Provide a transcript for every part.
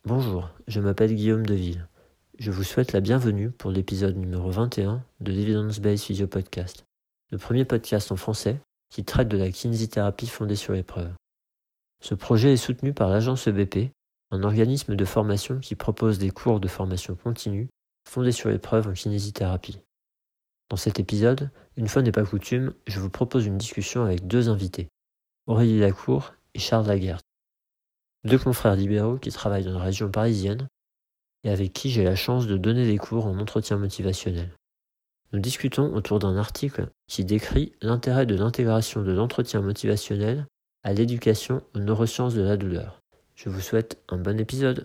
Bonjour, je m'appelle Guillaume Deville. Je vous souhaite la bienvenue pour l'épisode numéro 21 de l'Evidence-Based Physio Podcast, le premier podcast en français qui traite de la kinésithérapie fondée sur l'épreuve. Ce projet est soutenu par l'agence EBP, un organisme de formation qui propose des cours de formation continue fondés sur l'épreuve en kinésithérapie. Dans cet épisode, une fois n'est pas coutume, je vous propose une discussion avec deux invités, Aurélie Lacour et Charles Laguerre. Deux confrères libéraux qui travaillent dans la région parisienne et avec qui j'ai la chance de donner des cours en entretien motivationnel. Nous discutons autour d'un article qui décrit l'intérêt de l'intégration de l'entretien motivationnel à l'éducation aux neurosciences de la douleur. Je vous souhaite un bon épisode.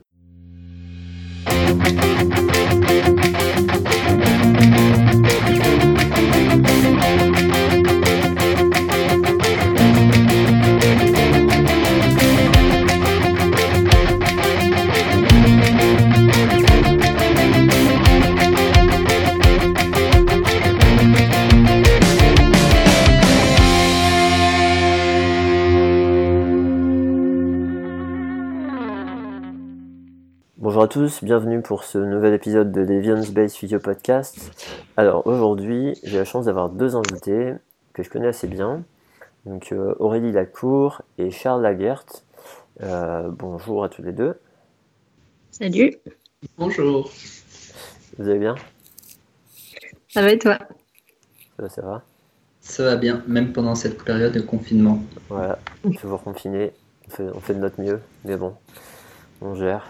Bonjour à tous, bienvenue pour ce nouvel épisode de l'Evidence-Based Physio Podcast. Alors aujourd'hui, j'ai la chance d'avoir deux invités que je connais assez bien, donc Aurélie Lacour et Charles Laguerre. Bonjour à tous les deux. Salut. Bonjour. Vous allez bien? Ça va et toi? Ça va? Ça va bien, même pendant cette période de confinement. Voilà, toujours confiné, on fait de notre mieux, mais bon, on gère.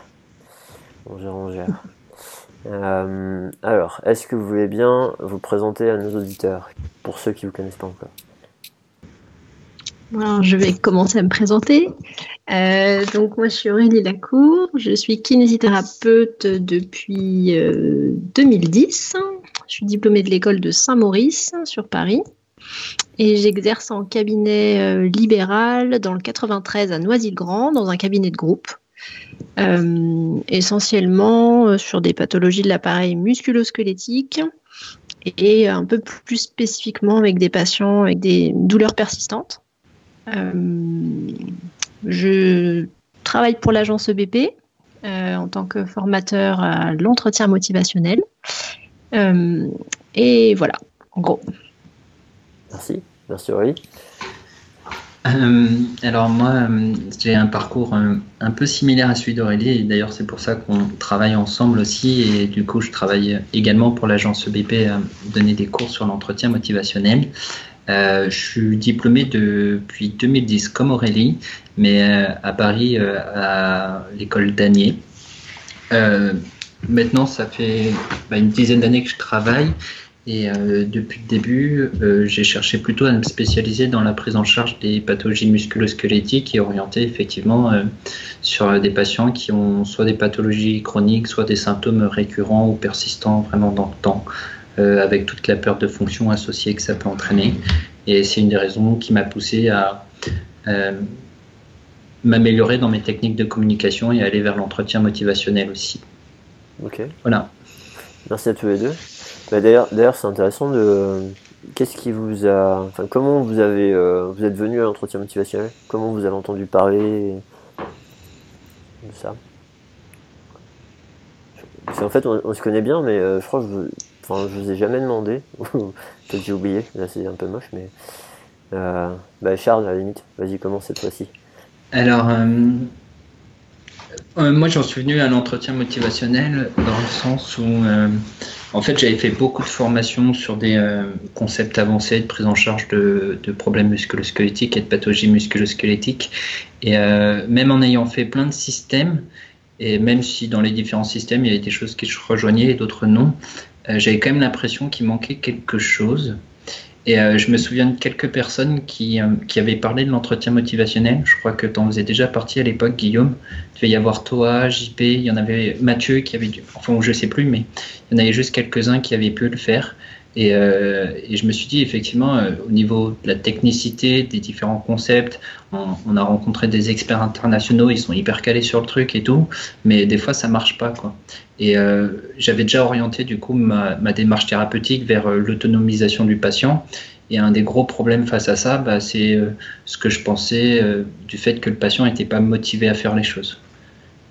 Alors, est-ce que vous voulez bien vous présenter à nos auditeurs, pour ceux qui ne vous connaissent pas encore? Alors, je vais commencer à me présenter. Donc, moi, je suis Aurélie Lacour. Je suis kinésithérapeute depuis 2010. Je suis diplômée de l'école de Saint-Maurice sur Paris. Et j'exerce en cabinet libéral dans le 93 à Noisy-le-Grand, dans un cabinet de groupe. Essentiellement sur des pathologies de l'appareil musculo-squelettique et un peu plus spécifiquement avec des patients avec des douleurs persistantes. Je travaille pour l'agence EBP en tant que formateur à l'entretien motivationnel. Et voilà, en gros. Merci Aurélie. Alors moi, j'ai un parcours un peu similaire à celui d'Aurélie, et d'ailleurs c'est pour ça qu'on travaille ensemble aussi, et du coup je travaille également pour l'agence EBP à donner des cours sur l'entretien motivationnel. Je suis diplômé depuis 2010 comme Aurélie, mais à Paris à l'école d'Anier. Maintenant ça fait une dizaine d'années que je travaille. Et depuis le début, j'ai cherché plutôt à me spécialiser dans la prise en charge des pathologies musculo-squelettiques et orienté effectivement sur des patients qui ont soit des pathologies chroniques, soit des symptômes récurrents ou persistants vraiment dans le temps, avec toute la perte de fonction associée que ça peut entraîner. Et c'est une des raisons qui m'a poussé à m'améliorer dans mes techniques de communication et aller vers l'entretien motivationnel aussi. Ok. Voilà. Merci à tous les deux. D'ailleurs, c'est intéressant qu'est-ce qui vous a, comment vous êtes venu à l'entretien motivationnel? Comment vous avez entendu parler de ça? Parce qu'en fait, on se connaît bien, mais je crois que je vous ai jamais demandé. Peut-être j'ai oublié. Là, c'est un peu moche, mais Charles, à la limite, vas-y, commence cette fois-ci. Alors, moi, j'en suis venu à l'entretien motivationnel dans le sens où, en fait, j'avais fait beaucoup de formations sur des concepts avancés de prise en charge de problèmes musculo-squelettiques et de pathologies musculo-squelettiques. Et même en ayant fait plein de systèmes, et même si dans les différents systèmes, il y avait des choses qui se rejoignaient et d'autres non, j'avais quand même l'impression qu'il manquait quelque chose. Et je me souviens de quelques personnes qui avaient parlé de l'entretien motivationnel. Je crois que tu en faisais déjà partie à l'époque, Guillaume. Il devait y avoir toi, JP, il y en avait Mathieu qui avait enfin je sais plus, mais il y en avait juste quelques-uns qui avaient pu le faire. Et je me suis dit effectivement, au niveau de la technicité des différents concepts, on a rencontré des experts internationaux, ils sont hyper calés sur le truc et tout, mais des fois ça marche pas, quoi. Et j'avais déjà orienté du coup ma démarche thérapeutique vers l'autonomisation du patient. Et un des gros problèmes face à ça, c'est ce que je pensais du fait que le patient n'était pas motivé à faire les choses.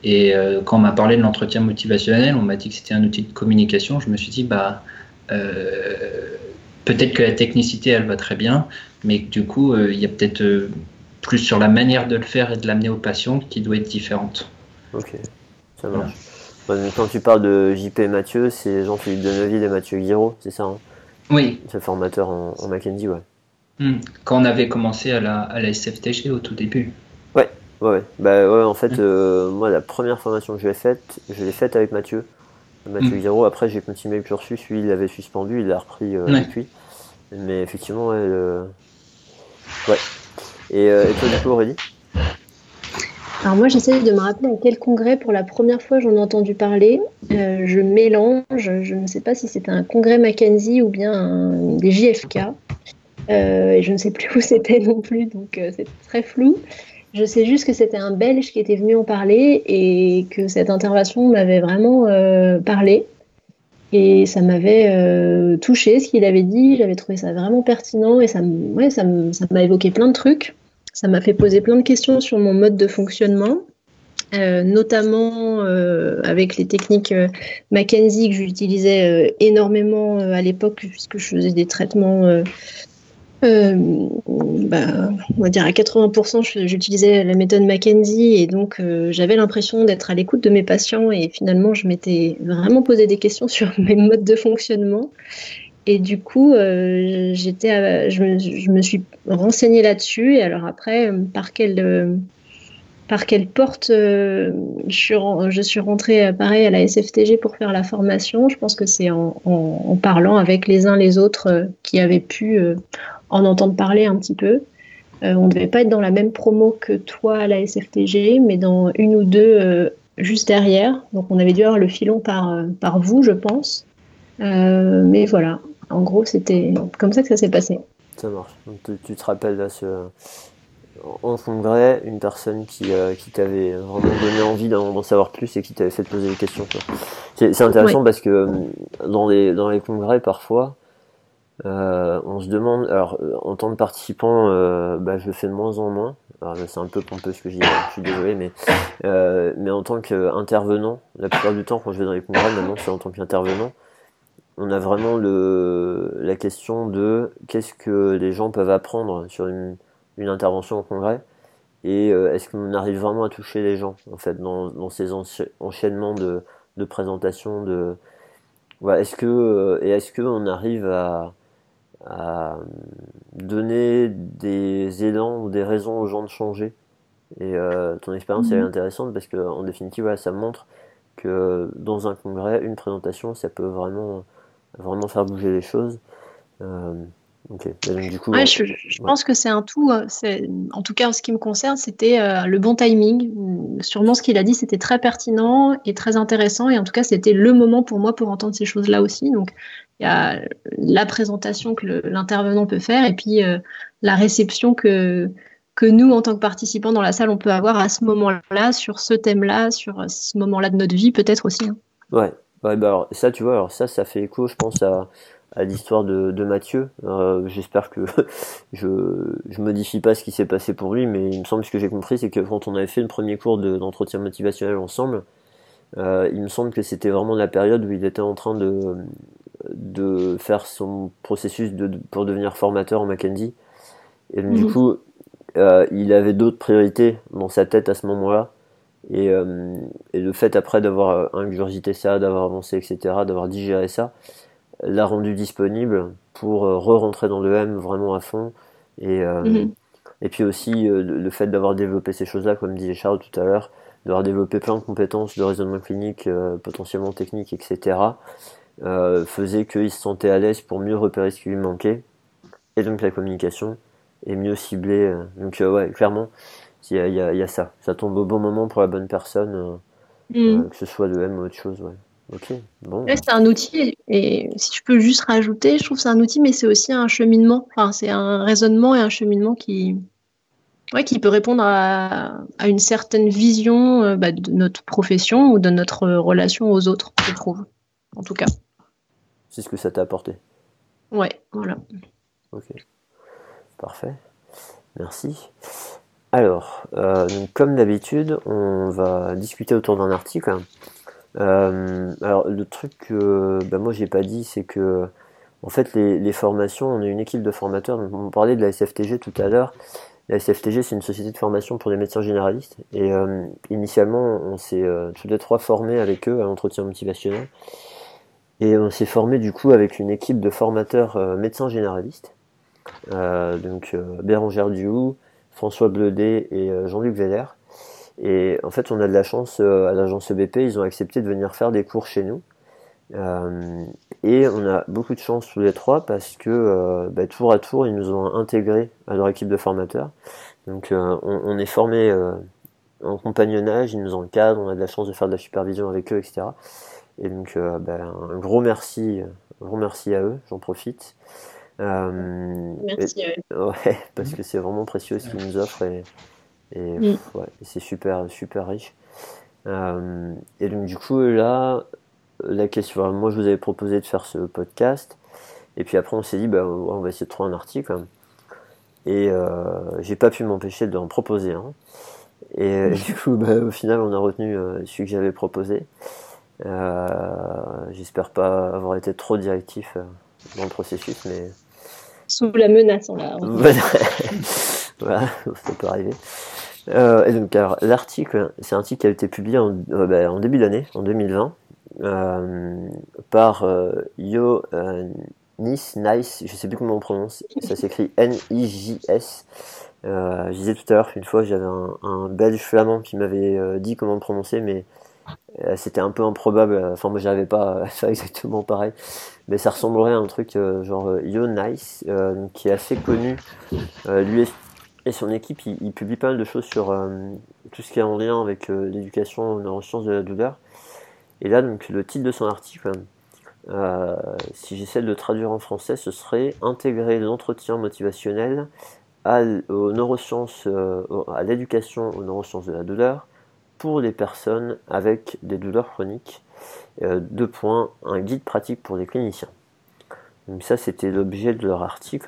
Et quand on m'a parlé de l'entretien motivationnel, on m'a dit que c'était un outil de communication. Je me suis dit, peut-être que la technicité, elle va très bien, mais que du coup, il y a peut-être plus sur la manière de le faire et de l'amener aux patients qui doit être différente. Ok, ça marche. Voilà. Quand tu parles de JP et Mathieu, c'est Jean-Philippe Deneville et Mathieu Guiraud, c'est ça, hein? Oui. C'est formateur en Mackenzie, ouais. Quand on avait commencé à la SFTG au tout début. Ouais. En fait, moi, la première formation que je l'ai faite avec Mathieu Guiraud. Après, j'ai continué le cursus. Lui, il l'avait suspendu, il l'a repris depuis. Mais effectivement, ouais. Et toi, du coup, Aurélie? Alors moi, j'essaie de me rappeler à quel congrès pour la première fois j'en ai entendu parler. Je mélange, je ne sais pas si c'était un congrès Mackenzie ou bien des JFK. Et je ne sais plus où c'était non plus, donc c'est très flou. Je sais juste que c'était un Belge qui était venu en parler et que cette intervention m'avait vraiment parlé. Et ça m'avait touchée, ce qu'il avait dit. J'avais trouvé ça vraiment pertinent et ça m'a évoqué plein de trucs. Ça m'a fait poser plein de questions sur mon mode de fonctionnement, notamment avec les techniques Mackenzie que j'utilisais énormément à l'époque puisque je faisais des traitements... on va dire à 80%, j'utilisais la méthode Mackenzie et donc j'avais l'impression d'être à l'écoute de mes patients et finalement je m'étais vraiment posé des questions sur mes modes de fonctionnement et du coup je me suis renseignée là-dessus et alors après par quelle porte je suis rentrée pareil à la SFTG pour faire la formation. Je pense que c'est en parlant avec les uns les autres qui avaient pu en entendre parler un petit peu. On ne devait pas être dans la même promo que toi à la SFTG, mais dans une ou deux juste derrière. Donc on avait dû avoir le filon par vous, je pense. Mais voilà, en gros, c'était comme ça que ça s'est passé. Ça marche. Donc, tu te rappelles là, en congrès, une personne qui t'avait vraiment donné envie d'en savoir plus et qui t'avait fait te poser des questions, quoi. C'est intéressant parce que dans les congrès, parfois, on se demande, alors en tant que participant, je le fais de moins en moins. Alors, c'est un peu pompeux ce que je dis, je suis désolé, mais en tant qu'intervenant, la plupart du temps quand je vais dans les congrès, maintenant c'est en tant qu'intervenant, on a vraiment la question de qu'est-ce que les gens peuvent apprendre sur une intervention au congrès et est-ce qu'on arrive vraiment à toucher les gens en fait dans ces enchaînements de présentations est-ce que on arrive à donner des élans ou des raisons aux gens de changer et ton expérience elle est intéressante parce que en définitive ça montre que dans un congrès une présentation ça peut vraiment faire bouger les choses. Ok. Donc, du coup, je pense que c'est un tout. En tout cas, en ce qui me concerne, c'était le bon timing. Sûrement, ce qu'il a dit, c'était très pertinent et très intéressant. Et en tout cas, c'était le moment pour moi pour entendre ces choses-là aussi. Donc, il y a la présentation que l'intervenant peut faire et puis la réception que nous, en tant que participants dans la salle, on peut avoir à ce moment-là, sur ce thème-là, sur ce moment-là de notre vie, peut-être aussi. Hein. Ouais. Alors ça, tu vois, alors ça fait écho, je pense, à l'histoire de Mathieu. J'espère que je modifie pas ce qui s'est passé pour lui, mais il me semble ce que j'ai compris, c'est que quand on avait fait le premier cours d'entretien motivationnel ensemble, il me semble que c'était vraiment la période où il était en train de faire son processus pour devenir formateur en Mackenzie. Et donc, du coup, il avait d'autres priorités dans sa tête à ce moment-là. Et le fait après d'avoir ingurgité ça, d'avoir avancé, etc., d'avoir digéré ça, l'a rendu disponible pour re-rentrer dans le M vraiment à fond. Et puis aussi le fait d'avoir développé ces choses-là, comme disait Charles tout à l'heure, d'avoir développé plein de compétences de raisonnement clinique, potentiellement techniques, etc., faisait qu'il se sentait à l'aise pour mieux repérer ce qui lui manquait. Et donc la communication est mieux ciblée. Donc ouais, clairement, il y a ça. Ça tombe au bon moment pour la bonne personne, que ce soit le M ou autre chose. Ouais. Ok, bon. Ouais, c'est un outil, et si je peux juste rajouter, je trouve que c'est un outil, mais c'est aussi un cheminement. Enfin, c'est un raisonnement et un cheminement qui peut répondre à une certaine vision de notre profession ou de notre relation aux autres, je trouve, en tout cas. C'est ce que ça t'a apporté. Ouais, voilà. Ok, parfait. Merci. Donc, comme d'habitude, on va discuter autour d'un article. Alors, le truc que moi j'ai pas dit, c'est que en fait les formations, on est une équipe de formateurs. Donc, on parlait de la SFTG tout à l'heure. La SFTG, c'est une société de formation pour les médecins généralistes. Et initialement, on s'est tous les trois formés avec eux à l'entretien motivationnel. Et on s'est formé du coup avec une équipe de formateurs médecins généralistes. Donc Bérangère Duhoux, François Bleudet et Jean-Luc Veller. Et en fait, on a de la chance à l'agence EBP, ils ont accepté de venir faire des cours chez nous. Et on a beaucoup de chance tous les trois parce que tour à tour, ils nous ont intégrés à leur équipe de formateurs. Donc on est formés en compagnonnage, ils nous encadrent, on a de la chance de faire de la supervision avec eux, etc. Et donc un gros merci à eux, j'en profite. Merci. Ouais, parce que c'est vraiment précieux ce qu'ils nous offrent et c'est super riche. Et donc du coup là, la question, moi je vous avais proposé de faire ce podcast et puis après on s'est dit on va essayer de trouver un article et j'ai pas pu m'empêcher d'en proposer un et du coup au final on a retenu celui que j'avais proposé. J'espère pas avoir été trop directif dans le processus, mais sous la menace on l'a. Voilà, ça peut arriver. Et donc alors, l'article, c'est un article qui a été publié en début d'année, en 2020, par Nice, je sais plus comment on prononce, ça s'écrit Nijs. Je disais tout à l'heure qu'une fois j'avais un belge flamand qui m'avait dit comment prononcer, mais c'était un peu improbable, enfin moi j'arrivais pas à faire exactement pareil, mais ça ressemblerait à un truc genre Nice, qui est assez connu, lui et son équipe, il publie pas mal de choses sur tout ce qui est en lien avec l'éducation aux neurosciences de la douleur. Et là, donc, le titre de son article, si j'essaie de le traduire en français, ce serait « Intégrer l'entretien motivationnel aux neurosciences, à l'éducation aux neurosciences de la douleur pour les personnes avec des douleurs chroniques. Un guide pratique pour les cliniciens ». Donc ça, c'était l'objet de leur article.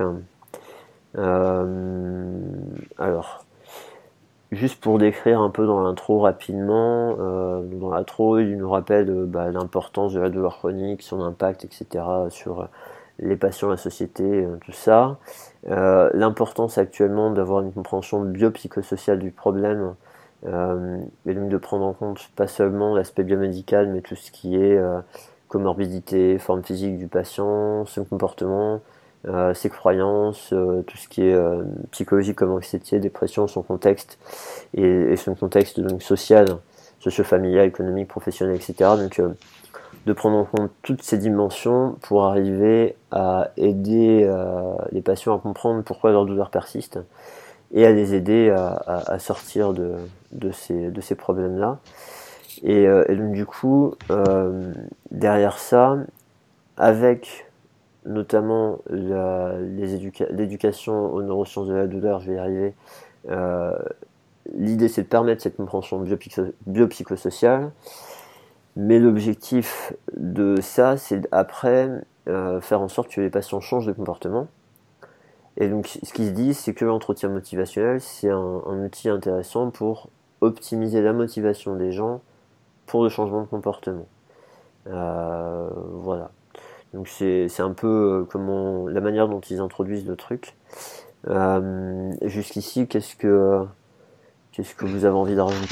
Alors, juste pour décrire un peu dans l'intro rapidement, dans l'intro, il nous rappelle l'importance de la douleur chronique, son impact, etc. sur les patients, la société, tout ça. L'importance actuellement d'avoir une compréhension biopsychosociale du problème, et donc de prendre en compte pas seulement l'aspect biomédical, mais tout ce qui est comorbidité, forme physique du patient, son comportement, ses croyances, tout ce qui est psychologique comme anxiété, dépression, son contexte et son contexte donc social, socio-familial, économique, professionnel, etc. Donc de prendre en compte toutes ces dimensions pour arriver à aider les patients à comprendre pourquoi leur douleur persiste et à les aider à sortir de ces problèmes-là. Et donc du coup, derrière ça, avec notamment l'éducation aux neurosciences de la douleur, je vais y arriver, l'idée c'est de permettre cette compréhension biopsychosociale, mais l'objectif de ça c'est après faire en sorte que les patients changent de comportement. Et donc ce qui se dit, c'est que l'entretien motivationnel c'est un outil intéressant pour optimiser la motivation des gens pour le changement de comportement. Voilà. Donc c'est un peu la manière dont ils introduisent le truc. Jusqu'ici, qu'est-ce que vous avez envie de rajouter ?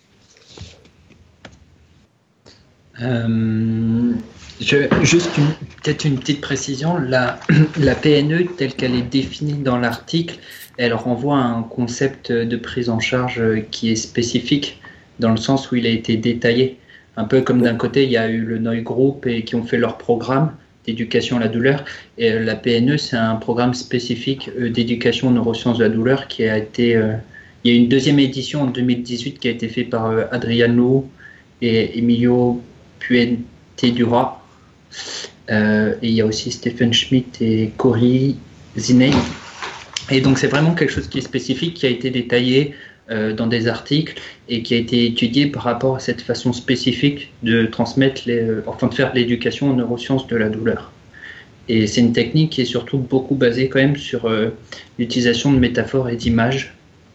Juste peut-être une petite précision. La PNE telle qu'elle est définie dans l'article, elle renvoie à un concept de prise en charge qui est spécifique dans le sens où il a été détaillé. Un peu comme d'un côté, il y a eu le Noy Group et qui ont fait leur programme d'éducation à la douleur. Et la PNE, c'est un programme spécifique d'éducation aux neurosciences de la douleur qui a été... il y a une deuxième édition en 2018 qui a été faite par Adriano et Emilio Puente-Dura. Et il y a aussi Stephen Schmidt et Cory Ziney. Et donc, c'est vraiment quelque chose qui est spécifique, qui a été détaillé dans des articles et qui a été étudié par rapport à cette façon spécifique de transmettre, de faire de l'éducation aux neurosciences de la douleur. Et c'est une technique qui est surtout beaucoup basée quand même sur l'utilisation de métaphores et d'images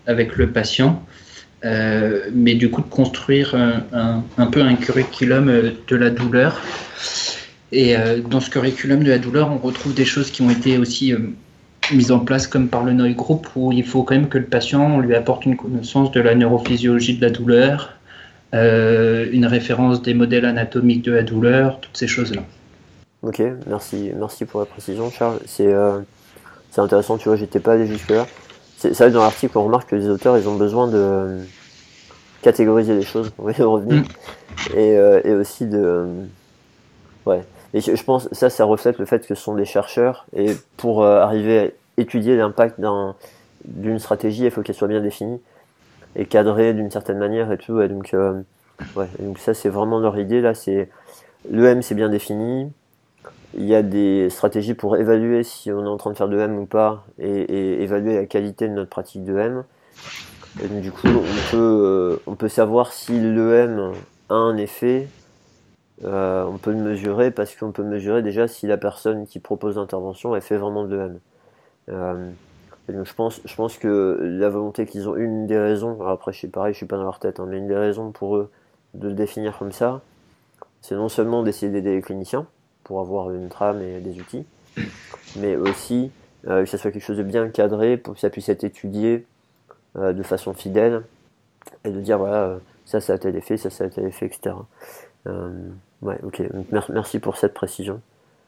avec le patient, mais du coup de construire un peu un curriculum de la douleur. Et dans ce curriculum de la douleur, on retrouve des choses qui ont été aussi mises en place comme par le Neue Group, où il faut quand même que le patient, on lui apporte une connaissance de la neurophysiologie de la douleur, une référence des modèles anatomiques de la douleur, toutes ces choses-là. Ok, merci pour la précision, Charles. C'est intéressant, tu vois, j'étais pas allé jusque-là. C'est vrai que dans l'article, on remarque que les auteurs, ils ont besoin de catégoriser les choses, on va y revenir, et aussi de... Ouais. Et je pense que ça reflète le fait que ce sont des chercheurs, et pour arriver à étudier l'impact d'une stratégie, il faut qu'elle soit bien définie et cadrée d'une certaine manière et tout. Et donc ça, c'est vraiment leur idée. Là, l'EM, c'est bien défini. Il y a des stratégies pour évaluer si on est en train de faire de l'EM ou pas, et évaluer la qualité de notre pratique de l'EM. Et donc, du coup, on peut savoir si l'EM a un effet. On peut le mesurer parce qu'on peut mesurer déjà si la personne qui propose l'intervention elle fait vraiment de l'EM. Donc je pense que la volonté qu'ils ont, une des raisons, alors après je suis pas dans leur tête, mais une des raisons pour eux de le définir comme ça, c'est non seulement d'essayer d'aider les cliniciens pour avoir une trame et des outils, mais aussi que ça soit quelque chose de bien cadré pour que ça puisse être étudié de façon fidèle et de dire voilà, ça a tel effet, ça a tel effet, etc. Ouais, ok. Merci pour cette précision.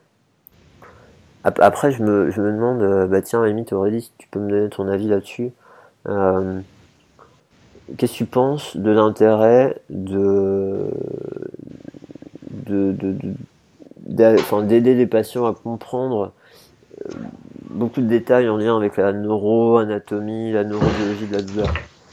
Après, je me demande, tiens, limite Aurélie, si tu peux me donner ton avis là-dessus. Qu'est-ce que tu penses de l'intérêt d'aider les patients à comprendre beaucoup de détails en lien avec la neuroanatomie, la neurobiologie de la douleur?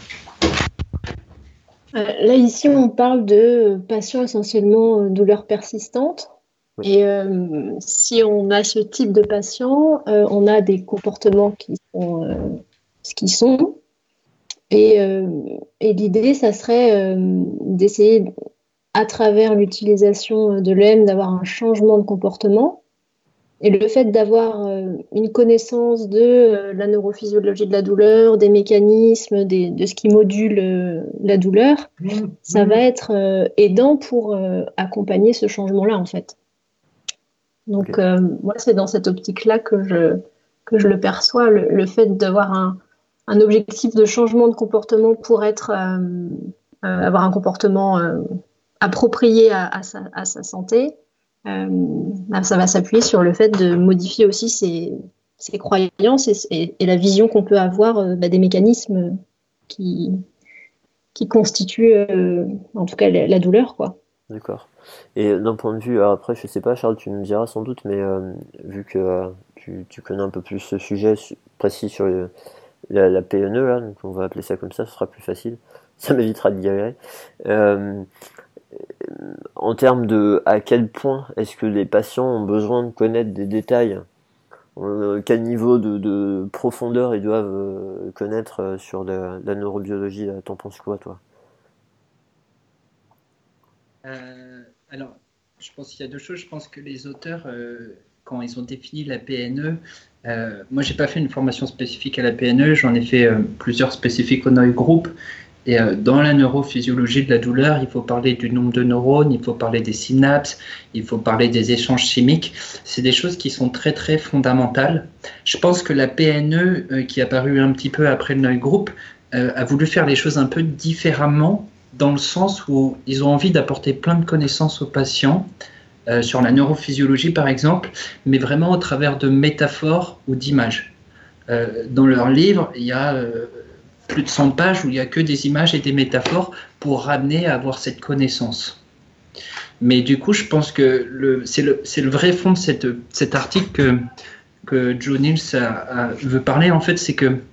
Là, ici, on parle de patients essentiellement douleurs persistantes. Oui. Et si on a ce type de patient, on a des comportements qui sont ce qu'ils sont. Et l'idée, ça serait d'essayer, à travers l'utilisation de l'EM, d'avoir un changement de comportement. Et le fait d'avoir une connaissance de la neurophysiologie de la douleur, des mécanismes, de ce qui module la douleur, ça va être aidant pour accompagner ce changement-là, en fait. Donc, okay. Moi, c'est dans cette optique-là que je le perçois, le fait d'avoir un objectif de changement de comportement pour avoir un comportement approprié à sa santé. Ça va s'appuyer sur le fait de modifier aussi ses croyances et la vision qu'on peut avoir des mécanismes qui constituent en tout cas la douleur, quoi. D'accord. Et d'un point de vue, alors après je sais pas Charles, tu me diras sans doute, mais vu que tu connais un peu plus ce sujet précis sur la PNE là, donc on va appeler ça comme ça, ce sera plus facile, ça m'évitera de galérer. En termes de à quel point est-ce que les patients ont besoin de connaître des détails, quel niveau de profondeur ils doivent connaître sur la neurobiologie, t'en penses quoi toi? Alors, je pense qu'il y a deux choses. Je pense que les auteurs, quand ils ont défini la PNE, moi j'ai pas fait une formation spécifique à la PNE, j'en ai fait plusieurs spécifiques au Neue Group. Et dans la neurophysiologie de la douleur, il faut parler du nombre de neurones, il faut parler des synapses, il faut parler des échanges chimiques. C'est des choses qui sont très très fondamentales. Je pense que la PNE, qui est apparue un petit peu après le Neue Group, a voulu faire les choses un peu différemment, dans le sens où ils ont envie d'apporter plein de connaissances aux patients, sur la neurophysiologie par exemple, mais vraiment au travers de métaphores ou d'images. Dans leur livre, il y a plus de 100 pages où il n'y a que des images et des métaphores pour ramener à avoir cette connaissance. Mais du coup, je pense que c'est le vrai fond de cet article que Joe Niels veut parler, en fait, c'est que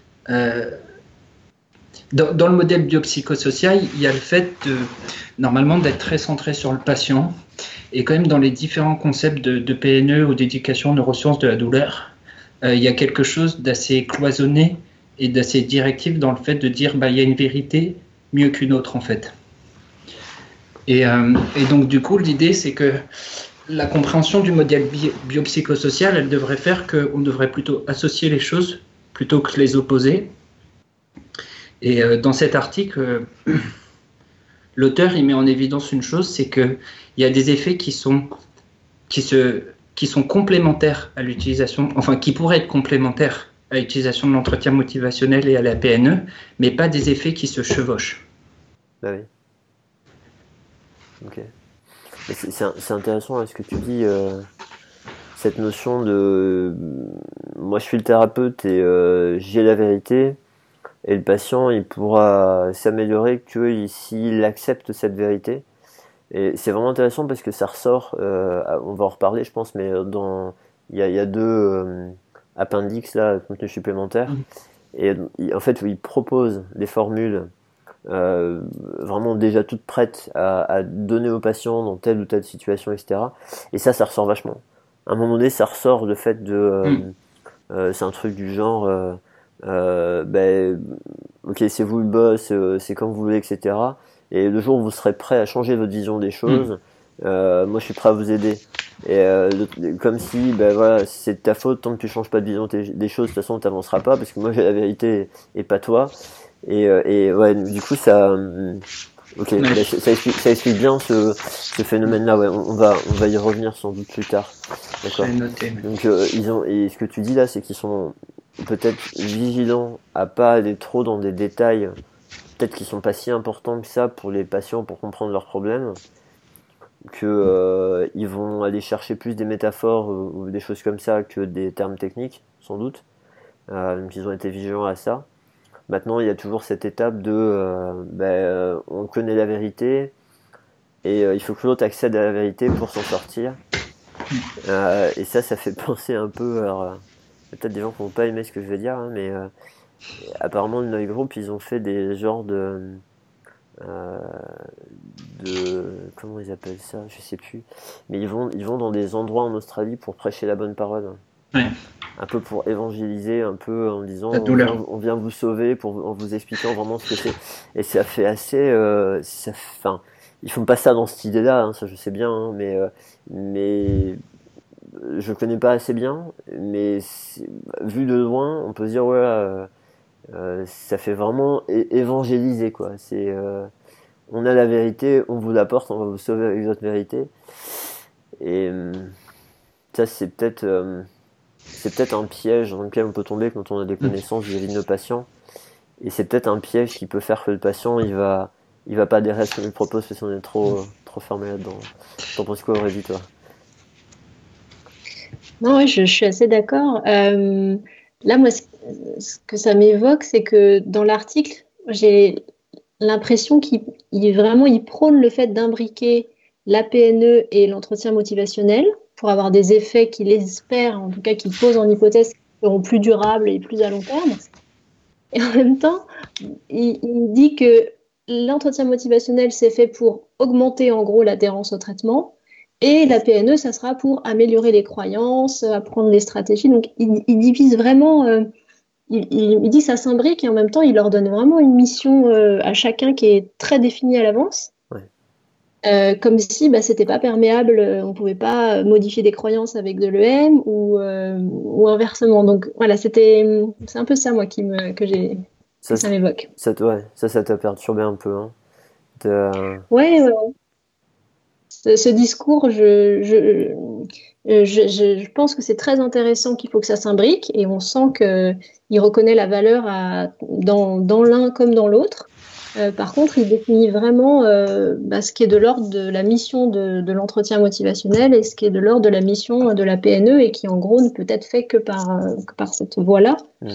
dans le modèle biopsychosocial, il y a le fait normalement d'être très centré sur le patient, et quand même dans les différents concepts de PNE ou d'éducation neurosciences de la douleur, il y a quelque chose d'assez cloisonné et d'assez directif dans le fait de dire il y a une vérité mieux qu'une autre en fait. Et donc du coup l'idée c'est que la compréhension du modèle biopsychosocial, elle devrait faire qu'on devrait plutôt associer les choses plutôt que les opposer. Et dans cet article, l'auteur il met en évidence une chose, c'est qu'il y a des effets qui sont complémentaires à l'utilisation, enfin qui pourraient être complémentaires à l'utilisation de l'entretien motivationnel et à la PNE, mais pas des effets qui se chevauchent. Bah oui. Ok. C'est intéressant là, ce que tu dis, cette notion de moi je suis le thérapeute et j'ai la vérité, et le patient il pourra s'améliorer que s'il accepte cette vérité. Et c'est vraiment intéressant parce que ça ressort, on va en reparler je pense, mais il y a deux appendices là, contenu supplémentaire, et en fait il propose des formules vraiment déjà toutes prêtes à donner aux patients dans telle ou telle situation, etc. Et ça ressort vachement. À un moment donné, ça ressort le fait de... c'est un truc du genre... ok, c'est vous le boss, c'est comme vous voulez, etc. Et le jour où vous serez prêt à changer votre vision des choses, moi je suis prêt à vous aider. Et comme si, voilà, c'est de ta faute, tant que tu changes pas de vision des choses, de toute façon tu n'avanceras pas, parce que moi j'ai la vérité et pas toi. Et ouais, du coup ça ça explique bien ce phénomène là. Ouais, on va y revenir sans doute plus tard. D'accord. Donc et ce que tu dis là, c'est qu'ils sont peut-être vigilants à pas aller trop dans des détails, peut-être qu'ils sont pas si importants que ça pour les patients pour comprendre leurs problèmes, que ils vont aller chercher plus des métaphores ou des choses comme ça que des termes techniques sans doute. Donc ils ont été vigilants à ça. Maintenant, il y a toujours cette étape de on connaît la vérité et il faut que l'autre accède à la vérité pour s'en sortir. Et ça fait penser un peu. Alors, peut-être des gens qui n'ont pas aimé ce que je vais dire, hein, mais apparemment, le Noy Group, ils ont fait des genres de comment ils appellent ça, je sais plus. Mais ils vont dans des endroits en Australie pour prêcher la bonne parole. Ouais. Un peu pour évangéliser, un peu en disant on vient vous sauver, en vous expliquant vraiment ce que c'est. Et ça fait assez... ils font pas ça dans cette idée-là, hein, ça je sais bien, hein, mais je connais pas assez bien, mais vu de loin, on peut se dire ça fait vraiment évangéliser, quoi. C'est on a la vérité, on vous l'apporte, on va vous sauver avec votre vérité. Et ça c'est peut-être un piège dans lequel on peut tomber quand on a des connaissances vis-à-vis de nos patients. Et c'est peut-être un piège qui peut faire que le patient, il va pas adhérer à ce qu'on lui propose parce qu'on est trop fermé là-dedans. T'en penses quoi, Aurélie, toi ? Non, ouais, je suis assez d'accord. Là, moi, ce que ça m'évoque, c'est que dans l'article, j'ai l'impression qu'il prône le fait d'imbriquer la PNE et l'entretien motivationnel pour avoir des effets qu'il espère, en tout cas qu'il pose en hypothèse, qui seront plus durables et plus à long terme. Et en même temps, il dit que l'entretien motivationnel, c'est fait pour augmenter en gros l'adhérence au traitement, et la PNE, ça sera pour améliorer les croyances, apprendre les stratégies. Donc, il divise vraiment... il dit que ça s'imbrique et en même temps, il leur donne vraiment une mission à chacun qui est très définie à l'avance. Ouais. Comme si c'était pas perméable, on pouvait pas modifier des croyances avec de l'EM ou inversement. Donc voilà, c'est un peu ça moi ça m'évoque. Ça t'a perturbé un peu, hein. Ouais. Ce discours, je pense que c'est très intéressant, qu'il faut que ça s'imbrique et on sent qu'il reconnaît la valeur dans l'un comme dans l'autre. Par contre, il définit vraiment ce qui est de l'ordre de la mission de l'entretien motivationnel et ce qui est de l'ordre de la mission de la PNE et qui, en gros, ne peut être fait que par cette voie-là.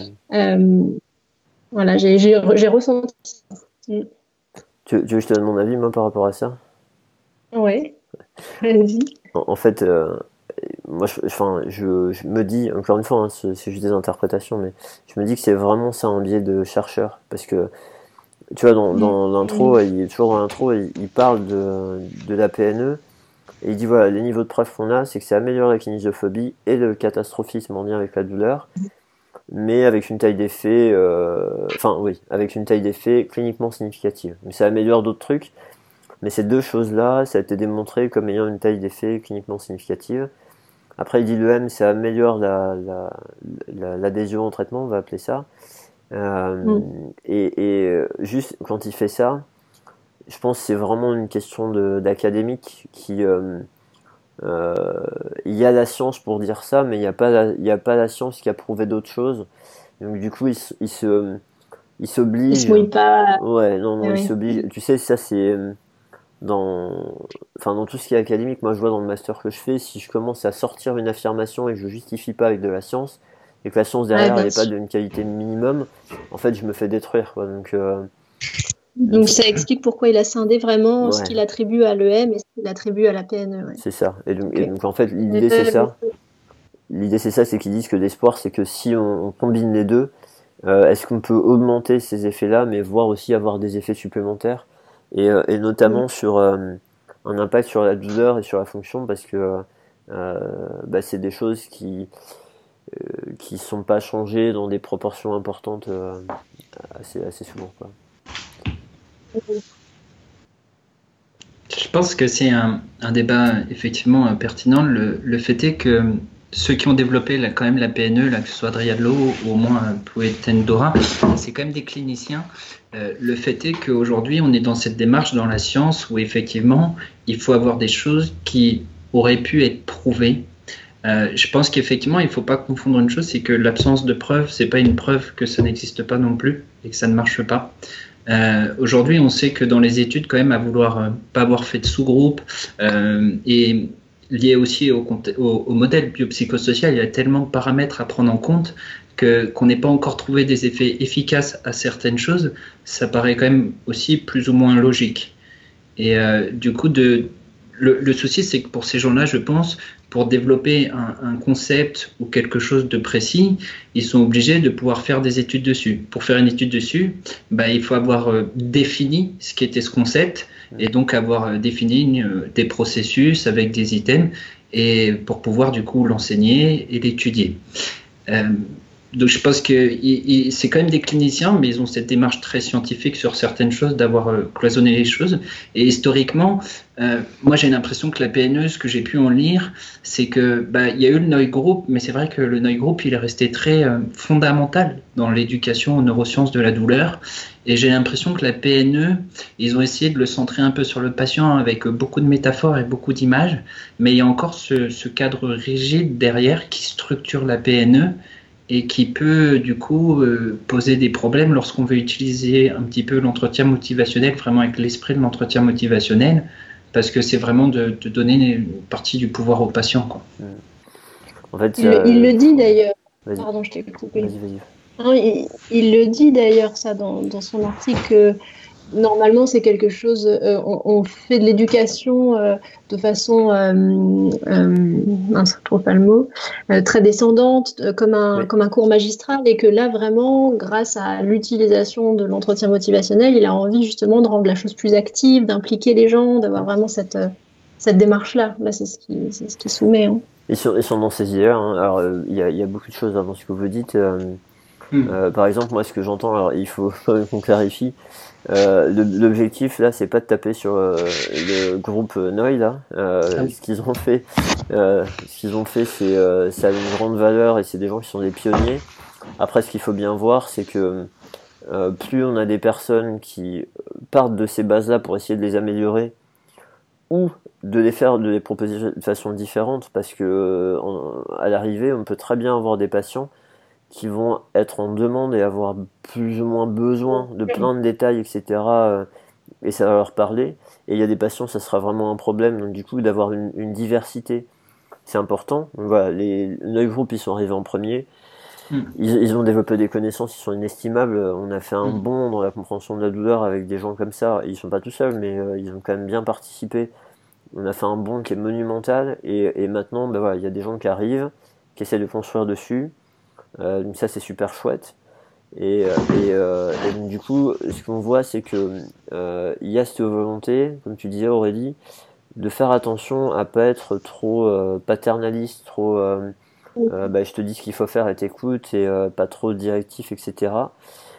Voilà, j'ai ressenti ça. Tu veux que je te donne mon avis, moi, par rapport à ça ? Ouais, vas-y. En fait, moi, je me dis, encore une fois, hein, c'est juste des interprétations, mais je me dis que c'est vraiment ça un biais de chercheur, parce que tu vois, dans l'intro, toujours dans l'intro, il parle de la PNE, et il dit voilà, les niveaux de preuve qu'on a, c'est que ça améliore la kinésiophobie et le catastrophisme en lien avec la douleur, mais avec une taille d'effet, avec une taille d'effet cliniquement significative. Mais ça améliore d'autres trucs. Mais ces deux choses-là, ça a été démontré comme ayant une taille d'effet cliniquement significative. Après, il dit l'EM, ça améliore l'adhésion au traitement, on va appeler ça. Mm. Juste quand il fait ça, je pense que c'est vraiment une question d'académique qui il y a la science pour dire ça, mais il y a pas la science qui a prouvé d'autres choses. Donc du coup, il Il se s'oblige. mouille pas. Ouais, non, non, il Oui. s'oblige. Tu sais, ça c'est dans, dans tout ce qui est académique. Moi, je vois dans le master que je fais, si je commence à sortir une affirmation et que je justifie pas avec de la science, et que la science Ouais, derrière elle bien n'est pas sûr. d'une qualité minimum, en fait, je me fais détruire, quoi. Donc Donc ça explique pourquoi il a scindé vraiment ce ouais, qu'il attribue à l'EM et ce qu'il attribue à la PNE. Ouais. c'est ça. Ok. En fait, l'idée c'est Bien ça. sûr. L'idée c'est ça, c'est qu'ils disent que l'espoir, c'est que si on combine les deux, est-ce qu'on peut augmenter ces effets-là, mais voire aussi avoir des effets supplémentaires, et Mm. notamment sur un impact sur la douleur et sur la fonction, parce que c'est des choses qui sont pas changées dans des proportions importantes assez souvent, quoi. Je pense que c'est un débat effectivement pertinent. Le fait est que ceux qui ont développé quand même la PNE, là, que ce soit Driadlo ou au moins Poetendora, c'est quand même des cliniciens. Le fait est qu'aujourd'hui, on est dans cette démarche dans la science où effectivement, il faut avoir des choses qui auraient pu être prouvées. Je pense qu'effectivement, il ne faut pas confondre une chose, c'est que l'absence de preuve, c'est pas une preuve que ça n'existe pas non plus et que ça ne marche pas. Aujourd'hui, on sait que dans les études, quand même, à vouloir pas avoir fait de sous-groupe et lié aussi au modèle biopsychosocial, il y a tellement de paramètres à prendre en compte qu'on n'ait pas encore trouvé des effets efficaces à certaines choses, ça paraît quand même aussi plus ou moins logique. Et du coup, le souci, c'est que pour ces gens-là, je pense, pour développer un concept ou quelque chose de précis, ils sont obligés de pouvoir faire des études dessus. Pour faire une étude dessus, il faut avoir défini ce qu'était ce concept et donc avoir défini des processus avec des items et pour pouvoir du coup l'enseigner et l'étudier. Euh, donc je pense que c'est quand même des cliniciens, mais ils ont cette démarche très scientifique sur certaines choses, d'avoir cloisonné les choses. Et historiquement, moi j'ai l'impression que la PNE, ce que j'ai pu en lire, c'est que il y a eu le Neue Group, mais c'est vrai que le Neue Group, il est resté très fondamental dans l'éducation aux neurosciences de la douleur. Et j'ai l'impression que la PNE, ils ont essayé de le centrer un peu sur le patient avec beaucoup de métaphores et beaucoup d'images, mais il y a encore ce cadre rigide derrière qui structure la PNE et qui peut du coup poser des problèmes lorsqu'on veut utiliser un petit peu l'entretien motivationnel, vraiment avec l'esprit de l'entretien motivationnel, parce que c'est vraiment de donner une partie du pouvoir au patient, quoi. En fait, Il le dit d'ailleurs. vas-y, Pardon, je t'ai coupé. vas-y. Non, il le dit d'ailleurs, ça, dans son article, que normalement, c'est quelque chose, on fait de l'éducation de façon, mince, je trouve pas le mot, très descendante, Oui. comme un cours magistral, et que là, vraiment, grâce à l'utilisation de l'entretien motivationnel, il a envie justement de rendre la chose plus active, d'impliquer les gens, d'avoir vraiment cette démarche-là. Là, c'est ce qui soumet. Hein. Ils sont dans ces idées-là, hein. Alors, il y a beaucoup de choses dans ce que vous dites. Par exemple, moi, ce que j'entends, alors il faut qu'on clarifie. L'objectif là, c'est pas de taper sur le groupe Noi là. Ce qu'ils ont fait, c'est ça a une grande valeur et c'est des gens qui sont des pionniers. Après, ce qu'il faut bien voir, c'est que plus on a des personnes qui partent de ces bases-là pour essayer de les améliorer ou de les proposer de façon différente, parce que à l'arrivée, on peut très bien avoir des patients qui vont être en demande et avoir plus ou moins besoin de plein de détails, etc. Et ça va leur parler. Et il y a des patients, ça sera vraiment un problème. Donc du coup, d'avoir une diversité, c'est important. Donc, voilà, les groupes, ils sont arrivés en premier. Ils ont développé des connaissances qui sont inestimables. On a fait un bond dans la compréhension de la douleur avec des gens comme ça. Ils sont pas tout seuls, mais ils ont quand même bien participé. On a fait un bond qui est monumental. Et maintenant, voilà, il y a des gens qui arrivent, qui essaient de construire dessus. Donc ça, c'est super chouette. Et donc, du coup, ce qu'on voit, c'est que il y a cette volonté, comme tu disais Aurélie, de faire attention à pas être trop paternaliste, trop je te dis ce qu'il faut faire et t'écoutes, et pas trop directif, etc.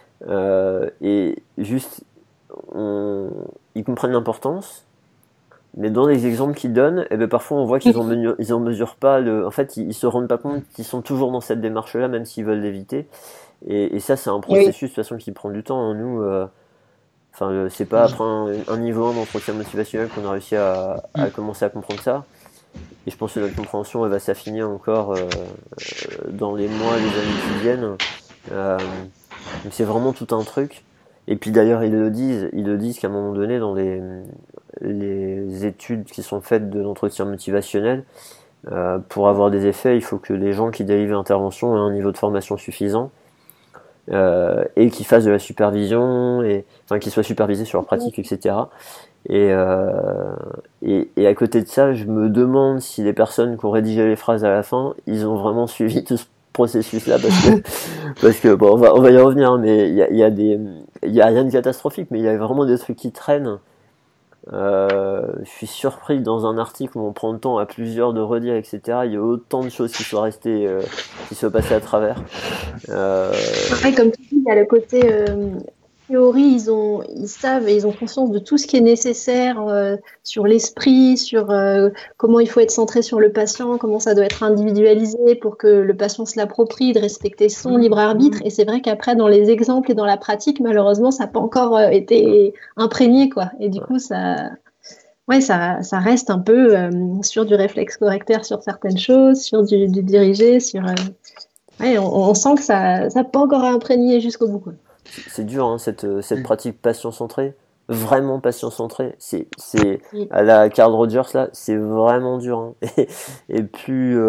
Et juste, ils comprennent l'importance, Mais dans les exemples qu'ils donnent, parfois on voit qu'ils en mesurent pas en fait, ils se rendent pas compte qu'ils sont toujours dans cette démarche-là, même s'ils veulent l'éviter. Et ça, c'est un processus de toute façon qui prend du temps. Nous, c'est pas après un niveau 1 d'entretien motivationnel qu'on a réussi à commencer à comprendre ça. Et je pense que notre compréhension, elle va s'affiner encore dans les mois, les années qui viennent. Donc c'est vraiment tout un truc. Et puis d'ailleurs, ils le disent qu'à un moment donné, dans les études qui sont faites de l'entretien motivationnel, pour avoir des effets, il faut que les gens qui délivrent l'intervention aient un niveau de formation suffisant et qu'ils fassent de la supervision, qu'ils soient supervisés sur leur pratique, etc. Et à côté de ça, je me demande si les personnes qui ont rédigé les phrases à la fin, ils ont vraiment suivi tout ce processus-là, parce que bon, on va y revenir, hein, mais il y a rien de catastrophique, mais il y a vraiment des trucs qui traînent. Je suis surpris dans un article où on prend le temps à plusieurs de redire, etc. Il y a autant de choses qui sont restées, qui sont passées à travers. Après, comme tu dis, il y a le côté théorie, ils savent et ils ont conscience de tout ce qui est nécessaire sur l'esprit, sur comment il faut être centré sur le patient, comment ça doit être individualisé pour que le patient se l'approprie, de respecter son libre arbitre. Et c'est vrai qu'après, dans les exemples et dans la pratique, malheureusement, ça n'a pas encore été imprégné, quoi. Et du coup, ça reste un peu sur du réflexe correcteur sur certaines choses, sur du dirigé, sur... on sent que ça n'a pas encore imprégné jusqu'au bout, quoi. C'est dur, hein, cette pratique patient-centrée, vraiment patient-centrée. C'est à la Carl Rogers là, c'est vraiment dur. Hein. Et plus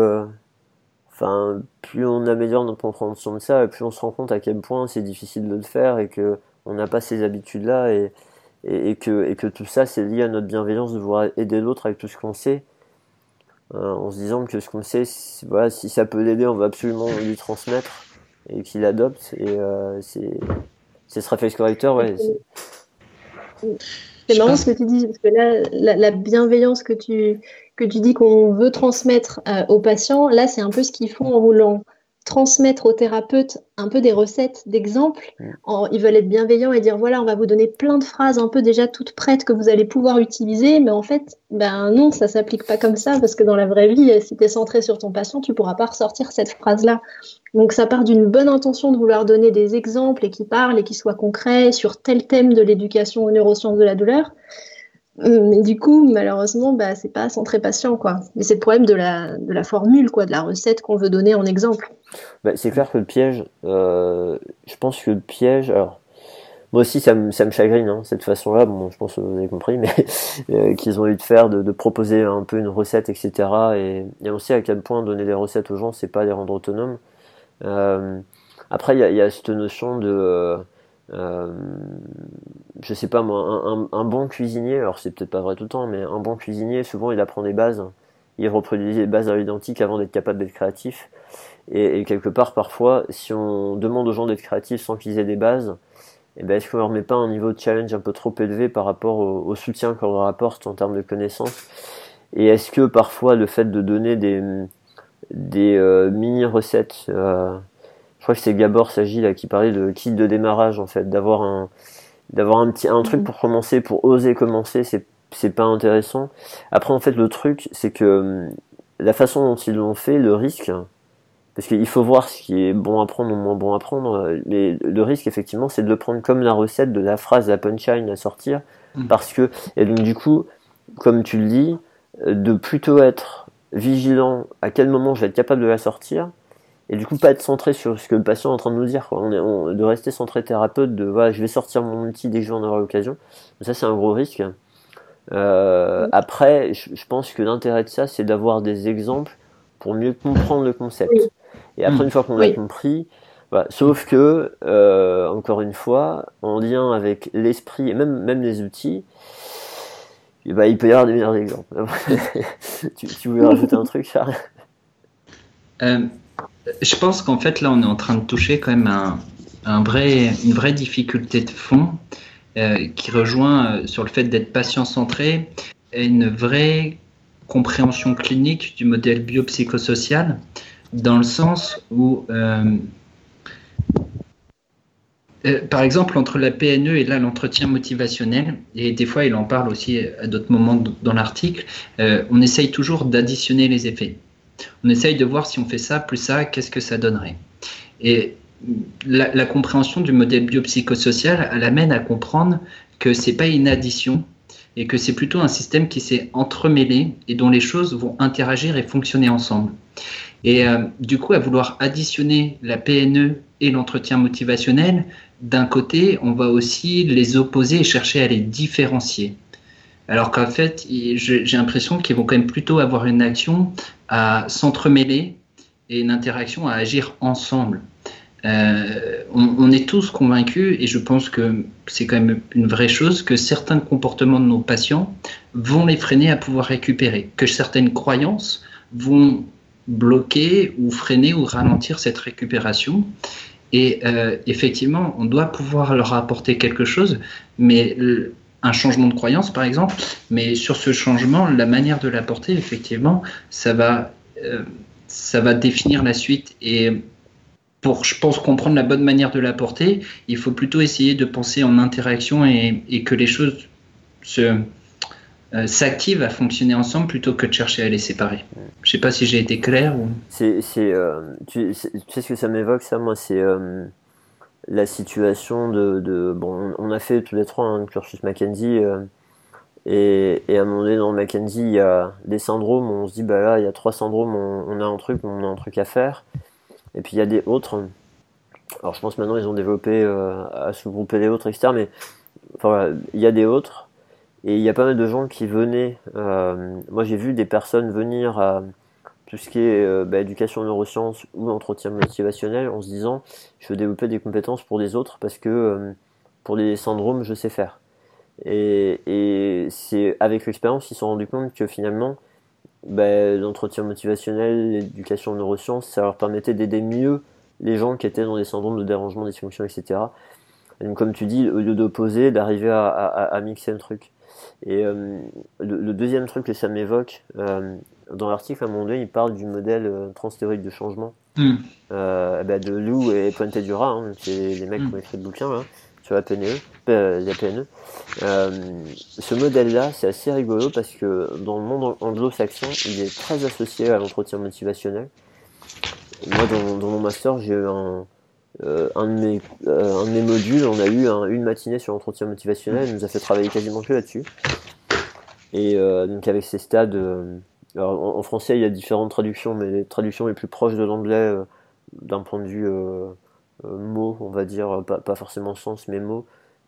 on améliore notre compréhension de ça, et plus on se rend compte à quel point c'est difficile de le faire et que on n'a pas ces habitudes-là et que tout ça c'est lié à notre bienveillance de vouloir aider l'autre avec tout ce qu'on sait. En se disant que ce qu'on sait, si ça peut l'aider, on va absolument lui transmettre et qu'il adopte, et c'est ce réflexe correcteur, ouais. C'est marrant ce que tu dis, parce que là, la bienveillance que tu dis qu'on veut transmettre aux patients, là, c'est un peu ce qu'ils font en voulant transmettre aux thérapeutes un peu des recettes, d'exemples. Ils veulent être bienveillants et dire, voilà, on va vous donner plein de phrases un peu déjà toutes prêtes que vous allez pouvoir utiliser, mais en fait, non, ça s'applique pas comme ça, parce que dans la vraie vie, si tu es centré sur ton patient, tu pourras pas ressortir cette phrase-là. Donc ça part d'une bonne intention de vouloir donner des exemples et qui parlent et qui soient concrets sur tel thème de l'éducation aux neurosciences de la douleur. Mais du coup, malheureusement, c'est pas centré patient, quoi. Mais c'est le problème de la formule, quoi, de la recette qu'on veut donner en exemple. C'est clair que le piège, je pense que le piège, alors moi aussi ça me chagrine, hein, cette façon-là, bon, je pense que vous avez compris, mais qu'ils ont eu de faire, de proposer un peu une recette, etc. Et on sait à quel point donner des recettes aux gens, c'est pas les rendre autonomes. Après, il y a cette notion de... je sais pas moi, un bon cuisinier, alors c'est peut-être pas vrai tout le temps, mais un bon cuisinier, souvent il apprend des bases, il reproduit les bases à l'identique avant d'être capable d'être créatif, et quelque part parfois, si on demande aux gens d'être créatifs sans qu'ils aient des bases, est-ce qu'on leur met pas un niveau de challenge un peu trop élevé par rapport au soutien qu'on leur apporte en termes de connaissances, et est-ce que parfois le fait de donner des mini recettes, je crois que c'est Gabor Sagi là qui parlait de kit de démarrage, en fait, d'avoir un truc pour commencer, pour oser commencer, c'est pas intéressant. Après, en fait, le truc, c'est que la façon dont ils l'ont fait, le risque, parce qu'il faut voir ce qui est bon à prendre ou moins bon à prendre, mais le risque, effectivement, c'est de le prendre comme la recette de la phrase, la punchline à sortir, parce que, et donc du coup, comme tu le dis, de plutôt être vigilant à quel moment je vais être capable de la sortir, et du coup pas être centré sur ce que le patient est en train de nous dire, quoi. De rester centré thérapeute, de voilà, je vais sortir mon outil dès que je vais en avoir l'occasion. Ça c'est un gros risque. Après, je pense que l'intérêt de ça, c'est d'avoir des exemples pour mieux comprendre le concept. Et après, une fois qu'on l'a compris, voilà. Sauf que, encore une fois, en lien avec l'esprit et même les outils, il peut y avoir des meilleurs exemples. tu voulais rajouter un truc, Charles? Je pense qu'en fait, là, on est en train de toucher quand même une vraie difficulté de fond qui rejoint sur le fait d'être patient-centré et une vraie compréhension clinique du modèle biopsychosocial, dans le sens où Par exemple, entre la PNE et là l'entretien motivationnel, et des fois il en parle aussi à d'autres moments dans l'article, on essaye toujours d'additionner les effets. On essaye de voir si on fait ça plus ça, qu'est-ce que ça donnerait. Et la compréhension du modèle biopsychosocial, elle amène à comprendre que c'est pas une addition et que c'est plutôt un système qui s'est entremêlé et dont les choses vont interagir et fonctionner ensemble. Et du coup, à vouloir additionner la PNE et l'entretien motivationnel, d'un côté, on va aussi les opposer et chercher à les différencier. Alors qu'en fait, j'ai l'impression qu'ils vont quand même plutôt avoir une action à s'entremêler et une interaction à agir ensemble. On est tous convaincus, et je pense que c'est quand même une vraie chose, que certains comportements de nos patients vont les freiner à pouvoir récupérer, que certaines croyances vont bloquer ou freiner ou ralentir cette récupération. Et effectivement, on doit pouvoir leur apporter quelque chose, mais un changement de croyance, par exemple, mais sur ce changement, la manière de l'apporter, effectivement, ça va définir la suite. Et pour, je pense, comprendre la bonne manière de l'apporter, il faut plutôt essayer de penser en interaction et que les choses s'activent à fonctionner ensemble plutôt que de chercher à les séparer. Je ne sais pas si j'ai été clair. Ou... Tu sais ce que ça m'évoque, ça, moi, c'est la situation bon, on a fait tous les trois un cursus McKenzie, et à un moment donné dans McKenzie, il y a des syndromes où on se dit, bah là, il y a 3 syndromes, on a un truc à faire. Et puis il y a des autres. Alors je pense maintenant ils ont développé à sous-grouper les autres, etc. Mais enfin, voilà, il y a des autres. Et il y a pas mal de gens qui venaient. Moi j'ai vu des personnes venir à tout ce qui est éducation neurosciences ou entretien motivationnel en se disant je veux développer des compétences pour les autres parce que pour les syndromes je sais faire. Et c'est avec l'expérience ils se sont rendus compte que finalement l'entretien motivationnel, l'éducation neurosciences, ça leur permettait d'aider mieux les gens qui étaient dans des syndromes de dérangement, dysfonction, etc. Et donc, comme tu dis, au lieu d'opposer, d'arriver à mixer le truc. Et le deuxième truc que ça m'évoque, dans l'article, à un moment donné, il parle du modèle transthéorique de changement de Lou et Puente Dura, hein, c'est les mecs qui ont écrit le bouquin là, sur la PNE. Ce modèle-là, c'est assez rigolo parce que dans le monde anglo-saxon, il est très associé à l'entretien motivationnel. Moi, dans mon master, j'ai eu un de mes modules, on a eu une matinée sur l'entretien motivationnel, il nous a fait travailler quasiment que là-dessus. Et donc avec ces stades, alors en français il y a différentes traductions, mais les traductions les plus proches de l'anglais d'un point de vue mot, on va dire, pas forcément sens, mais mot,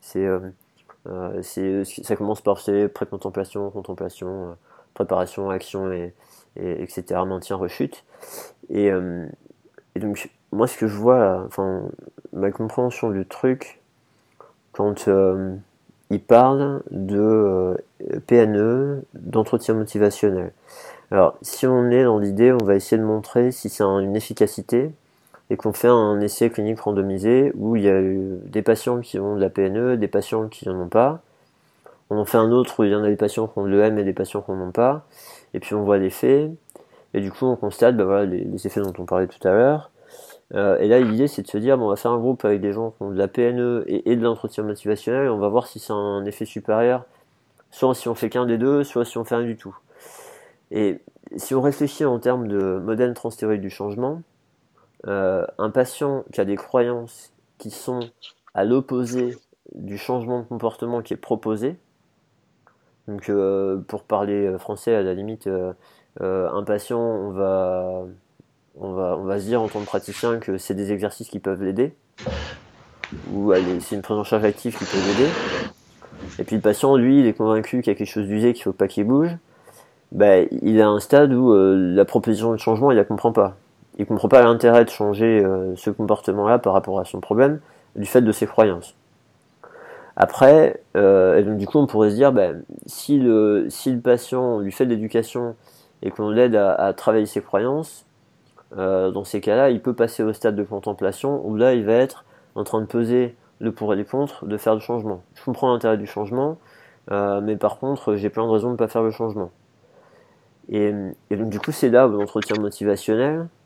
ça commence par pré-contemplation, contemplation, préparation, action, etc., maintien, rechute. Et donc, moi, ce que je vois, enfin, ma compréhension du truc, quand il parle de PNE, d'entretien motivationnel. Alors, si on est dans l'idée, on va essayer de montrer si c'est une efficacité, et qu'on fait un essai clinique randomisé où il y a eu des patients qui ont de la PNE, des patients qui n'en ont pas. On en fait un autre où il y en a des patients qui ont de l'EM et des patients qui n'en ont pas. Et puis on voit les faits. Et du coup, on constate les effets dont on parlait tout à l'heure. Et là, l'idée, c'est de se dire, on va faire un groupe avec des gens qui ont de la PNE et de l'entretien motivationnel. Et on va voir si c'est un effet supérieur, soit si on fait qu'un des deux, soit si on fait rien du tout. Et si on réfléchit en termes de modèle transthéorique du changement, un patient qui a des croyances qui sont à l'opposé du changement de comportement qui est proposé, donc pour parler français à la limite, un patient, on va se dire en tant que praticien que c'est des exercices qui peuvent l'aider, ou c'est une prise en charge active qui peut l'aider, et puis le patient, lui, il est convaincu qu'il y a quelque chose d'usé, qu'il ne faut pas qu'il bouge. Il est à un stade où la proposition de changement, il la comprend pas. Il comprend pas l'intérêt de changer ce comportement-là par rapport à son problème du fait de ses croyances. Après, et donc du coup, on pourrait se dire, si le patient on lui fait de l'éducation et qu'on l'aide à travailler ses croyances, dans ces cas-là, il peut passer au stade de contemplation où là, il va être en train de peser le pour et le contre de faire le changement. Je comprends l'intérêt du changement, mais par contre, j'ai plein de raisons de ne pas faire le changement. Et donc du coup, c'est là où l'entretien motivationnel,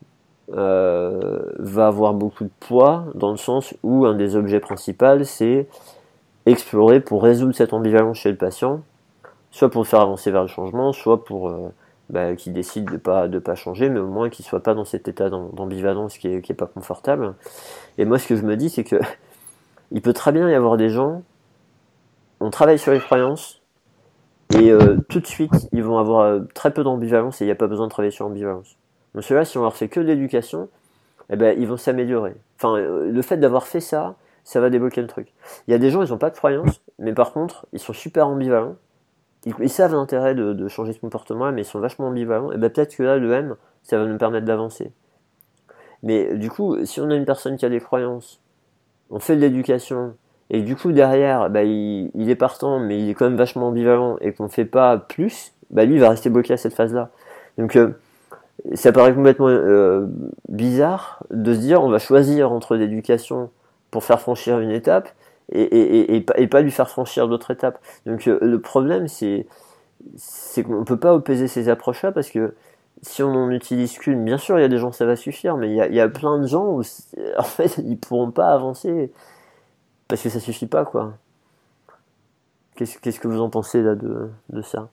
va avoir beaucoup de poids dans le sens où un des objets principaux, c'est explorer pour résoudre cette ambivalence chez le patient, soit pour le faire avancer vers le changement, soit pour qu'il décide de pas changer, mais au moins qu'il soit pas dans cet état d'ambivalence qui est pas confortable. Et moi, ce que je me dis, c'est que il peut très bien y avoir des gens, on travaille sur les croyances, et tout de suite, ils vont avoir très peu d'ambivalence et il n'y a pas besoin de travailler sur l'ambivalence. Donc ceux-là, si on leur fait que de l'éducation, ils vont s'améliorer. Enfin, le fait d'avoir fait ça, ça va débloquer le truc. Il y a des gens, ils n'ont pas de croyances, mais par contre, ils sont super ambivalents. Ils savent l'intérêt de changer ce comportement, mais ils sont vachement ambivalents. Et peut-être que là, le M, ça va nous permettre d'avancer. Mais du coup, si on a une personne qui a des croyances, on fait de l'éducation, et du coup derrière, il est partant, mais il est quand même vachement ambivalent, et qu'on fait pas plus, lui il va rester bloqué à cette phase-là. Donc ça paraît complètement bizarre de se dire on va choisir entre l'éducation pour faire franchir une étape et pas lui faire franchir d'autres étapes. Donc le problème c'est qu'on peut pas opposer ces approches-là parce que si on n'en utilise qu'une, bien sûr il y a des gens ça va suffire, mais il y a plein de gens où en fait ils pourront pas avancer parce que ça suffit pas quoi. Qu'est-ce que vous en pensez là de ça?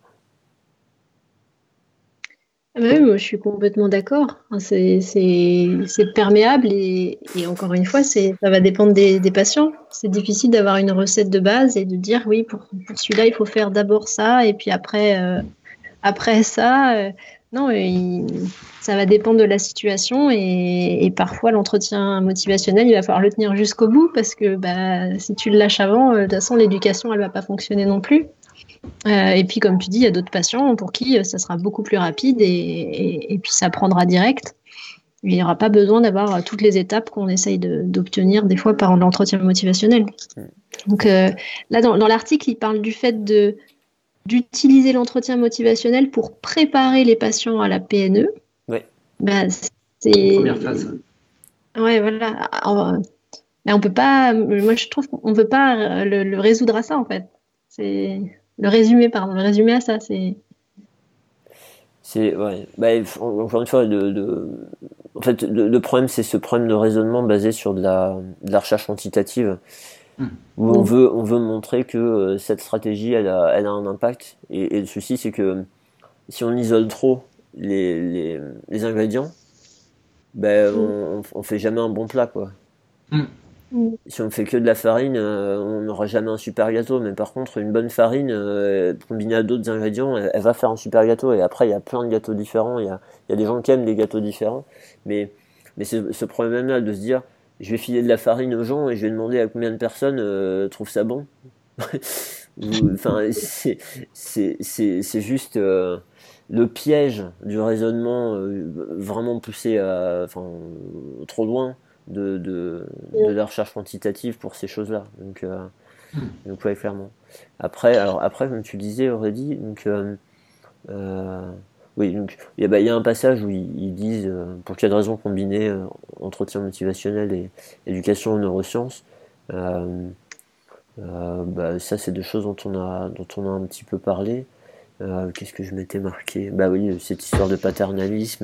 Oui, moi, je suis complètement d'accord. C'est perméable et encore une fois, ça va dépendre des patients. C'est difficile d'avoir une recette de base et de dire oui, pour celui-là, il faut faire d'abord ça et puis après ça. Non, ça va dépendre de la situation et parfois l'entretien motivationnel, il va falloir le tenir jusqu'au bout parce que si tu le lâches avant, de toute façon, l'éducation, elle va pas fonctionner non plus. Et puis, comme tu dis, il y a d'autres patients pour qui ça sera beaucoup plus rapide et puis ça prendra direct. Il n'y aura pas besoin d'avoir toutes les étapes qu'on essaye d'obtenir des fois par l'entretien motivationnel. Donc là, dans l'article, il parle du fait d'utiliser l'entretien motivationnel pour préparer les patients à la PNE. Oui. C'est la première phase. Ouais, voilà. Mais on peut pas. Moi, je trouve qu'on ne peut pas le résoudre à ça, en fait. C'est le résumé à ça. Encore une fois, en fait, le problème, c'est ce problème de raisonnement basé sur de la recherche quantitative, où on veut montrer que cette stratégie, elle a un impact. Et le souci, c'est que si on isole trop les ingrédients, on fait jamais un bon plat, quoi. Si on fait que de la farine, on n'aura jamais un super gâteau. Mais par contre, une bonne farine combinée à d'autres ingrédients, elle va faire un super gâteau. Et après, il y a plein de gâteaux différents. Il y a des gens qui aiment les gâteaux différents. Mais c'est ce problème-là de se dire, je vais filer de la farine aux gens et je vais demander à combien de personnes trouvent ça bon. Enfin, c'est juste le piège du raisonnement vraiment poussé trop loin de la recherche quantitative pour ces choses-là. Donc ouais, clairement. Après, comme tu disais, Aurélie, oui, donc il y a un passage où ils disent pour quelle raison combiner entretien motivationnel et éducation aux neurosciences. Ça, c'est deux choses dont on a un petit peu parlé. Qu'est-ce que je m'étais marqué? Oui, cette histoire de paternalisme.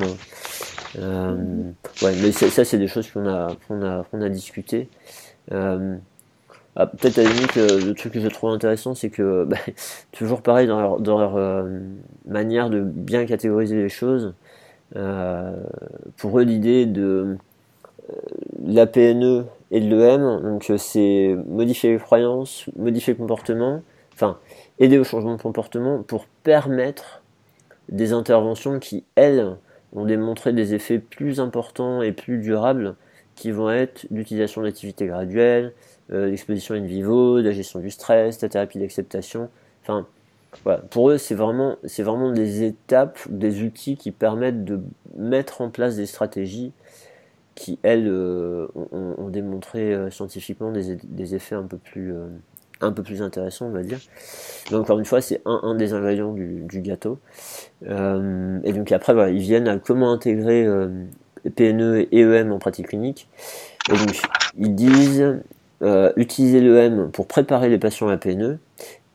Mais ça, c'est des choses qu'on a discuté. Peut-être à la limite, le truc que je trouve intéressant, c'est que toujours pareil dans leur manière de bien catégoriser les choses. Pour eux, l'idée de la PNE et de l'EM, donc c'est modifier les croyances, modifier le comportement, aider au changement de comportement pour permettre des interventions qui, elles, ont démontré des effets plus importants et plus durables, qui vont être l'utilisation de l'activité graduelle, l'exposition in vivo, la gestion du stress, la thérapie d'acceptation. Voilà. Pour eux, c'est vraiment des étapes, des outils qui permettent de mettre en place des stratégies qui, elles, ont démontré scientifiquement des effets un peu plus intéressants, on va dire. Donc, encore une fois, c'est un des ingrédients du gâteau. Et donc après, voilà, ils viennent à comment intégrer PNE et EM en pratique clinique. Et donc, ils disent utiliser l'EM pour préparer les patients à PNE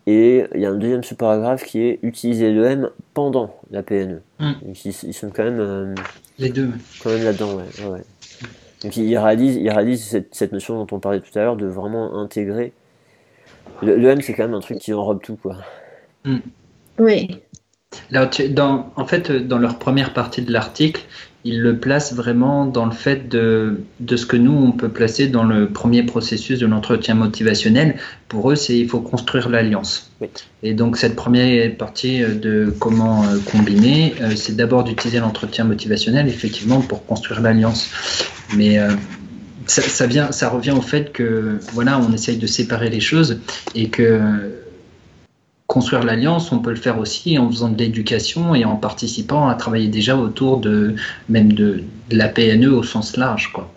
Et il y a un deuxième sous-paragraphe qui est utiliser l'EM pendant la PNE. Donc ils sont quand même les deux. Quand même là-dedans, ouais. Donc il réalise cette notion dont on parlait tout à l'heure de vraiment intégrer. L'EM, c'est quand même un truc qui enrobe tout, quoi. Oui. Là, en fait, dans leur première partie de l'article, ils le placent vraiment dans le fait de ce que nous, on peut placer dans le premier processus de l'entretien motivationnel. Pour eux, il faut construire l'alliance. Oui. Et donc, cette première partie de comment combiner, c'est d'abord d'utiliser l'entretien motivationnel, effectivement, pour construire l'alliance. Mais ça revient au fait que, voilà, on essaye de séparer les choses et que construire l'alliance, on peut le faire aussi en faisant de l'éducation et en participant à travailler déjà autour de la PNE au sens large, quoi.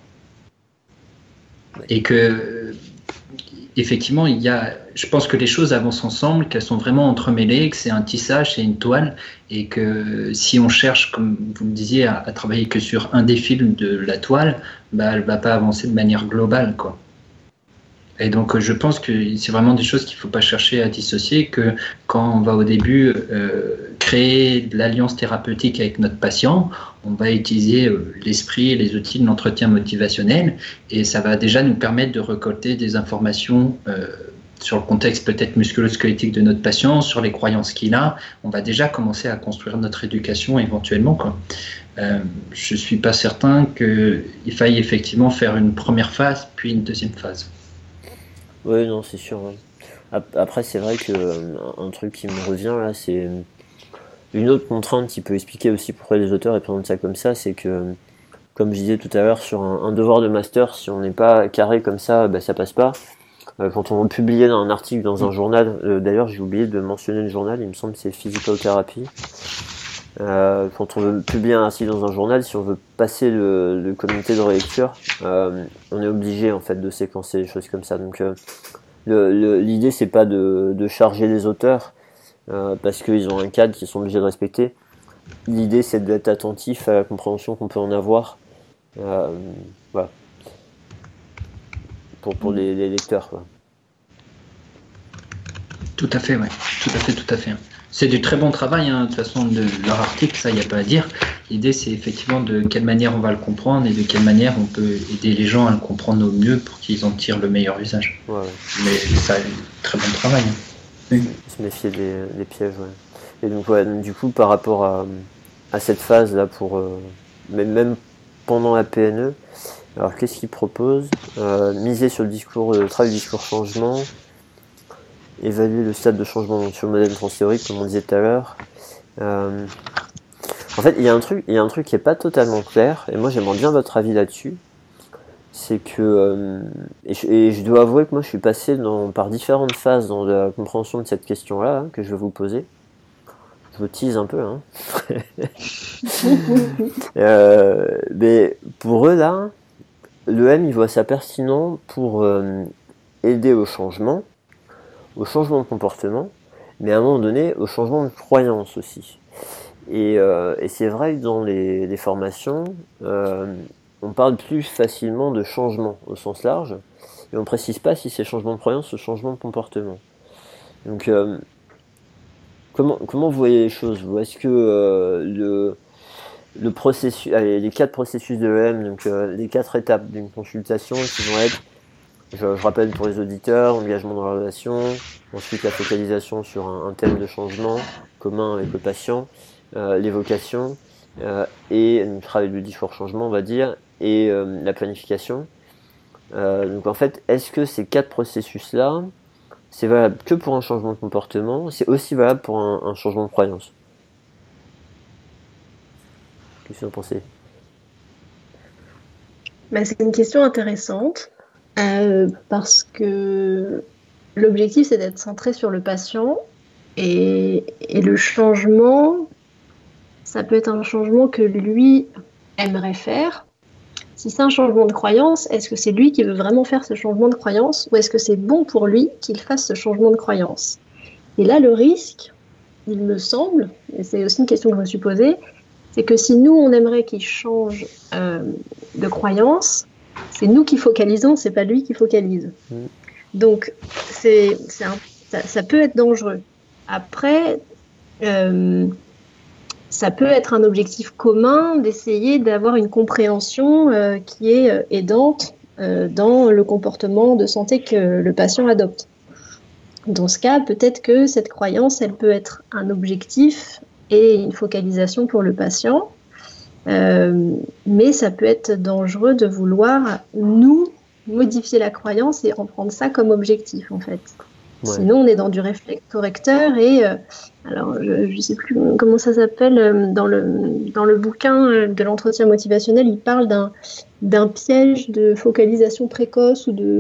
Et que effectivement, je pense que les choses avancent ensemble, qu'elles sont vraiment entremêlées, que c'est un tissage, c'est une toile, et que si on cherche, comme vous le disiez, à travailler que sur un des fils de la toile, elle va pas avancer de manière globale, quoi. Et donc, je pense que c'est vraiment des choses qu'il ne faut pas chercher à dissocier, que quand on va au début créer de l'alliance thérapeutique avec notre patient, on va utiliser l'esprit et les outils de l'entretien motivationnel, et ça va déjà nous permettre de récolter des informations sur le contexte peut-être musculo-squelettique de notre patient, sur les croyances qu'il a. On va déjà commencer à construire notre éducation éventuellement, quoi. Je ne suis pas certain qu'il faille effectivement faire une première phase, puis une deuxième phase. Oui, non, c'est sûr. Ouais. Après, c'est vrai qu'un truc qui me revient là, c'est une autre contrainte qui peut expliquer aussi pourquoi les auteurs présentent ça comme ça, c'est que, comme je disais tout à l'heure, sur un devoir de master, si on n'est pas carré comme ça, ça passe pas. Quand on publiait un article dans un journal, d'ailleurs j'ai oublié de mentionner le journal, il me semble que c'est Physical Therapy. Quand on veut publier un article dans un journal, si on veut passer le comité de relecture, on est obligé en fait de séquencer les choses comme ça. Donc l'idée c'est pas de charger les auteurs parce qu'ils ont un cadre qu'ils sont obligés de respecter. L'idée c'est d'être attentif à la compréhension qu'on peut en avoir, voilà, pour les lecteurs, quoi. Tout à fait, ouais. Tout à fait. C'est du très bon travail, de toute façon, de leur article, ça, il n'y a pas à dire. L'idée, c'est effectivement de quelle manière on va le comprendre et de quelle manière on peut aider les gens à le comprendre au mieux pour qu'ils en tirent le meilleur usage. Ouais. Mais ça, très bon travail. Oui. Se méfier des pièges, ouais. Et donc, du coup, par rapport à cette phase-là, même pendant la PNE, alors qu'est-ce qu'ils proposent ? Miser sur le travail du discours changement, évaluer le stade de changement sur le modèle transthéorique, comme on disait tout à l'heure. En fait, il y a un truc qui est pas totalement clair, et moi j'aimerais bien votre avis là-dessus. C'est que, et je dois avouer que moi je suis passé par différentes phases dans la compréhension de cette question-là, que je vais vous poser. Je vous tease un peu, hein. Mais pour eux là, l'EM il voit ça pertinent pour aider au changement de comportement, mais à un moment donné au changement de croyance aussi. Et c'est vrai que dans les formations, on parle plus facilement de changement au sens large, et on ne précise pas si c'est changement de croyance ou changement de comportement. Donc comment vous voyez les choses, vous ? Est-ce que le processus, les 4 processus de l'EM, donc les 4 étapes d'une consultation qui vont être, je rappelle pour les auditeurs, engagement dans la relation, ensuite la focalisation sur un thème de changement commun avec le patient, l'évocation et le travail du discours changement, on va dire, et la planification. Donc en fait, est-ce que ces 4 processus-là, c'est valable que pour un changement de comportement, c'est aussi valable pour un changement de croyance ? Qu'est-ce que vous en pensez ? C'est une question intéressante parce que l'objectif c'est d'être centré sur le patient et le changement, ça peut être un changement que lui aimerait faire. Si c'est un changement de croyance, est-ce que c'est lui qui veut vraiment faire ce changement de croyance ou est-ce que c'est bon pour lui qu'il fasse ce changement de croyance ? Et là, le risque, il me semble, et c'est aussi une question que je me suis posée, c'est que si nous, on aimerait qu'il change de croyance, c'est nous qui focalisons, c'est pas lui qui focalise. Donc, c'est ça peut être dangereux. Après, ça peut être un objectif commun d'essayer d'avoir une compréhension qui est aidante dans le comportement de santé que le patient adopte. Dans ce cas, peut-être que cette croyance, elle peut être un objectif et une focalisation pour le patient, mais ça peut être dangereux de vouloir nous modifier la croyance et en prendre ça comme objectif en fait. Ouais. Sinon, on est dans du réflexe correcteur et alors je ne sais plus comment ça s'appelle dans le bouquin de l'entretien motivationnel, il parle d'un piège de focalisation précoce ou de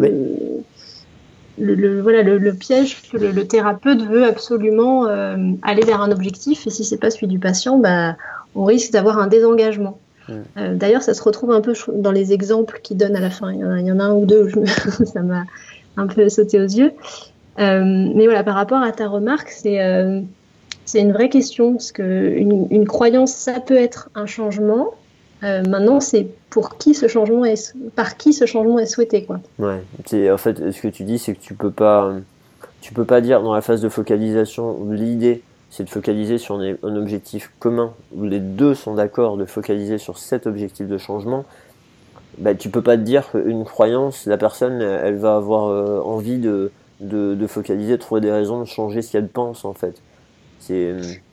le piège que le thérapeute veut absolument aller vers un objectif et si c'est pas celui du patient, on risque d'avoir un désengagement. D'ailleurs, ça se retrouve un peu dans les exemples qu'il donne à la fin. Il y en a un ou deux où ça m'a un peu sauté aux yeux. Mais voilà, par rapport à ta remarque, c'est une vraie question parce qu'une croyance, ça peut être un changement. Maintenant, c'est par qui ce changement est souhaité, quoi. Ouais. En fait, ce que tu dis, c'est que tu peux pas dire dans la phase de focalisation où l'idée c'est de focaliser sur un objectif commun où les deux sont d'accord de focaliser sur cet objectif de changement. Tu peux pas te dire qu'une croyance, la personne, elle va avoir envie de focaliser, de trouver des raisons de changer ce qu'elle pense en fait. C'est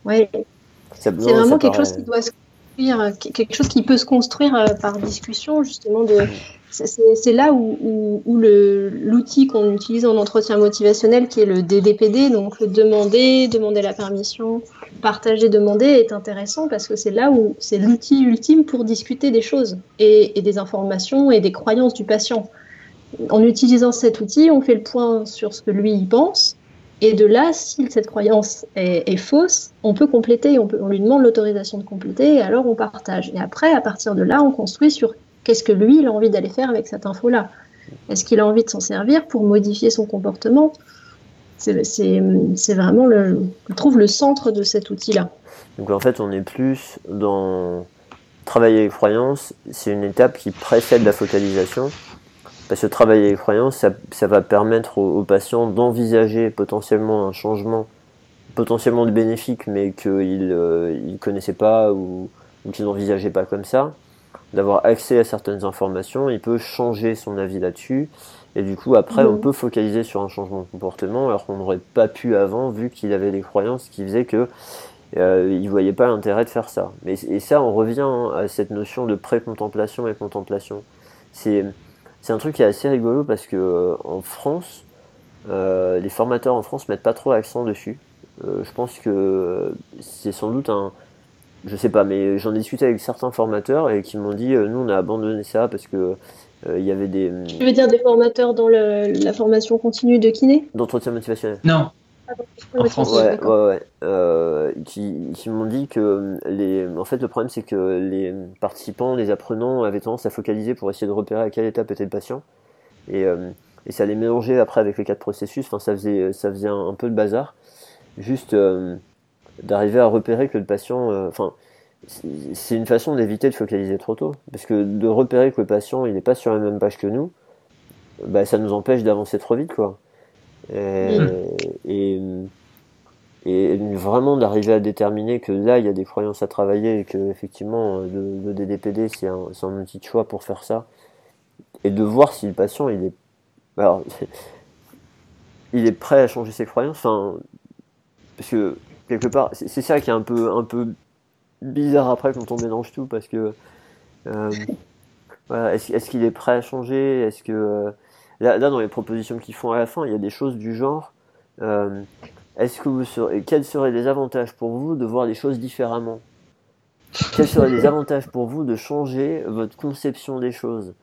vraiment quelque chose qui doit se construire, quelque chose qui peut se construire par discussion justement. C'est là où l'outil qu'on utilise en entretien motivationnel, qui est le DDPD, donc le demander la permission, partager, demander, est intéressant parce que c'est là où c'est l'outil ultime pour discuter des choses et des informations et des croyances du patient. En utilisant cet outil, on fait le point sur ce que lui y pense. Et de là, si cette croyance est fausse, on peut compléter, on lui demande l'autorisation de compléter, et alors on partage. Et après, à partir de là, on construit sur qu'est-ce que lui, il a envie d'aller faire avec cette info-là. Est-ce qu'il a envie de s'en servir pour modifier son comportement ? C'est vraiment, je trouve, le centre de cet outil-là. Donc en fait, on est plus dans travailler les croyances, c'est une étape qui précède la focalisation. Parce que travailler les croyances, ça va permettre aux patients d'envisager potentiellement un changement, potentiellement bénéfique, mais qu'ils ne connaissaient pas ou qu'ils n'envisageaient pas comme ça, d'avoir accès à certaines informations, il peut changer son avis là-dessus, et du coup après on peut focaliser sur un changement de comportement, alors qu'on n'aurait pas pu avant, vu qu'il avait des croyances qui faisaient que il ne voyait pas l'intérêt de faire ça. Et ça, on revient à cette notion de pré-contemplation et contemplation. C'est un truc qui est assez rigolo parce que en France, les formateurs en France mettent pas trop l'accent dessus. Je pense que c'est sans doute je sais pas, mais j'en ai discuté avec certains formateurs et qui m'ont dit nous on a abandonné ça parce que il y avait des. Tu veux dire des formateurs dans la formation continue de kiné ? D'entretien motivationnel. Non. En France. Ouais. Qui m'ont dit que en fait le problème c'est que les participants, les apprenants avaient tendance à focaliser pour essayer de repérer à quelle étape était le patient et ça les mélangeait après avec les 4 processus. Enfin ça faisait un peu de bazar. Juste d'arriver à repérer que le patient, c'est une façon d'éviter de focaliser trop tôt, parce que de repérer que le patient il n'est pas sur la même page que nous, ça nous empêche d'avancer trop vite quoi. Et vraiment d'arriver à déterminer que là il y a des croyances à travailler et que effectivement le DDPD c'est un outil de choix pour faire ça, et de voir si le patient il est prêt à changer ses croyances, parce que quelque part c'est ça qui est un peu bizarre après quand on mélange tout, parce que est-ce qu'il est prêt à changer, est-ce que là dans les propositions qu'ils font à la fin il y a des choses du genre quels seraient les avantages pour vous de voir les choses différemment, quels seraient les avantages pour vous de changer votre conception des choses.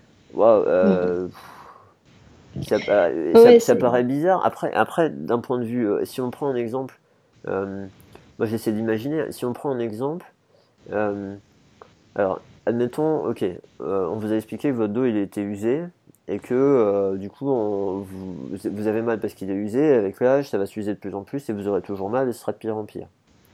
Ça paraît bizarre. Après, d'un point de vue, si on prend un exemple, moi j'essaie d'imaginer, si on prend un exemple, alors admettons, on vous a expliqué que votre dos il était usé et que du coup vous avez mal parce qu'il est usé, avec l'âge ça va s'user de plus en plus et vous aurez toujours mal et ce sera de pire en pire.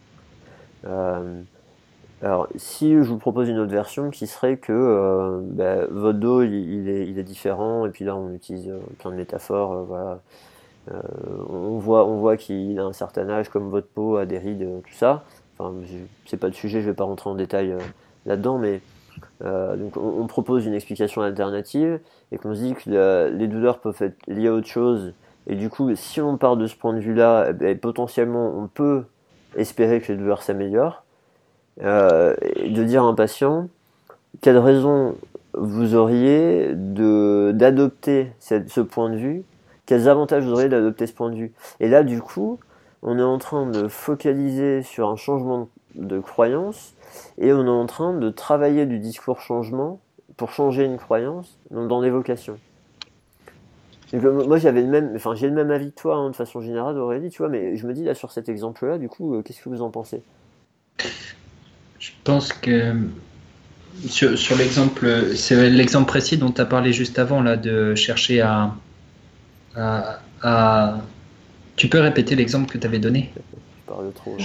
Alors, si je vous propose une autre version qui serait que votre dos il est différent, et puis là on utilise plein de métaphores, On voit qu'il a un certain âge, comme votre peau a des rides, tout ça. Enfin, c'est pas le sujet, je vais pas rentrer en détail là-dedans, mais donc on propose une explication alternative et qu'on se dit que les douleurs peuvent être liées à autre chose. Et du coup, si on part de ce point de vue-là, potentiellement, on peut espérer que les douleurs s'améliorent. Et de dire à un patient, quelle raison vous auriez d'adopter ce point de vue, quels avantages vous auriez d'adopter ce point de vue. Et là, du coup, on est en train de focaliser sur un changement de croyance et on est en train de travailler du discours changement pour changer une croyance dans l'évocation. Moi, j'ai le même avis que toi, hein, de façon générale, Aurélie, tu vois, mais je me dis là sur cet exemple-là, du coup, qu'est-ce que vous en pensez ? Je pense que sur l'exemple, c'est l'exemple précis dont tu as parlé juste avant, là, de chercher à... Tu peux répéter l'exemple que tu avais donné ? Je parle trop.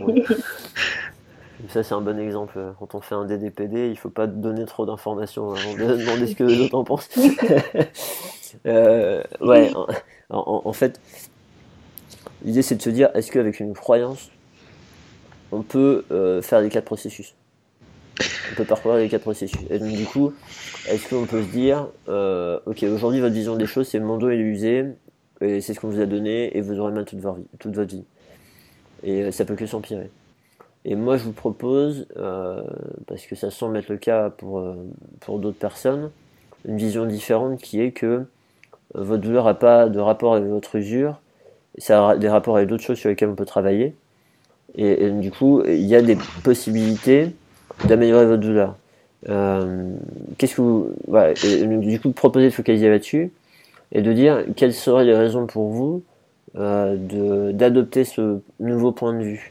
Ça, c'est un bon exemple. Quand on fait un DDPD, il ne faut pas donner trop d'informations avant de demander ce que les autres en pensent. Ouais, en fait, l'idée, c'est de se dire, est-ce qu'avec une croyance, on peut faire les 4 processus ? On peut parcourir les 4 processus. Et donc, du coup, est-ce qu'on peut se dire, ok, aujourd'hui, votre vision des choses, c'est mon dos est usé, et c'est ce qu'on vous a donné, et vous aurez mal toute votre vie. Et ça peut que s'empirer. Et moi, je vous propose, parce que ça semble être le cas pour d'autres personnes, une vision différente qui est que votre douleur n'a pas de rapport avec votre usure, ça a des rapports avec d'autres choses sur lesquelles on peut travailler. Et du coup, il y a des possibilités d'améliorer votre douleur. Qu'est-ce que vous, voilà, et du coup, proposer de focaliser là-dessus et de dire quelles seraient les raisons pour vous d'adopter ce nouveau point de vue.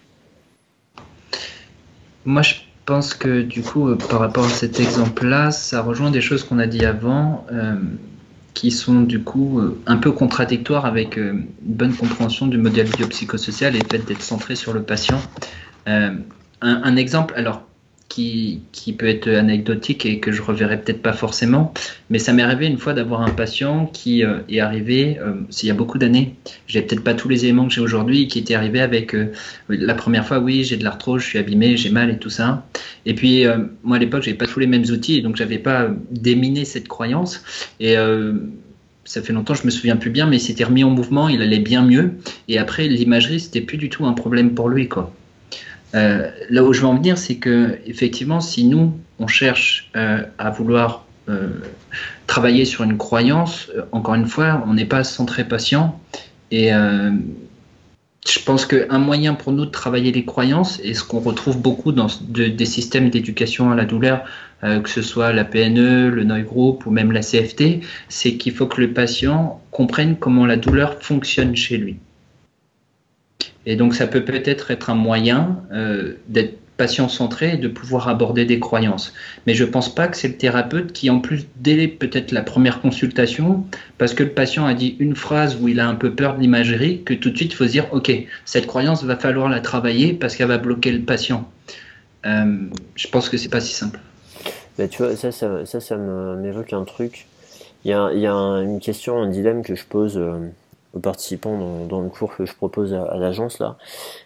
Moi, je pense que du coup, par rapport à cet exemple-là, ça rejoint des choses qu'on a dit avant, qui sont du coup un peu contradictoires avec une bonne compréhension du modèle biopsychosocial et le fait d'être centré sur le patient. Un exemple, alors, qui peut être anecdotique et que je reverrai peut-être pas forcément, mais ça m'est arrivé une fois d'avoir un patient qui est arrivé, il y a beaucoup d'années, j'ai peut-être pas tous les éléments que j'ai aujourd'hui, qui était arrivé avec la première fois, oui, j'ai de l'arthrose, je suis abîmé, j'ai mal et tout ça. Et puis moi à l'époque, j'avais pas tous les mêmes outils, donc j'avais pas déminé cette croyance. Et ça fait longtemps, je me souviens plus bien, mais il s'était remis en mouvement, il allait bien mieux. Et après, l'imagerie, c'était plus du tout un problème pour lui, quoi. Là où je veux en venir, c'est que effectivement, si nous on cherche à vouloir travailler sur une croyance, encore une fois, on n'est pas centré patient. Et je pense qu'un moyen pour nous de travailler les croyances, et ce qu'on retrouve beaucoup dans des systèmes d'éducation à la douleur, que ce soit la PNE, le Neue Group ou même la CFT, c'est qu'il faut que le patient comprenne comment la douleur fonctionne chez lui. Et donc, ça peut peut-être être un moyen d'être patient-centré et de pouvoir aborder des croyances. Mais je ne pense pas que c'est le thérapeute qui, en plus, dès peut-être la première consultation, parce que le patient a dit une phrase où il a un peu peur de l'imagerie, que tout de suite, il faut se dire, OK, cette croyance, va falloir la travailler parce qu'elle va bloquer le patient. Je pense que ce n'est pas si simple. Mais tu vois, ça m'évoque un truc. Il y a une question, un dilemme que je pose aux participants dans le cours que je propose à l'agence là.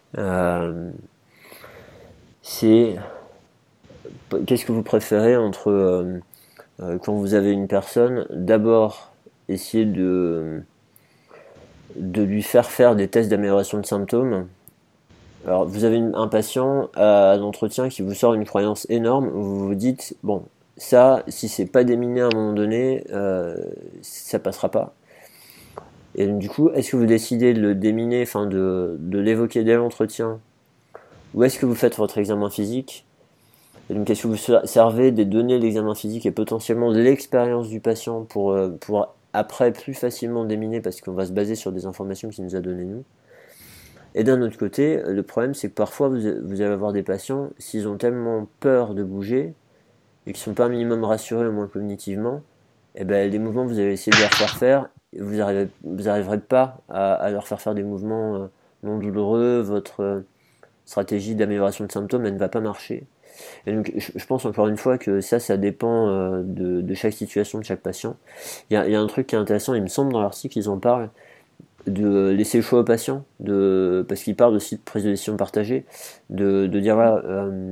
C'est qu'est-ce que vous préférez entre quand vous avez une personne, d'abord essayer de lui faire des tests d'amélioration de symptômes. Alors vous avez un patient à l'entretien qui vous sort une croyance énorme, vous vous dites bon, ça si c'est pas déminé à un moment donné, ça passera pas. Et donc, du coup, est-ce que vous décidez de le déminer, enfin de l'évoquer dès l'entretien, ou est-ce que vous faites votre examen physique? Et donc, est-ce que vous servez des données de l'examen physique et potentiellement de l'expérience du patient pour après plus facilement déminer, parce qu'on va se baser sur des informations qu'il nous a données nous. Et d'un autre côté, le problème c'est que parfois vous allez avoir des patients, s'ils ont tellement peur de bouger et qu'ils ne sont pas un minimum rassurés au moins cognitivement, et ben les mouvements vous allez essayer de leur faire, vous n'arriverez pas à leur faire des mouvements non douloureux, votre stratégie d'amélioration de symptômes elle ne va pas marcher. Et donc je pense encore une fois que ça dépend de chaque situation, de chaque patient. Il y a un truc qui est intéressant, il me semble dans l'article ils en parlent, de laisser le choix au patient, parce qu'il parle aussi de prise de décision partagée, de dire voilà,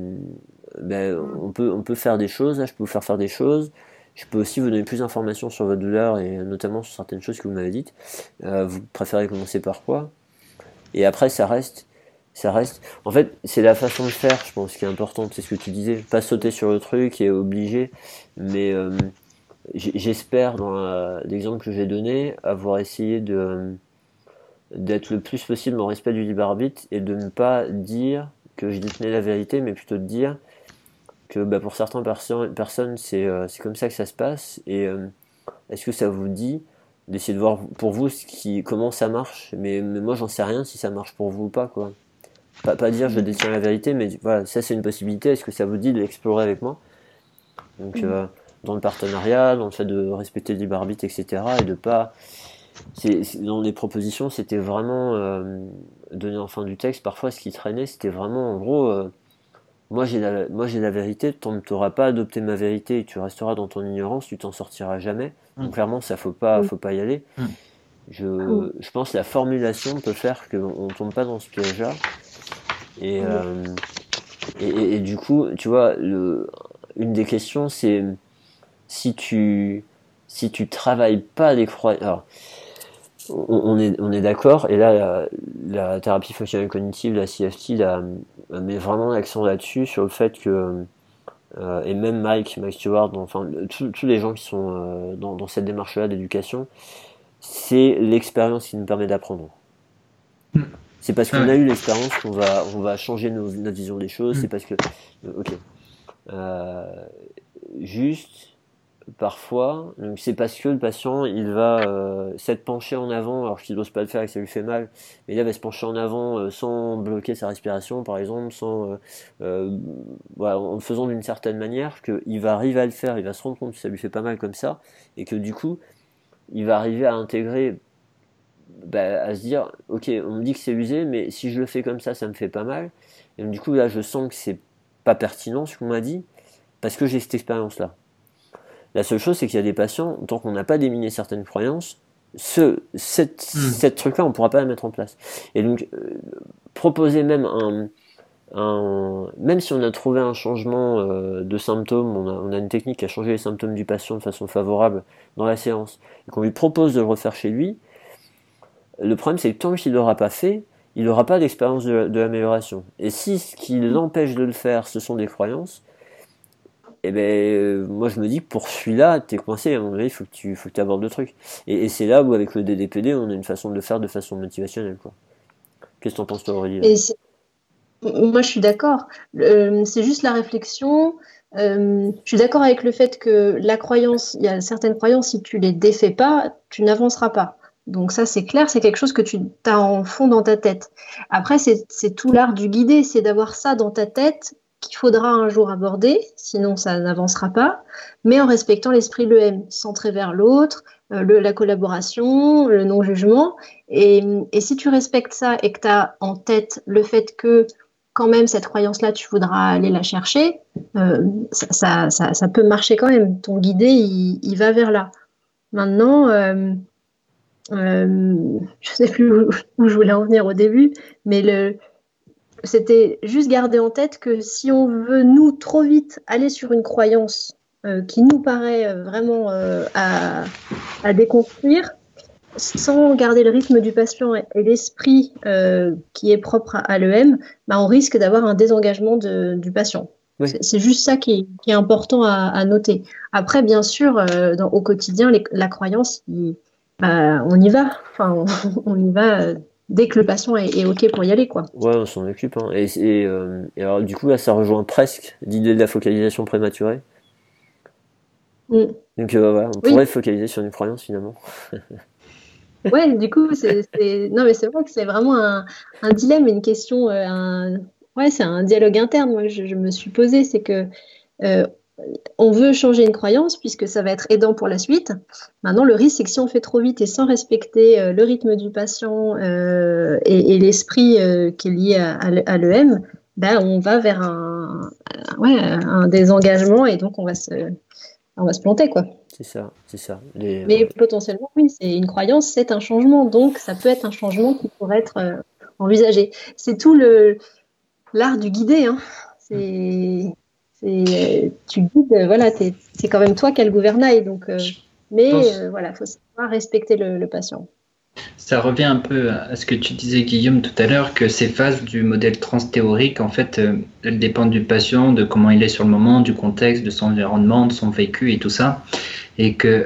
on peut faire des choses, là je peux vous faire des choses, je peux aussi vous donner plus d'informations sur votre douleur et notamment sur certaines choses que vous m'avez dites. Vous préférez commencer par quoi? Et après ça reste. En fait, c'est la façon de faire, je pense, qui est importante, c'est ce que tu disais, pas sauter sur le truc et obliger, mais j'espère, dans l'exemple que j'ai donné, avoir essayé d'être le plus possible en respect du libre arbitre et de ne pas dire que je détenais la vérité, mais plutôt de dire que pour certaines personnes, c'est comme ça que ça se passe, et est-ce que ça vous dit d'essayer de voir pour vous comment ça marche, mais moi j'en sais rien si ça marche pour vous ou pas, quoi. Pas dire je détiens la vérité, mais voilà, ça c'est une possibilité, est-ce que ça vous dit de l'explorer avec moi? Donc dans le partenariat, dans le fait de respecter le libre arbitre, etc. Et de pas... dans les propositions, c'était vraiment donné en fin du texte, parfois ce qui traînait, c'était vraiment en gros, moi j'ai la vérité, tu n'auras pas adopté ma vérité et tu resteras dans ton ignorance, tu t'en sortiras jamais. Donc clairement ça faut pas y aller. Je pense que la formulation peut faire qu'on ne tombe pas dans ce piège-là. Et du coup, tu vois, une des questions, c'est si tu travailles pas les croyances. Alors, on est d'accord, et là, la thérapie fonctionnelle cognitive, la CFT, met vraiment l'accent là-dessus, sur le fait que, et même Mike Stewart, enfin, tous les gens qui sont dans cette démarche-là d'éducation, c'est l'expérience qui nous permet d'apprendre. C'est parce qu'on a eu l'expérience qu'on va changer notre vision des choses. C'est parce que, juste parfois, donc c'est parce que le patient il va s'être penché en avant alors qu'il n'ose pas le faire et que ça lui fait mal, mais là il va se pencher en avant sans bloquer sa respiration par exemple, en faisant d'une certaine manière qu'il va arriver à le faire, il va se rendre compte que ça lui fait pas mal comme ça, et que du coup il va arriver à intégrer, à se dire ok, on me dit que c'est usé, mais si je le fais comme ça me fait pas mal, et donc du coup là je sens que c'est pas pertinent ce qu'on m'a dit parce que j'ai cette expérience là. La seule chose, c'est qu'il y a des patients, tant qu'on n'a pas déminé certaines croyances, cette truc-là, on ne pourra pas la mettre en place. Et donc, proposer même même si on a trouvé un changement de symptômes, on a une technique qui a changé les symptômes du patient de façon favorable dans la séance, et qu'on lui propose de le refaire chez lui, le problème, c'est que tant qu'il ne l'aura pas fait, il n'aura pas d'expérience de l'amélioration. Et si ce qui l'empêche de le faire, ce sont des croyances, moi je me dis que pour celui-là t'es coincé, à mon avis il faut que tu abordes le truc, et c'est là où avec le DDPD on a une façon de le faire de façon motivationnelle, quoi. Qu'est-ce que t'en penses toi, Aurélie? Moi je suis d'accord, c'est juste la réflexion. Je suis d'accord avec le fait que la croyance, il y a certaines croyances, si tu les défais pas, tu n'avanceras pas. Donc ça c'est clair, c'est quelque chose que tu as en fond dans ta tête. Après c'est tout l'art du guider, c'est d'avoir ça dans ta tête qu'il faudra un jour aborder, sinon ça n'avancera pas, mais en respectant l'esprit l'EM, centré vers l'autre, la collaboration, le non-jugement. Et si tu respectes ça et que tu as en tête le fait que quand même cette croyance-là, tu voudras aller la chercher, ça peut marcher quand même. Ton guidé, il va vers là. Maintenant, je ne sais plus où je voulais en venir au début, mais c'était juste garder en tête que si on veut, nous, trop vite aller sur une croyance qui nous paraît vraiment à déconstruire, sans garder le rythme du patient et l'esprit qui est propre à l'EM, on risque d'avoir un désengagement du patient. Oui. C'est juste ça qui est important à noter. Après, bien sûr, au quotidien, la croyance, on y va. Enfin, on y va dès que le patient est OK pour y aller, quoi. Ouais, on s'en occupe. Hein. Et alors, du coup, là, ça rejoint presque l'idée de la focalisation prématurée. Donc, voilà, on pourrait focaliser sur une croyance, finalement. Ouais, du coup, non, mais c'est vrai que c'est vraiment un dilemme, une question, c'est un dialogue interne. Moi, je me suis posé, c'est que on veut changer une croyance puisque ça va être aidant pour la suite. Maintenant, le risque, c'est que si on fait trop vite et sans respecter le rythme du patient et l'esprit qui est lié à l'EM, on va vers un désengagement et donc on va se planter, quoi. C'est ça. Mais potentiellement, oui, c'est une croyance, c'est un changement. Donc, ça peut être un changement qui pourrait être envisagé. C'est tout l'art du guider. Hein. Tu guides, voilà, c'est quand même toi qui as le gouvernail. Donc, voilà, il faut savoir respecter le patient. Ça revient un peu à ce que tu disais, Guillaume, tout à l'heure, que ces phases du modèle transthéorique, en fait, elles dépendent du patient, de comment il est sur le moment, du contexte, de son environnement, de son vécu et tout ça. Et que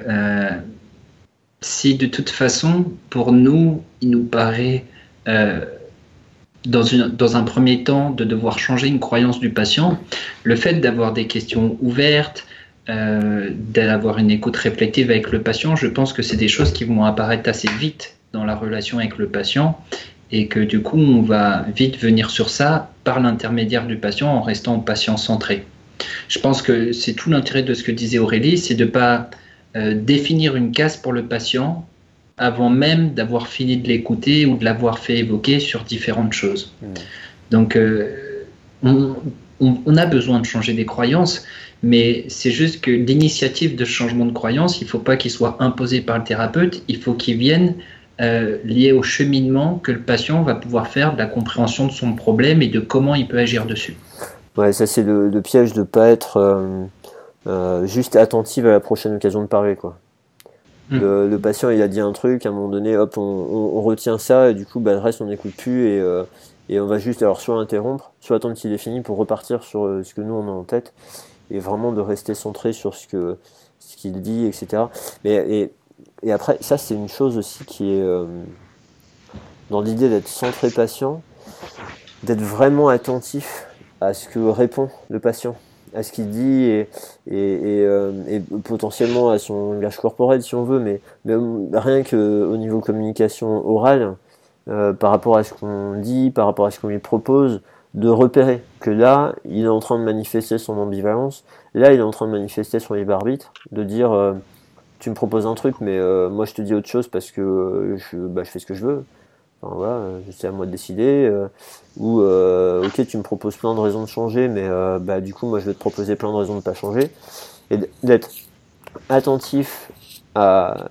si de toute façon, pour nous, il nous paraît, dans un premier temps, de devoir changer une croyance du patient, le fait d'avoir des questions ouvertes, d'avoir une écoute réflexive avec le patient, je pense que c'est des choses qui vont apparaître assez vite dans la relation avec le patient et que du coup on va vite venir sur ça par l'intermédiaire du patient en restant patient centré. Je pense que c'est tout l'intérêt de ce que disait Aurélie, c'est de ne pas définir une case pour le patient avant même d'avoir fini de l'écouter ou de l'avoir fait évoquer sur différentes choses. Donc on a besoin de changer des croyances, mais c'est juste que l'initiative de changement de croyance, il ne faut pas qu'il soit imposé par le thérapeute, il faut qu'il vienne lié au cheminement que le patient va pouvoir faire de la compréhension de son problème et de comment il peut agir dessus. Ouais, ça c'est le piège de ne pas être juste attentif à la prochaine occasion de parler, quoi. Le patient il a dit un truc, à un moment donné, hop, on retient ça, et du coup le reste on n'écoute plus, et on va juste alors soit interrompre, soit attendre qu'il ait fini pour repartir sur ce que nous on a en tête, et vraiment de rester centré sur ce qu'il dit, etc. Et après, ça c'est une chose aussi qui est dans l'idée d'être centré patient, d'être vraiment attentif à ce que répond le patient, à ce qu'il dit et potentiellement à son langage corporel si on veut, mais rien qu'au niveau communication orale, par rapport à ce qu'on dit, par rapport à ce qu'on lui propose, de repérer que là, il est en train de manifester son ambivalence, là, il est en train de manifester son libre arbitre, de dire tu me proposes un truc, mais moi je te dis autre chose parce que je fais ce que je veux. Enfin, voilà, c'est à moi de décider. Ok, tu me proposes plein de raisons de changer, mais du coup, moi je vais te proposer plein de raisons de ne pas changer. Et d'être attentif à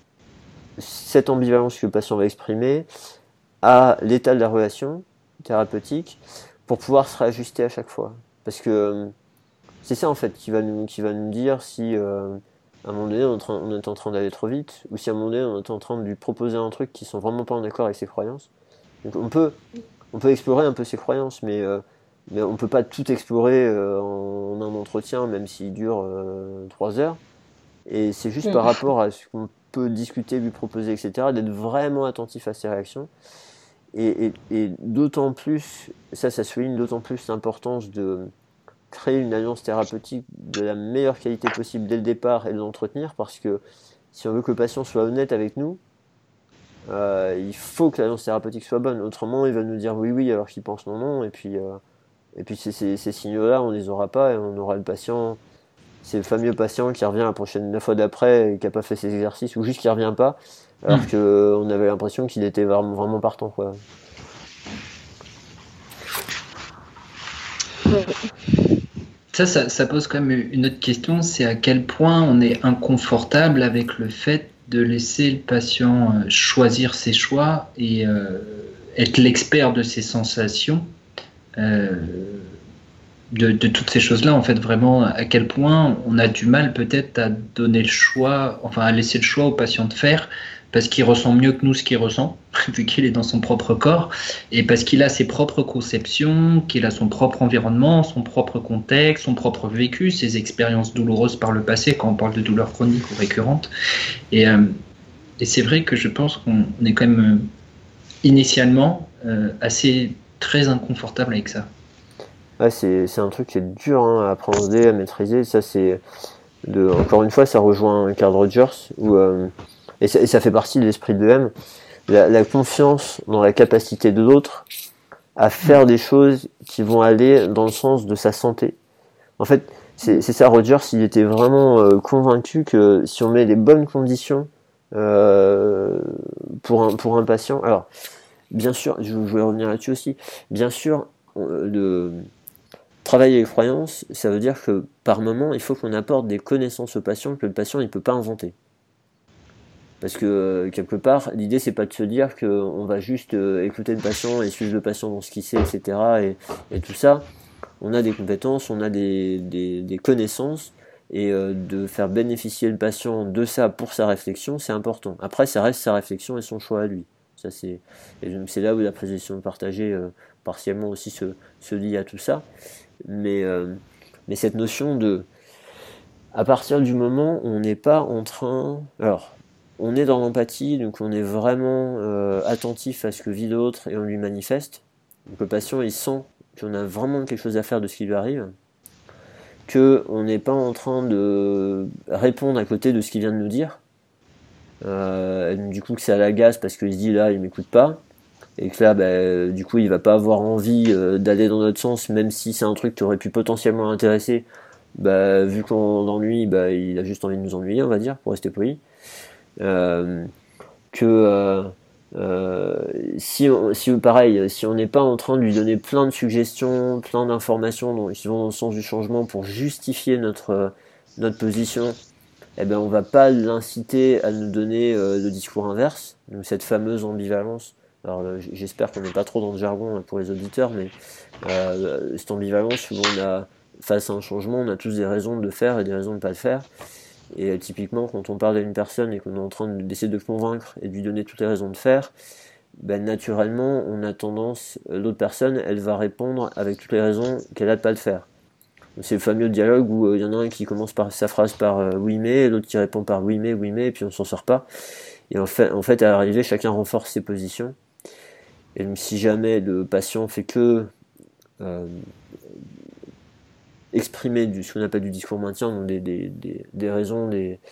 cette ambivalence que le patient va exprimer, à l'état de la relation thérapeutique, pour pouvoir se réajuster à chaque fois. Parce que c'est ça en fait qui va nous dire si à un moment donné on est en train d'aller trop vite, ou si à un moment donné on est en train de lui proposer un truc qui sont vraiment pas en accord avec ses croyances. Donc on peut explorer un peu ses croyances, mais on peut pas tout explorer en un entretien, même s'il dure 3 heures. Et c'est juste par rapport à ce qu'on peut discuter, lui proposer, etc., d'être vraiment attentif à ses réactions. Et d'autant plus, ça souligne d'autant plus l'importance de créer une alliance thérapeutique de la meilleure qualité possible dès le départ et de l'entretenir, parce que si on veut que le patient soit honnête avec nous, il faut que l'alliance thérapeutique soit bonne. Autrement, il va nous dire oui alors qu'il pense non, et puis ces signaux-là, on les aura pas, et on aura le patient, c'est le fameux patient qui revient la fois d'après et qui n'a pas fait ses exercices, ou juste qui revient pas, alors qu'on avait l'impression qu'il était vraiment partant, quoi. Ça pose quand même une autre question, c'est à quel point on est inconfortable avec le fait de laisser le patient choisir ses choix et être l'expert de ses sensations, de toutes ces choses-là, en fait, vraiment, à quel point on a du mal peut-être à donner le choix, enfin à laisser le choix au patient de faire, parce qu'il ressent mieux que nous ce qu'il ressent, vu qu'il est dans son propre corps, et parce qu'il a ses propres conceptions, qu'il a son propre environnement, son propre contexte, son propre vécu, ses expériences douloureuses par le passé, quand on parle de douleurs chroniques ou récurrentes. Et c'est vrai que je pense qu'on est quand même initialement assez très inconfortable avec ça. Ouais, c'est un truc qui est dur à appréhender, à maîtriser. Ça, encore une fois, ça rejoint Carl Rogers, et ça fait partie de l'esprit de l'EM, la confiance dans la capacité de l'autre à faire des choses qui vont aller dans le sens de sa santé. En fait, c'est ça, Rogers, il était vraiment convaincu que si on met les bonnes conditions pour un patient, alors bien sûr, je voulais revenir là-dessus aussi, bien sûr, travailler les croyances, ça veut dire que par moment, il faut qu'on apporte des connaissances au patient que le patient ne peut pas inventer. Parce que quelque part, l'idée c'est pas de se dire qu'on va juste écouter le patient et suivre le patient dans ce qu'il sait, etc. Et tout ça. On a des compétences, on a des connaissances, et de faire bénéficier le patient de ça pour sa réflexion, c'est important. Après, ça reste sa réflexion et son choix à lui. Ça, c'est là où la position partagée partiellement aussi se lie à tout ça. Mais cette notion de, à partir du moment où on n'est pas en train... Alors, on est dans l'empathie, donc on est vraiment attentif à ce que vit l'autre et on lui manifeste. Donc le patient, il sent qu'on a vraiment quelque chose à faire de ce qui lui arrive, qu'on n'est pas en train de répondre à côté de ce qu'il vient de nous dire, du coup que ça l'agace parce qu'il se dit là il m'écoute pas, et que là du coup il va pas avoir envie d'aller dans notre sens, même si c'est un truc qui aurait pu potentiellement l'intéresser, vu qu'on l'ennuie, il a juste envie de nous ennuyer, on va dire, pour rester poli. Pareil, si on n'est pas en train de lui donner plein de suggestions, plein d'informations qui vont dans le sens du changement pour justifier notre position, on va pas l'inciter à nous donner le discours inverse, donc cette fameuse ambivalence. Alors j'espère qu'on n'est pas trop dans le jargon pour les auditeurs, mais cette ambivalence où face à un changement, on a tous des raisons de le faire et des raisons de ne pas le faire. Et typiquement, quand on parle à une personne et qu'on est en train d'essayer de le convaincre et de lui donner toutes les raisons de faire, naturellement, on a tendance, l'autre personne, elle va répondre avec toutes les raisons qu'elle a de pas le faire. Donc, c'est le fameux dialogue où il y en a un qui commence sa phrase par oui mais, et l'autre qui répond par oui mais, et puis on s'en sort pas. Et en fait, à l'arrivée, chacun renforce ses positions. Et donc, si jamais le patient fait que exprimer ce qu'on appelle du discours maintien, donc des raisons,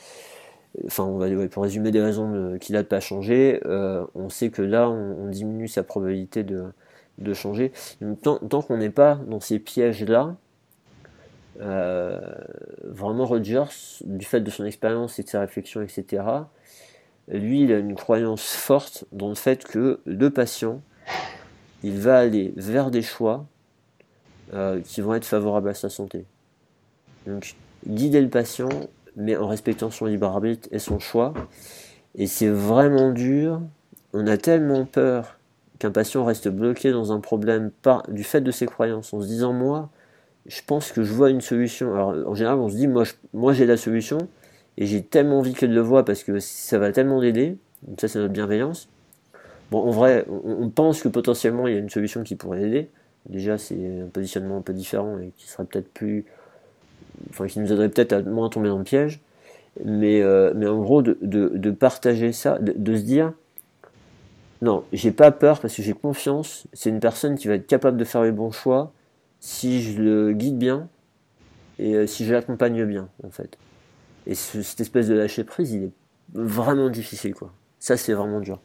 pour résumer des raisons qu'il a de pas changer, on sait que là on diminue sa probabilité de changer. Donc, tant qu'on n'est pas dans ces pièges-là, vraiment Rogers, du fait de son expérience et de sa réflexion, etc., lui il a une croyance forte dans le fait que le patient, il va aller vers des choix qui vont être favorables à sa santé. Donc, guider le patient, mais en respectant son libre arbitre et son choix. Et c'est vraiment dur. On a tellement peur qu'un patient reste bloqué dans un problème du fait de ses croyances, en se disant moi, je pense que je vois une solution. Alors, en général, on se dit moi j'ai la solution, et j'ai tellement envie qu'elle le voie parce que ça va tellement l'aider. Donc ça, c'est notre bienveillance. Bon, en vrai, on pense que potentiellement il y a une solution qui pourrait l'aider. Déjà, c'est un positionnement un peu différent et qui serait peut-être qui nous aiderait peut-être à moins tomber dans le piège. Mais en gros, de partager ça, de se dire, non, j'ai pas peur parce que j'ai confiance. C'est une personne qui va être capable de faire les bons choix si je le guide bien et si je l'accompagne bien, en fait. Et cette espèce de lâcher prise, il est vraiment difficile, quoi. Ça, c'est vraiment dur.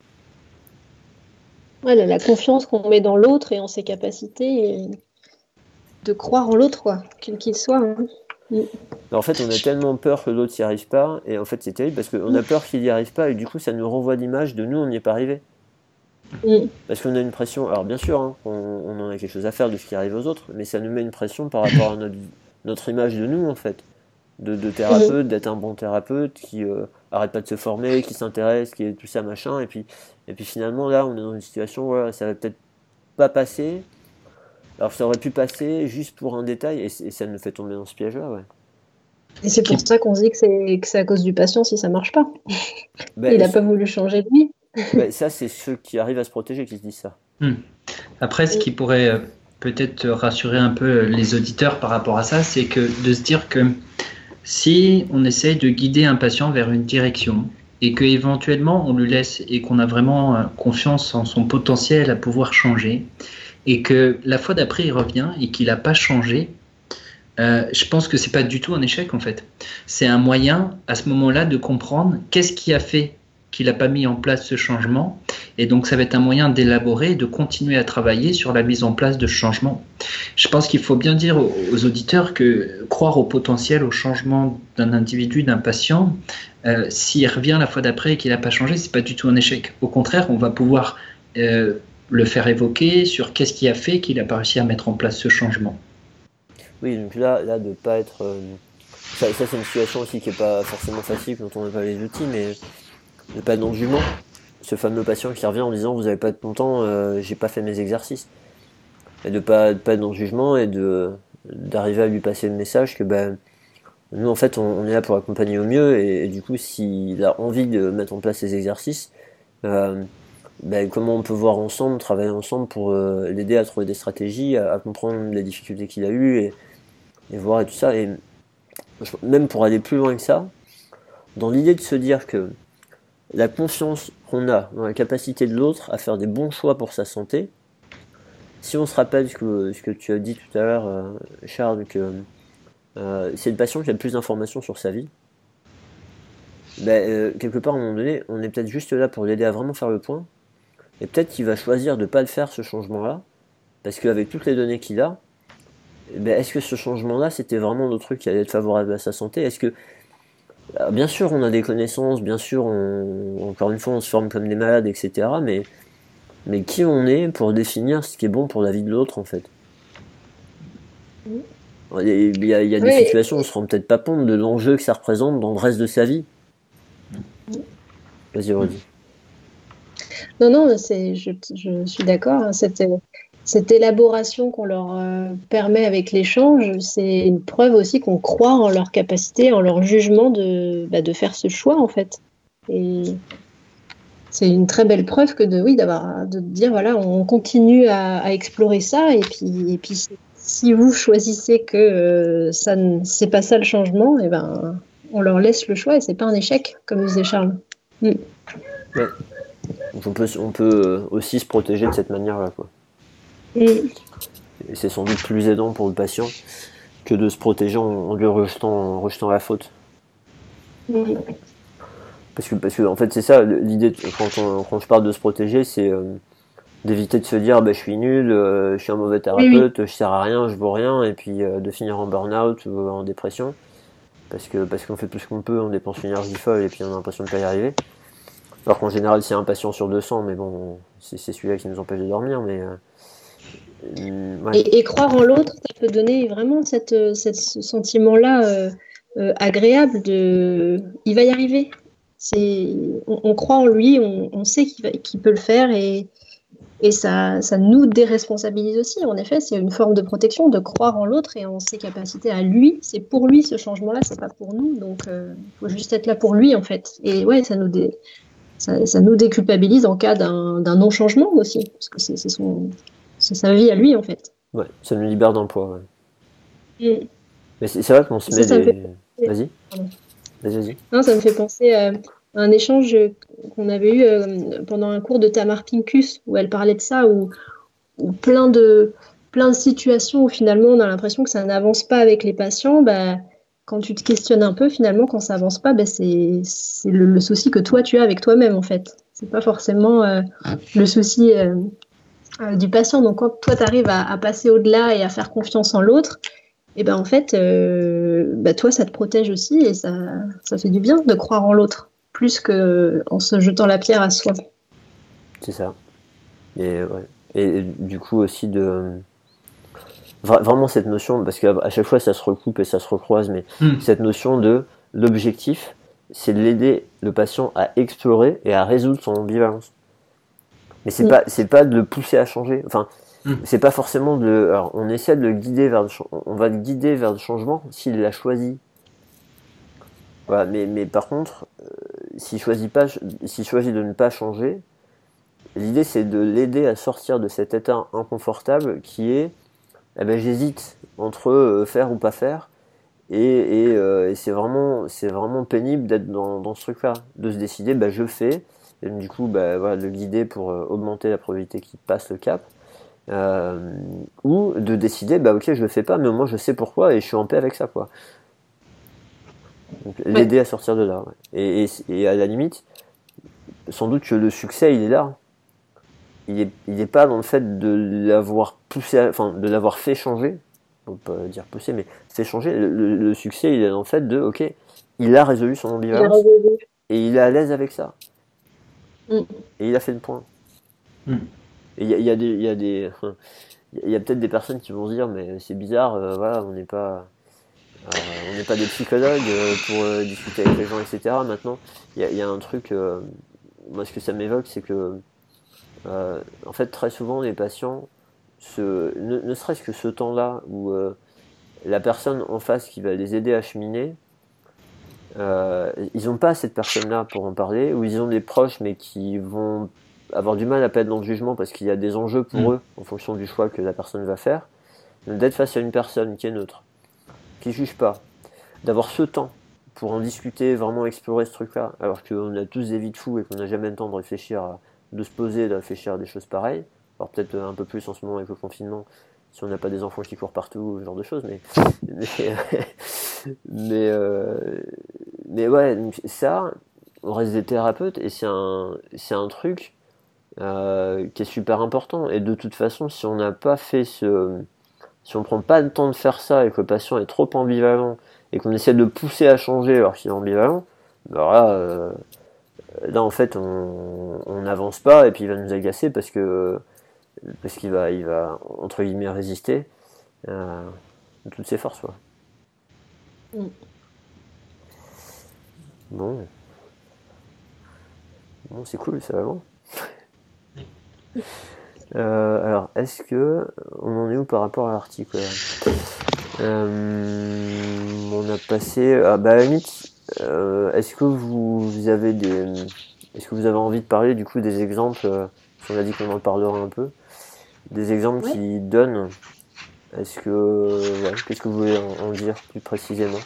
Ouais, la confiance qu'on met dans l'autre et en ses capacités, et de croire en l'autre, quoi, quel qu'il soit. En fait, on a tellement peur que l'autre n'y arrive pas, et en fait, c'est terrible parce qu'on a peur qu'il n'y arrive pas, et du coup, ça nous renvoie l'image de nous, on n'y est pas arrivé. Parce qu'on a une pression, alors bien sûr, on en a quelque chose à faire de ce qui arrive aux autres, mais ça nous met une pression par rapport à notre image de nous, en fait, de thérapeute, d'être un bon thérapeute qui arrête pas de se former, qui s'intéresse, qui est tout ça, machin, et puis finalement, là, on est dans une situation où ça va peut-être pas passer. Alors ça aurait pu passer juste pour un détail, et ça nous fait tomber dans ce piège-là, ouais. Et c'est pour ça qu'on se dit que c'est à cause du patient si ça marche pas. Il n'a pas voulu changer de vie. Ça, c'est ceux qui arrivent à se protéger qui se disent ça. Après, ce qui pourrait peut-être rassurer un peu les auditeurs par rapport à ça, c'est que de se dire que si on essaye de guider un patient vers une direction et qu'éventuellement on lui laisse et qu'on a vraiment confiance en son potentiel à pouvoir changer, et que la fois d'après il revient et qu'il n'a pas changé, je pense que c'est pas du tout un échec en fait. C'est un moyen à ce moment-là de comprendre qu'est-ce qui a fait qu'il n'a pas mis en place ce changement, et donc ça va être un moyen d'élaborer et de continuer à travailler sur la mise en place de ce changement. Je pense qu'il faut bien dire aux auditeurs que croire au potentiel, au changement d'un individu, d'un patient, s'il revient la fois d'après et qu'il n'a pas changé, c'est pas du tout un échec. Au contraire, on va pouvoir le faire évoquer sur qu'est-ce qui a fait qu'il n'a pas réussi à mettre en place ce changement. Oui, donc là de pas être... ça c'est une situation aussi qui est pas forcément facile quand on n'a pas les outils, mais de pas être dans le jugement. Ce fameux patient qui revient en disant vous avez pas être content, j'ai pas fait mes exercices. Et de pas être dans le jugement et d'arriver à lui passer le message que nous en fait on est là pour accompagner au mieux et du coup s'il a envie de mettre en place ces exercices, euh, comment on peut voir ensemble, travailler ensemble pour l'aider à trouver des stratégies, à comprendre les difficultés qu'il a eues et voir et tout ça. Et même pour aller plus loin que ça, dans l'idée de se dire que la confiance qu'on a dans la capacité de l'autre à faire des bons choix pour sa santé, si on se rappelle ce que tu as dit tout à l'heure, Charles, que c'est le patient qui a le plus d'informations sur sa vie, quelque part à un moment donné, on est peut-être juste là pour l'aider à vraiment faire le point, et peut-être qu'il va choisir de ne pas le faire ce changement-là, parce qu'avec toutes les données qu'il a, est-ce que ce changement-là, c'était vraiment le truc qui allait être favorable à sa santé? Est-ce que bien sûr, on a des connaissances, bien sûr, encore une fois, on se forme comme des malades, etc. Mais qui on est pour définir ce qui est bon pour la vie de l'autre, en fait? Il y a des situations où on se rend peut-être pas compte de l'enjeu que ça représente dans le reste de sa vie. Vas-y, Rudy. Non, je suis d'accord. Cette élaboration qu'on leur permet avec l'échange, c'est une preuve aussi qu'on croit en leur capacité, en leur jugement de faire ce choix, en fait. Et c'est une très belle preuve que de dire, voilà, on continue à explorer ça. Et puis si vous choisissez que c'est pas ça le changement, et on leur laisse le choix et c'est pas un échec, comme disait Charles. Ouais. Donc on peut aussi se protéger de cette manière-là, quoi. Et c'est sans doute plus aidant pour le patient que de se protéger en lui rejetant la faute. Parce que en fait c'est ça l'idée quand je parle de se protéger, c'est d'éviter de se dire je suis nul, je suis un mauvais thérapeute, je sers à rien, je vaux rien, et puis de finir en burn-out ou en dépression parce qu'on fait tout ce qu'on peut, on dépense une énergie folle et puis on a l'impression de pas y arriver. Alors qu'en général c'est un patient sur 200, mais bon c'est celui-là qui nous empêche de dormir, mais ouais. Et croire en l'autre, ça peut donner vraiment ce sentiment-là agréable il va y arriver. On croit en lui, on sait qu'il peut le faire et ça nous déresponsabilise aussi. En effet, c'est une forme de protection de croire en l'autre et en ses capacités à lui. C'est pour lui ce changement-là, c'est pas pour nous. Donc, il faut juste être là pour lui en fait. Et ouais, ça nous déculpabilise en cas d'un non-changement aussi, parce que c'est sa vie à lui en fait. Ouais, ça nous libère d'un poids. Ouais. Mais c'est vrai qu'on se met Vas-y. Non, ça me fait penser à un échange qu'on avait eu pendant un cours de Tamar Pincus où elle parlait de ça, où plein de situations où finalement on a l'impression que ça n'avance pas avec les patients. Quand tu te questionnes un peu, finalement, quand ça avance pas, c'est le souci que toi tu as avec toi-même en fait. C'est pas forcément le souci du patient. Donc quand toi tu arrives à passer au-delà et à faire confiance en l'autre, et en fait, toi, ça te protège aussi et ça fait du bien de croire en l'autre, plus qu'en se jetant la pierre à soi. C'est ça. Et du coup aussi vraiment cette notion, parce qu'à chaque fois ça se recoupe et ça se recroise, mais cette notion de l'objectif, c'est de l'aider le patient à explorer et à résoudre son ambivalence. Mais c'est pas de le pousser à changer. Enfin, c'est pas forcément alors on essaie de le guider on va le guider vers le changement s'il l'a choisi. Voilà, mais par contre, s'il choisit de ne pas changer, l'idée c'est de l'aider à sortir de cet état inconfortable qui est j'hésite entre faire ou pas faire, et c'est vraiment pénible d'être dans ce truc là, de se décider je fais, et du coup de le guider pour augmenter la probabilité qu'il passe le cap, ou de décider ok je le fais pas mais au moins je sais pourquoi et je suis en paix avec ça quoi. Donc, l'aider à sortir de là, ouais. Et à la limite sans doute que le succès il est là, il est pas dans le fait de l'avoir poussé, de l'avoir fait changer, on peut pas dire pousser mais fait changer. Le succès il est dans le fait de ok il a résolu son ambivalence et il est à l'aise avec ça et il a fait le point. Et il y a des il y a peut-être des personnes qui vont se dire mais c'est bizarre, voilà, on n'est pas des psychologues pour discuter avec les gens, etc. Maintenant, il y a un truc, moi ce que ça m'évoque, c'est que en fait très souvent les patients, ne serait-ce que ce temps-là où la personne en face qui va les aider à cheminer, ils n'ont pas cette personne-là pour en parler, ou ils ont des proches mais qui vont avoir du mal à pas être dans le jugement parce qu'il y a des enjeux pour eux en fonction du choix que la personne va faire. Donc d'être face à une personne qui est neutre, qui juge pas, d'avoir ce temps pour en discuter, vraiment explorer ce truc-là, alors qu'on a tous des vies de fous et qu'on n'a jamais le temps de réfléchir, de se poser, de réfléchir à des choses pareilles. Alors peut-être un peu plus en ce moment avec le confinement, si on n'a pas des enfants qui courent partout, ce genre de choses, mais ouais, donc ça, on reste des thérapeutes et c'est un truc qui est super important. Et de toute façon, si on n'a pas fait si on prend pas le temps de faire ça et que le patient est trop ambivalent et qu'on essaie de le pousser à changer alors qu'il est ambivalent, ben là en fait on n'avance pas et puis il va nous agacer parce qu'il va entre guillemets résister de toutes ses forces, quoi. Bon, c'est cool, ça va bon. Alors, est-ce que on en est où par rapport à l'article? On a passé. À la limite, est-ce que vous avez est-ce que vous avez envie de parler du coup des exemples? On a dit qu'on en parlera un peu. Des exemples qui donnent. Est-ce que qu'est-ce que vous voulez en dire plus précisément?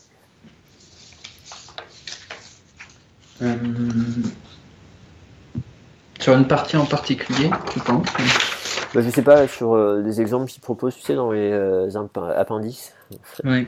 Sur une partie en particulier, tu penses? Je sais pas, sur des exemples qu'ils proposent, tu sais, dans les appendices. Oui.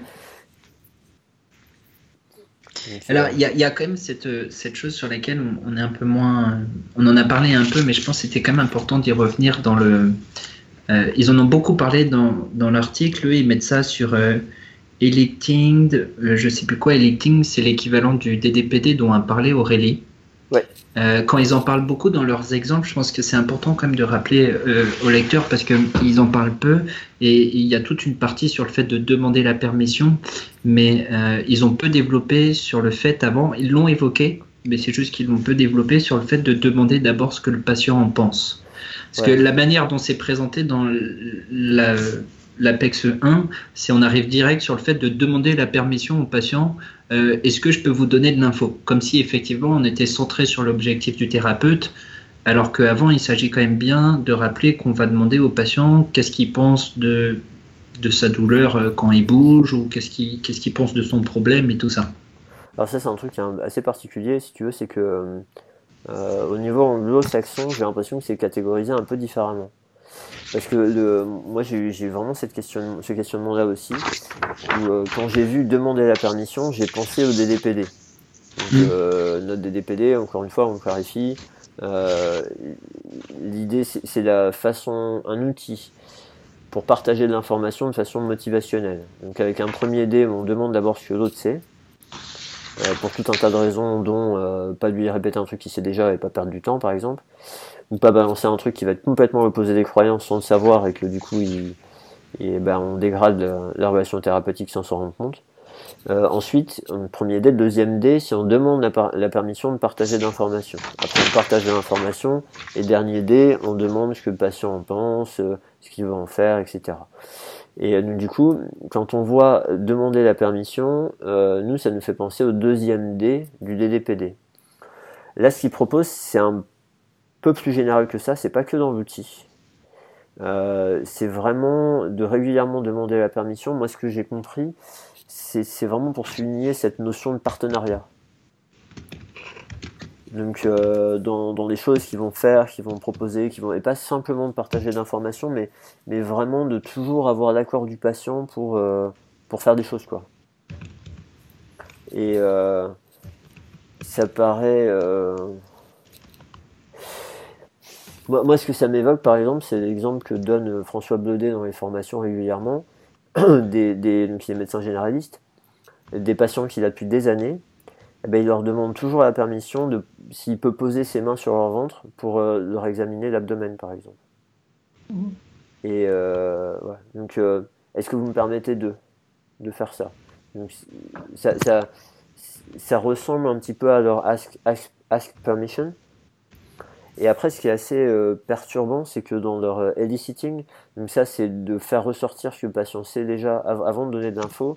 Alors, il y a quand même cette chose sur laquelle on est un peu moins... On en a parlé un peu, mais je pense que c'était quand même important d'y revenir dans le... ils en ont beaucoup parlé dans l'article. Eux, ils mettent ça sur electing, je sais plus quoi. Electing, c'est l'équivalent du DDPD dont a parlé Aurélie. Ouais. Quand ils en parlent beaucoup dans leurs exemples, je pense que c'est important quand même de rappeler aux lecteurs parce qu'ils en parlent peu et il y a toute une partie sur le fait de demander la permission, mais ils ont peu développé sur le fait avant, ils l'ont évoqué, mais c'est juste qu'ils l'ont peu développé sur le fait de demander d'abord ce que le patient en pense. Parce que la manière dont c'est présenté dans l'APEX 1, c'est on arrive direct sur le fait de demander la permission au patient. Est-ce que je peux vous donner de l'info? Comme si effectivement on était centré sur l'objectif du thérapeute, alors qu'avant il s'agit quand même bien de rappeler qu'on va demander au patient qu'est-ce qu'il pense de sa douleur quand il bouge, ou qu'est-ce qu'il pense de son problème et tout ça. Alors ça c'est un truc assez particulier si tu veux, c'est que au niveau anglo-saxon j'ai l'impression que c'est catégorisé un peu différemment. Parce que moi j'ai vraiment ce questionnement là aussi, où quand j'ai vu demander la permission, j'ai pensé au DDPD. Donc notre DDPD, encore une fois on clarifie, l'idée c'est un outil pour partager de l'information de façon motivationnelle. Donc avec un premier dé, on demande d'abord ce que l'autre sait, pour tout un tas de raisons, dont pas lui répéter un truc qu'il sait déjà et pas perdre du temps par exemple, ou pas balancer un truc qui va être complètement l'opposé des croyances sans le savoir et que du coup on dégrade la relation thérapeutique sans s'en rendre compte. Ensuite, premier dé, le deuxième dé, si on demande la permission de partager de l'information. Après on partage de l'information, et dernier dé, on demande ce que le patient en pense, ce qu'il va en faire, etc. Et donc du coup, quand on voit demander la permission, nous ça nous fait penser au deuxième dé du DDPD. Là ce qu'il propose, c'est un peu plus général que ça, c'est pas que dans l'outil. C'est vraiment de régulièrement demander la permission. Moi ce que j'ai compris, c'est vraiment pour souligner cette notion de partenariat. Donc dans les choses qu'ils vont faire, qu'ils vont proposer, et pas simplement de partager de l'information, mais vraiment de toujours avoir l'accord du patient pour faire des choses, quoi. Et ça paraît... Moi, ce que ça m'évoque, par exemple, c'est l'exemple que donne François Bleudet dans les formations régulièrement, donc les médecins généralistes, des patients qu'il a depuis des années. Il leur demande toujours la permission s'il peut poser ses mains sur leur ventre pour leur examiner l'abdomen, par exemple. Et voilà. Donc, est-ce que vous me permettez de faire ça? Donc, ça ressemble un petit peu à leur ask permission. Et après, ce qui est assez perturbant, c'est que dans leur eliciting, donc ça, c'est de faire ressortir ce que le patient sait déjà avant de donner de l'info.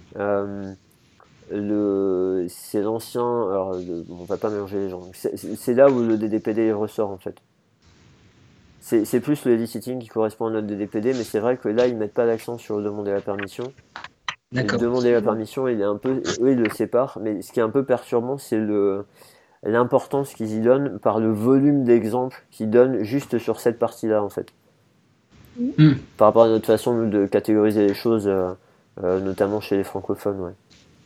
C'est l'ancien. Alors, on va pas mélanger les gens. C'est là où le DDPD ressort en fait. C'est plus le eliciting qui correspond à notre DDPD, mais c'est vrai que là, ils mettent pas l'accent sur demander la permission. D'accord. Demander la permission, il est un peu, eux, ils le séparent, mais ce qui est un peu perturbant, c'est l'importance qu'ils y donnent par le volume d'exemples qu'ils donnent juste sur cette partie-là, en fait. Par rapport à notre façon de catégoriser les choses, notamment chez les francophones, ouais.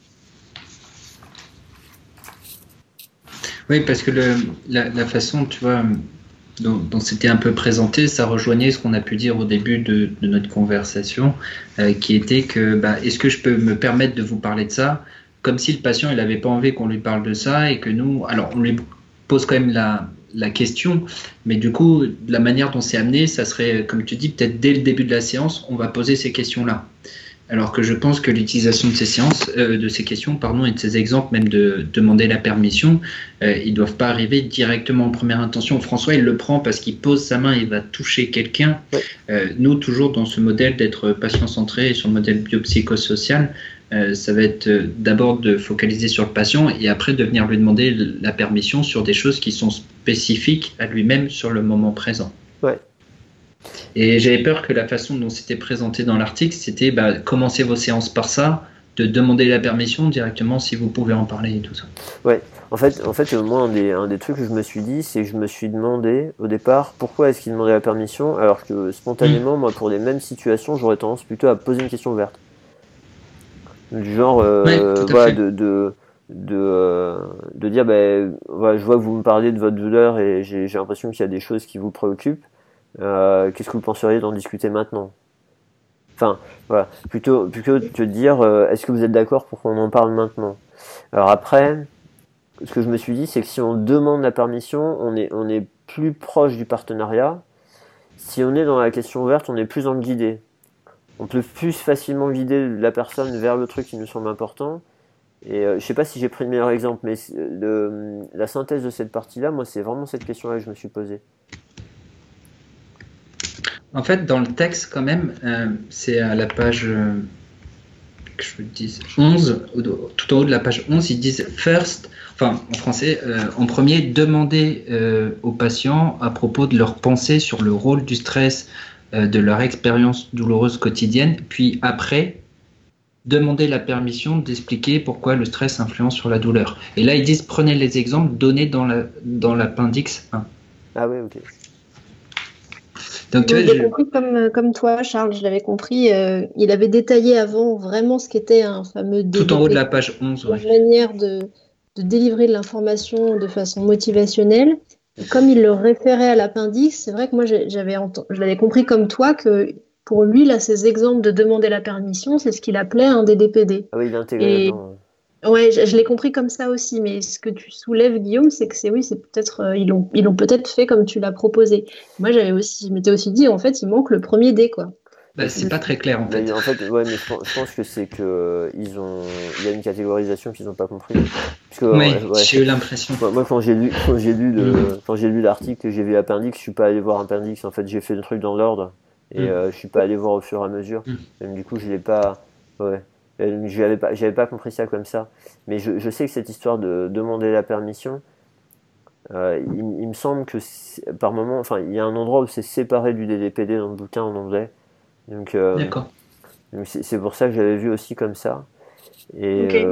Oui, parce que la façon, tu vois, dont c'était un peu présenté, ça rejoignait ce qu'on a pu dire au début de notre conversation, qui était que, est-ce que je peux me permettre de vous parler de ça, comme si le patient il n'avait pas envie qu'on lui parle de ça, et que nous, alors on lui pose quand même la question, mais du coup, la manière dont c'est amené, ça serait, comme tu dis, peut-être dès le début de la séance, on va poser ces questions-là. Alors que je pense que l'utilisation de ces questions, et de ces exemples, même de demander la permission, ils ne doivent pas arriver directement en première intention. François, il le prend parce qu'il pose sa main et il va toucher quelqu'un. Nous, toujours dans ce modèle d'être patient-centré et sur le modèle biopsychosocial, ça va être d'abord de focaliser sur le patient et après de venir lui demander la permission sur des choses qui sont spécifiques à lui-même sur le moment présent. Ouais. Et j'avais peur que la façon dont c'était présenté dans l'article, c'était commencez vos séances par ça, de demander la permission directement si vous pouvez en parler et tout ça. Ouais, en fait moi, un des trucs que je me suis dit, c'est que je me suis demandé au départ pourquoi est-ce qu'il demandait la permission, alors que spontanément, moi, pour les mêmes situations, j'aurais tendance plutôt à poser une question ouverte. Du genre, voilà, de dire, voilà, je vois que vous me parlez de votre douleur et j'ai l'impression qu'il y a des choses qui vous préoccupent. Qu'est-ce que vous penseriez d'en discuter maintenant? Enfin, voilà, plutôt que de dire est-ce que vous êtes d'accord pour qu'on en parle maintenant? Alors après, ce que je me suis dit, c'est que si on demande la permission, on est plus proche du partenariat. Si on est dans la question ouverte, on est plus dans le guidé. On peut plus facilement guider la personne vers le truc qui nous semble important. Et je sais pas si j'ai pris le meilleur exemple, mais la synthèse de cette partie-là, moi, c'est vraiment cette question-là que je me suis posée. En fait, dans le texte, quand même, c'est à la page que je vous dise, 11, tout en haut de la page 11, ils disent first, enfin en français, en premier, demander aux patients à propos de leur pensée sur le rôle du stress, de leur expérience douloureuse quotidienne, puis après, demander la permission d'expliquer pourquoi le stress influence sur la douleur. Et là, ils disent prenez les exemples donnés dans l'appendix 1. Ah oui, ok. Donc, je l'ai compris comme toi, Charles, je l'avais compris. Il avait détaillé avant vraiment ce qu'était un fameux DDP. Tout en haut de la page 11. Une manière de délivrer de l'information de façon motivationnelle. Et comme il le référait à l'appendice, c'est vrai que moi, je l'avais compris comme toi que pour lui, là, ces exemples de demander la permission, c'est ce qu'il appelait un DDPD. Ah oui, il intégré dedans. Ouais, je l'ai compris comme ça aussi, mais ce que tu soulèves, Guillaume, c'est que c'est peut-être ils l'ont peut-être fait comme tu l'as proposé. Moi, je m'étais aussi dit, en fait, il manque le premier D, quoi. C'est pas très clair, en fait. Mais en fait, ouais, mais je pense que c'est que il y a une catégorisation qu'ils n'ont pas compris. Oui, j'ai eu l'impression. Moi, quand j'ai lu l'article, j'ai vu l'appendice, je suis pas allé voir appendix. En fait, j'ai fait le truc dans l'ordre et je suis pas allé voir au fur et à mesure. Même du coup, je l'ai pas. Ouais. J'avais pas compris ça comme ça, mais je sais que cette histoire de demander la permission, il me semble que par moment, enfin, il y a un endroit où c'est séparé du DDPD dans le bouquin en anglais, donc c'est pour ça que j'avais vu aussi comme ça. Et okay.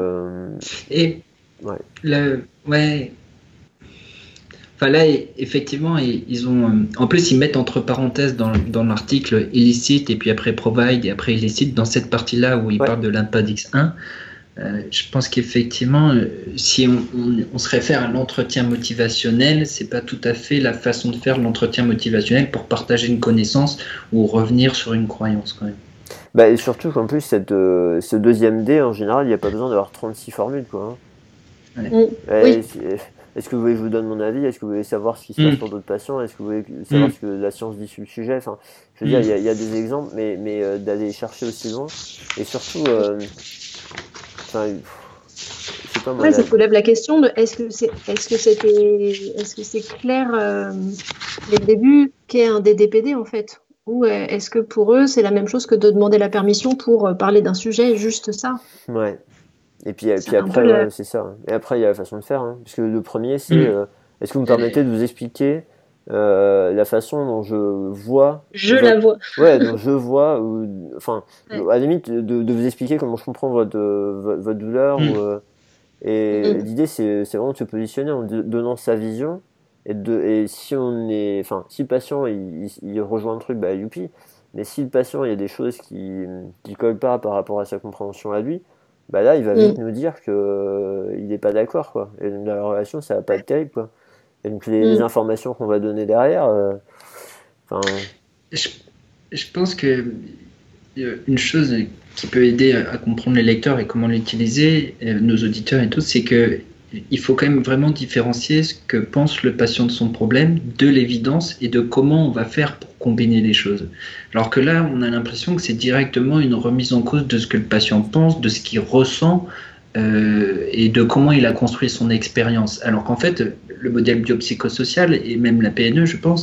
Enfin là, effectivement, ils ont. En plus, ils mettent entre parenthèses dans l'article illicite et puis après provide et après illicite dans cette partie-là où ils parlent de l'appendice 1. Je pense qu'effectivement, si on se réfère à l'entretien motivationnel, c'est pas tout à fait la façon de faire l'entretien motivationnel pour partager une connaissance ou revenir sur une croyance quand même. Et surtout qu'en plus, ce deuxième D, en général, il n'y a pas besoin d'avoir 36 formules, quoi. Hein. Oui. est-ce que vous voulez que je vous donne mon avis? Est-ce que vous voulez savoir ce qui se passe pour d'autres patients? Est-ce que vous voulez savoir ce que la science dit sur le sujet? Enfin, je veux dire, il y a des exemples, mais d'aller chercher aussi loin, et surtout, enfin, je sais pas moi. Ouais, ça soulève la question de est-ce que c'est clair dès le début qu'est un DDPD en fait? Ou est-ce que pour eux c'est la même chose que de demander la permission pour parler d'un sujet, juste ça? Ouais. Et puis C'est un après, peu ouais, c'est ça. Et après, il y a la façon de faire, hein. Parce que le premier, c'est est-ce que vous me permettez de vous expliquer la façon dont je vois. la vois. Ouais, dont je vois, ou enfin, Ouais. à la limite, de vous expliquer comment je comprends votre douleur. Et l'idée, c'est vraiment de se positionner en donnant sa vision. Et si si le patient il rejoint le truc, bah youpi. Mais si le patient il y a des choses qui collent pas par rapport à sa compréhension à lui, bah là il va vite nous dire que il n'est pas d'accord, quoi. Et la relation ça va pas être terrible, quoi. Et donc les informations qu'on va donner derrière, Je pense que une chose qui peut aider à comprendre les lecteurs et comment l'utiliser, nos auditeurs et tout, c'est que il faut quand même vraiment différencier ce que pense le patient de son problème de l'évidence et de comment on va faire pour combiner les choses. Alors que là, on a l'impression que c'est directement une remise en cause de ce que le patient pense, de ce qu'il ressent et de comment il a construit son expérience. Alors qu'en fait, le modèle biopsychosocial et même la PNE, je pense,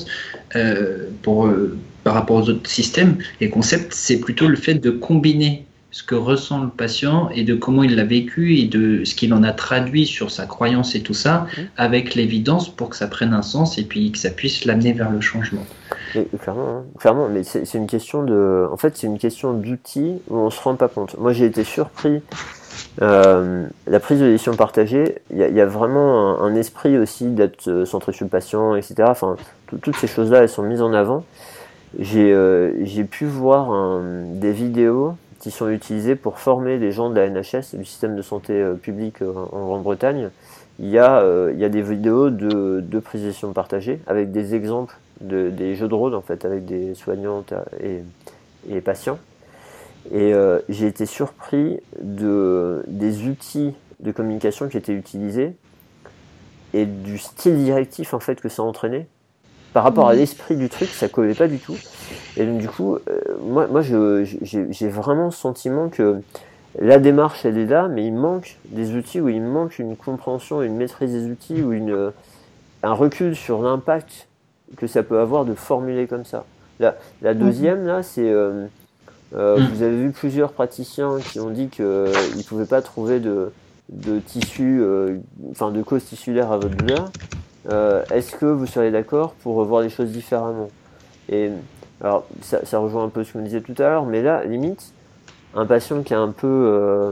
par rapport aux autres systèmes et concepts, c'est plutôt le fait de combiner ce que ressent le patient et de comment il l'a vécu et de ce qu'il en a traduit sur sa croyance et tout ça avec l'évidence pour que ça prenne un sens et puis que ça puisse l'amener vers le changement. Et clairement, mais c'est une question c'est une question d'outils où on se rend pas compte. Moi, j'ai été surpris. La prise de décision partagée, il y a vraiment un esprit aussi d'être centré sur le patient, etc. Enfin, toutes ces choses-là, elles sont mises en avant. J'ai pu voir des vidéos qui sont utilisées pour former les gens de la NHS, du système de santé public en Grande-Bretagne. Il y a des vidéos de prise de décision partagée avec des exemples des jeux de rôle en fait, avec des soignantes et patients. Et j'ai été surpris des outils de communication qui étaient utilisés et du style directif en fait que ça entraînait. Par rapport à l'esprit du truc, ça collait pas du tout. Et donc du coup, moi j'ai vraiment le sentiment que la démarche elle est là, mais il manque des outils, où il manque une compréhension, une maîtrise des outils, ou un recul sur l'impact que ça peut avoir de formuler comme ça. La deuxième là, c'est vous avez vu plusieurs praticiens qui ont dit qu'ils ne pouvaient pas trouver de tissu, de cause tissulaire à votre douleur. Est-ce que vous seriez d'accord pour voir les choses différemment? Et alors, ça rejoint un peu ce qu'on disait tout à l'heure, mais là, limite, un patient qui est un peu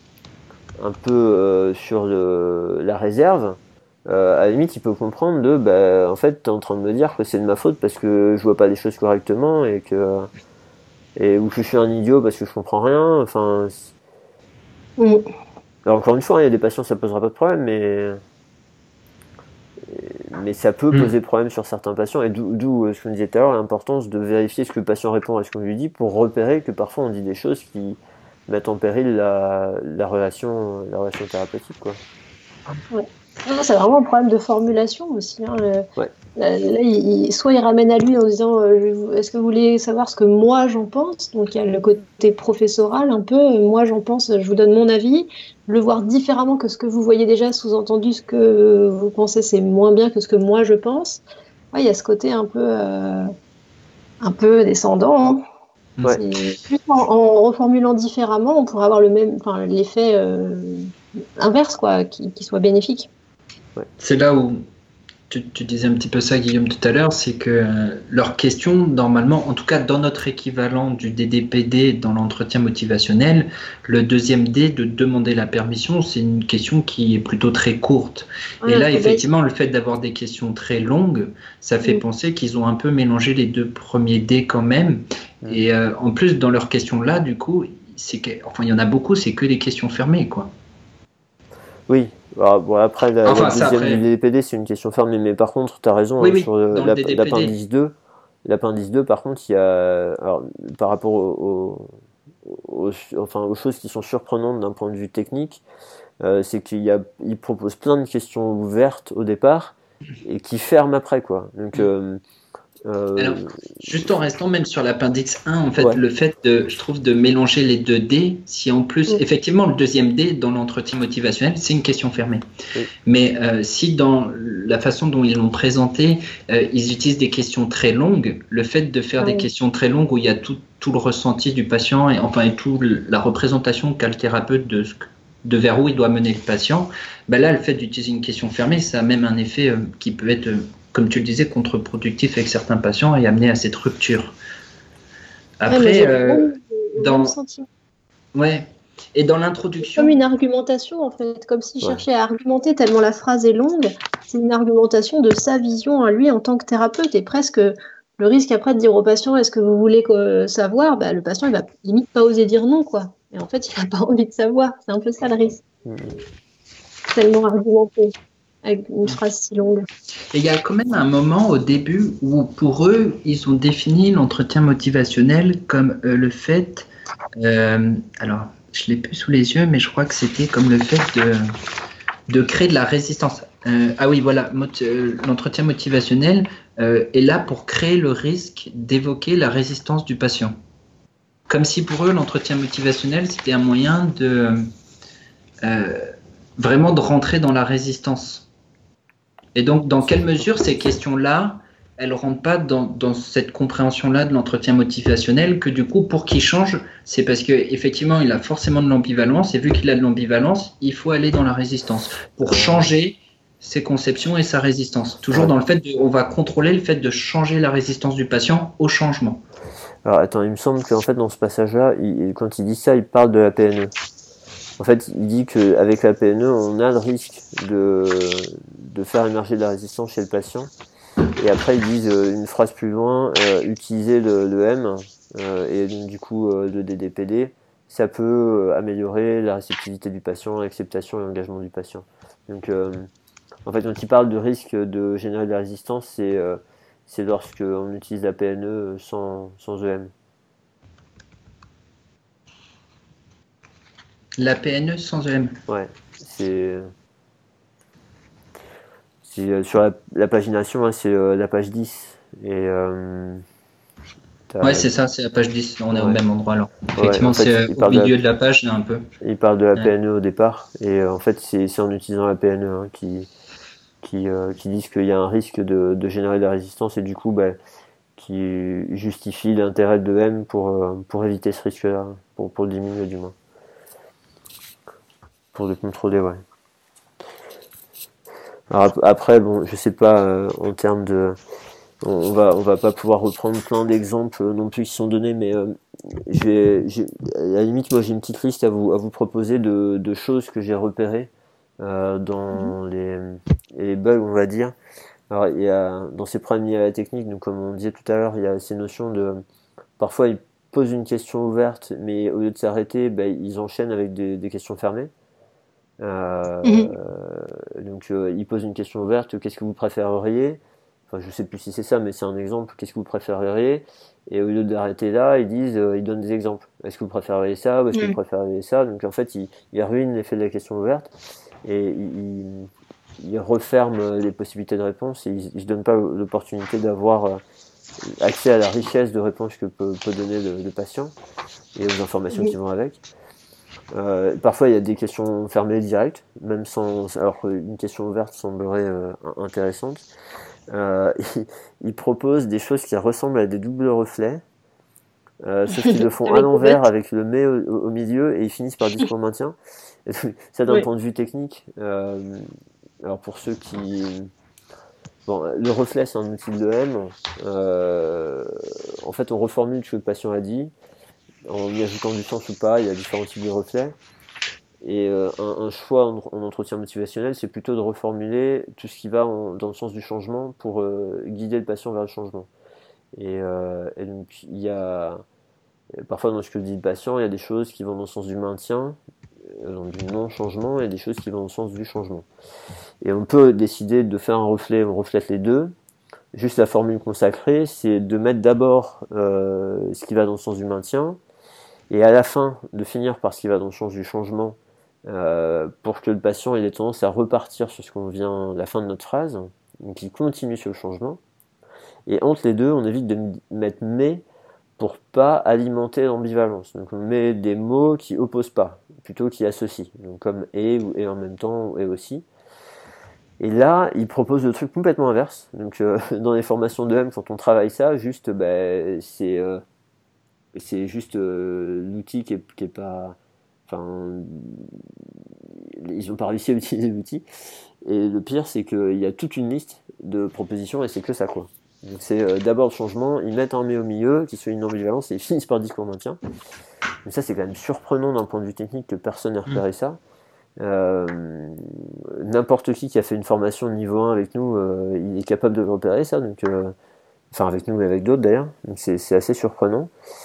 sur la réserve, à la limite, il peut comprendre en fait, t'es en train de me dire que c'est de ma faute parce que je vois pas les choses correctement ou que je suis un idiot parce que je comprends rien. Enfin, alors encore une fois, il y a des patients, ça posera pas de problème, mais ça peut poser problème sur certains patients, et d'où ce qu'on disait tout à l'heure, l'importance de vérifier ce que le patient répond à ce qu'on lui dit pour repérer que parfois on dit des choses qui mettent en péril la relation thérapeutique, quoi. Ouais. Non, c'est vraiment un problème de formulation aussi. Hein. Ouais. Là, soit il ramène à lui en disant est-ce que vous voulez savoir ce que moi j'en pense? Donc il y a le côté professoral un peu. Moi j'en pense, je vous donne mon avis. Le voir différemment que ce que vous voyez déjà, sous-entendu ce que vous pensez c'est moins bien que ce que moi je pense. Ouais, il y a ce côté un peu descendant. Hein. Ouais. Plus en reformulant différemment, on pourrait avoir l'effet inverse, quoi, qui soit bénéfique. Ouais. C'est là où tu disais un petit peu ça, Guillaume, tout à l'heure, c'est que leur question, normalement, en tout cas dans notre équivalent du DDPD dans l'entretien motivationnel, le deuxième D de demander la permission, c'est une question qui est plutôt très courte. Et là, effectivement, le fait d'avoir des questions très longues, ça fait penser qu'ils ont un peu mélangé les deux premiers D quand même. Et en plus, dans leurs questions-là, du coup, il y en a beaucoup, c'est que des questions fermées, quoi. Oui. Alors, bon, après, la deuxième du DDPD, c'est une question fermée, mais par contre, tu as raison, sur l'appendice 2. L'appendice 2, par contre, il y a, alors, par rapport aux choses qui sont surprenantes d'un point de vue technique, c'est il propose plein de questions ouvertes au départ et qui ferment après, quoi. Donc, Alors, juste en restant même sur l'appendice 1, en fait, Ouais. le fait je trouve, de mélanger les deux dés, si en plus, effectivement, le deuxième dé dans l'entretien motivationnel, c'est une question fermée. Oui. Mais si dans la façon dont ils l'ont présenté, ils utilisent des questions très longues, le fait de faire des questions très longues où il y a tout le ressenti du patient et toute la représentation qu'a le thérapeute de vers où il doit mener le patient, là, le fait d'utiliser une question fermée, ça a même un effet qui peut être, comme tu le disais, contre-productif avec certains patients et amener à cette rupture. Après, et dans l'introduction... Comme une argumentation, en fait, comme s'il cherchait à argumenter tellement la phrase est longue, c'est une argumentation de sa vision à lui en tant que thérapeute, et presque le risque après de dire au patient est-ce que vous voulez savoir, le patient il va limite pas oser dire non, quoi. Et en fait, il n'a pas envie de savoir, c'est un peu ça le risque. Tellement argumenté, avec une phrase si longue. Et il y a quand même un moment au début où pour eux, ils ont défini l'entretien motivationnel comme le fait... alors, je ne l'ai plus sous les yeux, mais je crois que c'était comme le fait de créer de la résistance. L'entretien motivationnel est là pour créer le risque d'évoquer la résistance du patient. Comme si pour eux, l'entretien motivationnel, c'était un moyen de vraiment de rentrer dans la résistance. Et donc, dans quelle mesure ces questions-là, elles ne rentrent pas dans cette compréhension-là de l'entretien motivationnel, que du coup, pour qu'il change, c'est parce qu'effectivement, il a forcément de l'ambivalence, et vu qu'il a de l'ambivalence, il faut aller dans la résistance pour changer ses conceptions et sa résistance. Toujours dans le fait on va contrôler le fait de changer la résistance du patient au changement. Alors attends, il me semble qu'en fait, dans ce passage-là, quand il dit ça, il parle de la PNE. En fait, il dit qu'avec la PNE, on a le risque de faire émerger de la résistance chez le patient. Et après, ils disent une phrase plus loin, utiliser le M et du coup le DDPD, ça peut améliorer la réceptivité du patient, l'acceptation et l'engagement du patient. Donc, en fait, quand il parle de risque de générer de la résistance, c'est lorsque on utilise la PNE sans EM. La PNE sans EM. Ouais, c'est sur la pagination, hein, c'est la page 10. Et, c'est ça, c'est la page 10. On est au même endroit alors. Effectivement, en fait, c'est au milieu de la page, un peu. Il parle de la PNE au départ. Et en fait, c'est en utilisant la PNE qui disent qu'il y a un risque de générer de la résistance et du coup, qui justifie l'intérêt de M pour éviter ce risque-là, pour le diminuer du moins. Pour le contrôler, ouais. Alors après, bon, je sais pas en termes de, on va pas pouvoir reprendre plein d'exemples non plus qui sont donnés, mais à la limite, moi j'ai une petite liste à vous proposer de choses que j'ai repérées dans les bugs, on va dire. Alors il y a dans ces problèmes liés à la technique, donc comme on disait tout à l'heure, il y a ces notions de, parfois ils posent une question ouverte, mais au lieu de s'arrêter, ils enchaînent avec des questions fermées. Donc il pose une question ouverte, qu'est-ce que vous préféreriez, enfin je sais plus si c'est ça, mais c'est un exemple, qu'est-ce que vous préféreriez, et au lieu d'arrêter là, ils donnent des exemples, est-ce que vous préféreriez ça ou est-ce que vous préféreriez ça, donc en fait il ruine l'effet de la question ouverte et il referme les possibilités de réponse et il se donne pas l'opportunité d'avoir accès à la richesse de réponses que peut donner le patient et aux informations qui vont avec. Parfois il y a des questions fermées directes, même sans, alors qu'une question ouverte semblerait intéressante. Il propose des choses qui ressemblent à des doubles reflets, sauf qu'ils le font à l'envers avec le mais au milieu et ils finissent par discours maintien. Et ça d'un point de vue technique. Alors pour ceux qui... Bon, le reflet c'est un outil de M. En fait on reformule ce que le patient a dit, en y ajoutant du sens ou pas, il y a différents types de reflets. Et un choix en entretien motivationnel, c'est plutôt de reformuler tout ce qui va dans le sens du changement pour guider le patient vers le changement. Et donc, il y a parfois dans ce que dit le patient, il y a des choses qui vont dans le sens du maintien, du non-changement, et des choses qui vont dans le sens du changement. Et on peut décider de faire un reflet, on reflète les deux. Juste la formule consacrée, c'est de mettre d'abord ce qui va dans le sens du maintien, et à la fin de finir par ce qui va dans le sens du changement, pour que le patient ait tendance à repartir sur ce qu'on vient, la fin de notre phrase, donc il continue sur le changement. Et entre les deux, on évite de mettre mais pour pas alimenter l'ambivalence. Donc on met des mots qui opposent pas, plutôt qui associent. Donc comme et ou et en même temps ou et aussi. Et là, il propose le truc complètement inverse. Donc dans les formations de M, quand on travaille ça, juste c'est juste l'outil qui est pas, enfin, ils ont pas réussi à utiliser l'outil. Et le pire, c'est qu'il y a toute une liste de propositions et c'est que ça, quoi. Donc c'est d'abord le changement, ils mettent un mais au milieu, qui soit une ambivalence, et ils finissent par discours maintien. Mais ça, c'est quand même surprenant d'un point de vue technique que personne n'ait repéré ça. N'importe qui a fait une formation de niveau 1 avec nous, il est capable de le repérer, ça. Donc, enfin, avec nous et avec d'autres d'ailleurs. Donc c'est assez surprenant.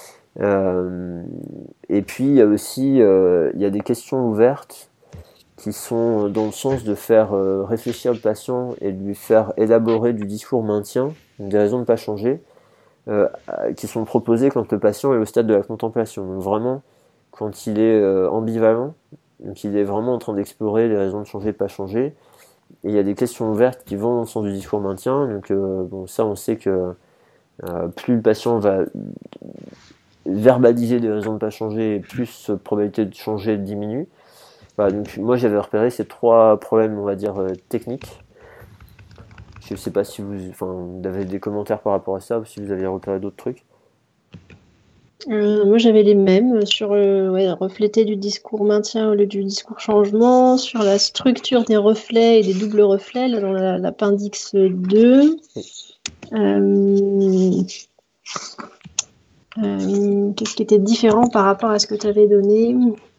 Et puis, il y a aussi il y a des questions ouvertes qui sont dans le sens de faire réfléchir le patient et de lui faire élaborer du discours maintien, donc des raisons de ne pas changer, qui sont proposées quand le patient est au stade de la contemplation. Donc vraiment, quand il est ambivalent, donc il est vraiment en train d'explorer les raisons de changer, de pas changer. Et il y a des questions ouvertes qui vont dans le sens du discours maintien. Donc bon, ça, on sait que plus le patient va verbaliser des raisons de pas changer, plus sa probabilité de changer diminue. Voilà, donc moi j'avais repéré ces 3 problèmes, on va dire, techniques. Je sais pas si vous avez des commentaires par rapport à ça ou si vous avez repéré d'autres trucs. Moi, j'avais les mêmes sur refléter du discours maintien au lieu du discours changement, sur la structure des reflets et des doubles reflets là, dans l'appendice 2. Qu'est-ce qui était différent par rapport à ce que tu avais donné?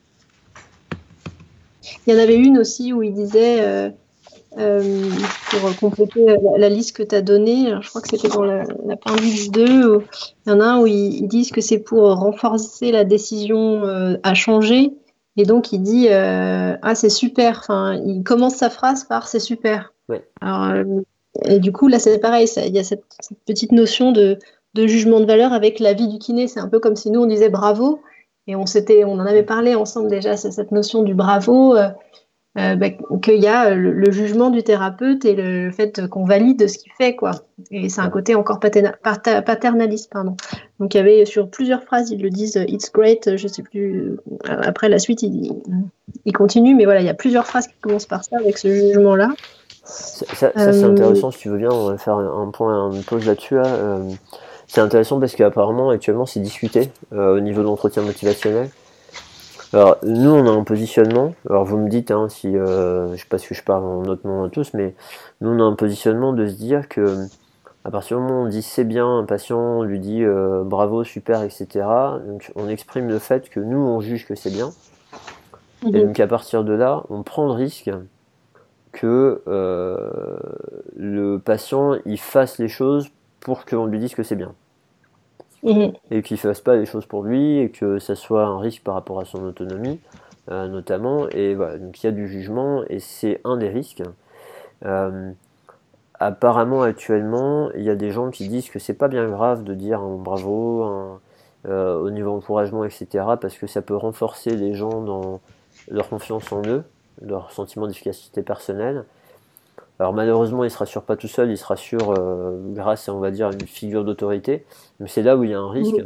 Il y en avait une aussi où il disait, pour compléter la liste que tu as donnée, alors je crois que c'était dans l'appendice 2, où il y en a un où ils disent que c'est pour renforcer la décision à changer. Et donc, il dit ah, c'est super. Enfin, il commence sa phrase par c'est super. Ouais. Alors, et du coup, là, c'est pareil. Il y a cette petite notion de jugement de valeur avec l'avis du kiné. C'est un peu comme si nous, on disait bravo. Et on en avait parlé ensemble déjà, c'est cette notion du bravo. Qu'il y a le jugement du thérapeute et le fait qu'on valide ce qu'il fait, quoi. Et c'est un côté encore paternaliste, pardon. Donc il y avait sur plusieurs phrases, ils le disent it's great, je sais plus. Après la suite, il continue, mais voilà, il y a plusieurs phrases qui commencent par ça avec ce jugement-là. Ça c'est intéressant, si tu veux bien, on va faire un point, une pause là-dessus. Là. C'est intéressant parce qu'apparemment, actuellement, c'est discuté au niveau de l'entretien motivationnel. Alors, nous, on a un positionnement. Alors, vous me dites si je sais pas si je parle en notre nom à tous, mais nous, on a un positionnement de se dire que à partir du moment où on dit c'est bien, un patient on lui dit bravo, super, etc. Donc, on exprime le fait que nous, on juge que c'est bien. Et donc, à partir de là, on prend le risque que le patient il fasse les choses pour qu'on lui dise que c'est bien. Et qu'il ne fasse pas les choses pour lui et que ça soit un risque par rapport à son autonomie notamment. Et voilà, donc il y a du jugement et c'est un des risques. Apparemment actuellement il y a des gens qui disent que c'est pas bien grave de dire un bravo au niveau encouragement, etc., parce que ça peut renforcer les gens dans leur confiance en eux, leur sentiment d'efficacité personnelle. Alors malheureusement, il ne se rassure pas tout seul, il se rassure grâce à, on va dire, une figure d'autorité. Mais c'est là où il y a un risque.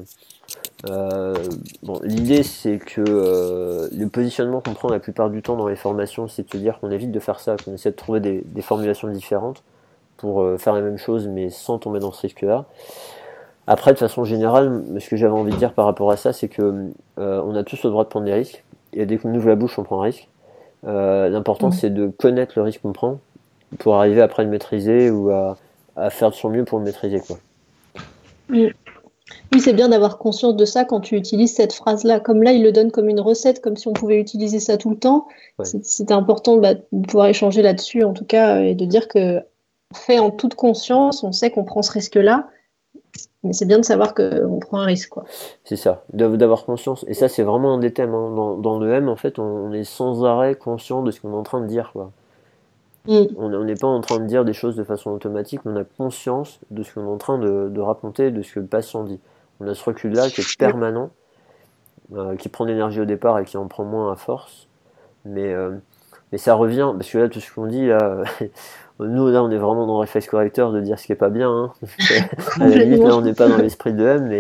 Bon, l'idée, c'est que le positionnement qu'on prend la plupart du temps dans les formations, c'est de se dire qu'on évite de faire ça, qu'on essaie de trouver des formulations différentes pour faire la même chose, mais sans tomber dans ce risque-là. Après, de façon générale, ce que j'avais envie de dire par rapport à ça, c'est que on a tous le droit de prendre des risques. Et dès qu'on ouvre la bouche, on prend un risque. L'important, c'est de connaître le risque qu'on prend pour arriver après à le maîtriser ou à faire de son mieux pour le maîtriser, quoi. Oui, c'est bien d'avoir conscience de ça quand tu utilises cette phrase-là. Comme là, il le donne comme une recette, comme si on pouvait utiliser ça tout le temps. Ouais. C'était important de pouvoir échanger là-dessus, en tout cas, et de dire que fait en toute conscience, on sait qu'on prend ce risque-là, mais c'est bien de savoir qu'on prend un risque, quoi. C'est ça, d'avoir conscience. Et ça, c'est vraiment un des thèmes. Hein. Dans le M, en fait, on est sans arrêt conscient de ce qu'on est en train de dire, quoi. On n'est pas en train de dire des choses de façon automatique, mais on a conscience de ce qu'on est en train de raconter, de ce que le patient dit. On a ce recul-là qui est permanent, qui prend de l'énergie au départ et qui en prend moins à force. Mais ça revient, parce que là, tout ce qu'on dit, là, nous, là, on est vraiment dans le réflexe correcteur de dire ce qui est pas bien. Hein. À la limite, là, on n'est pas dans l'esprit de M,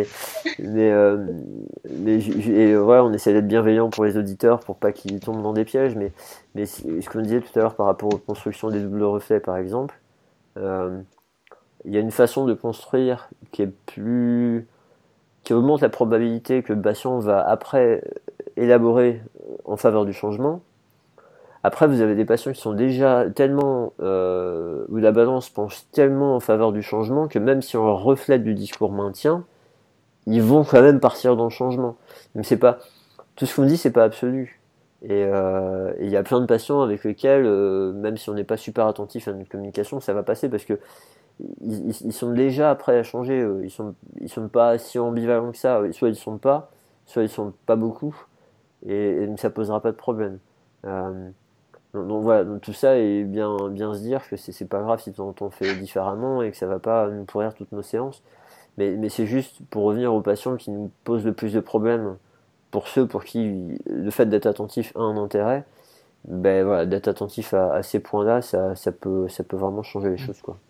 et ouais, on essaie d'être bienveillant pour les auditeurs pour pas qu'ils tombent dans des pièges. Mais ce qu'on disait tout à l'heure par rapport aux constructions des doubles reflets, par exemple, il y a une façon de construire qui augmente la probabilité que le patient va après élaborer en faveur du changement. Après, vous avez des patients qui sont déjà tellement, où la balance penche tellement en faveur du changement que même si on leur reflète du discours maintien, ils vont quand même partir dans le changement. Donc c'est pas, tout ce qu'on dit, c'est pas absolu. Et il y a plein de patients avec lesquels, même si on n'est pas super attentif à notre communication, ça va passer parce que ils sont déjà prêts à changer. Ils sont pas si ambivalents que ça. Soit ils sont pas beaucoup. Et donc ça posera pas de problème. Donc voilà, donc tout ça est bien se dire que c'est pas grave si on fait différemment et que ça va pas nous pourrir toutes nos séances. Mais c'est juste pour revenir aux patients qui nous posent le plus de problèmes, pour ceux pour qui le fait d'être attentif a un intérêt, ben voilà, d'être attentif à ces points-là, ça peut vraiment changer les choses, quoi.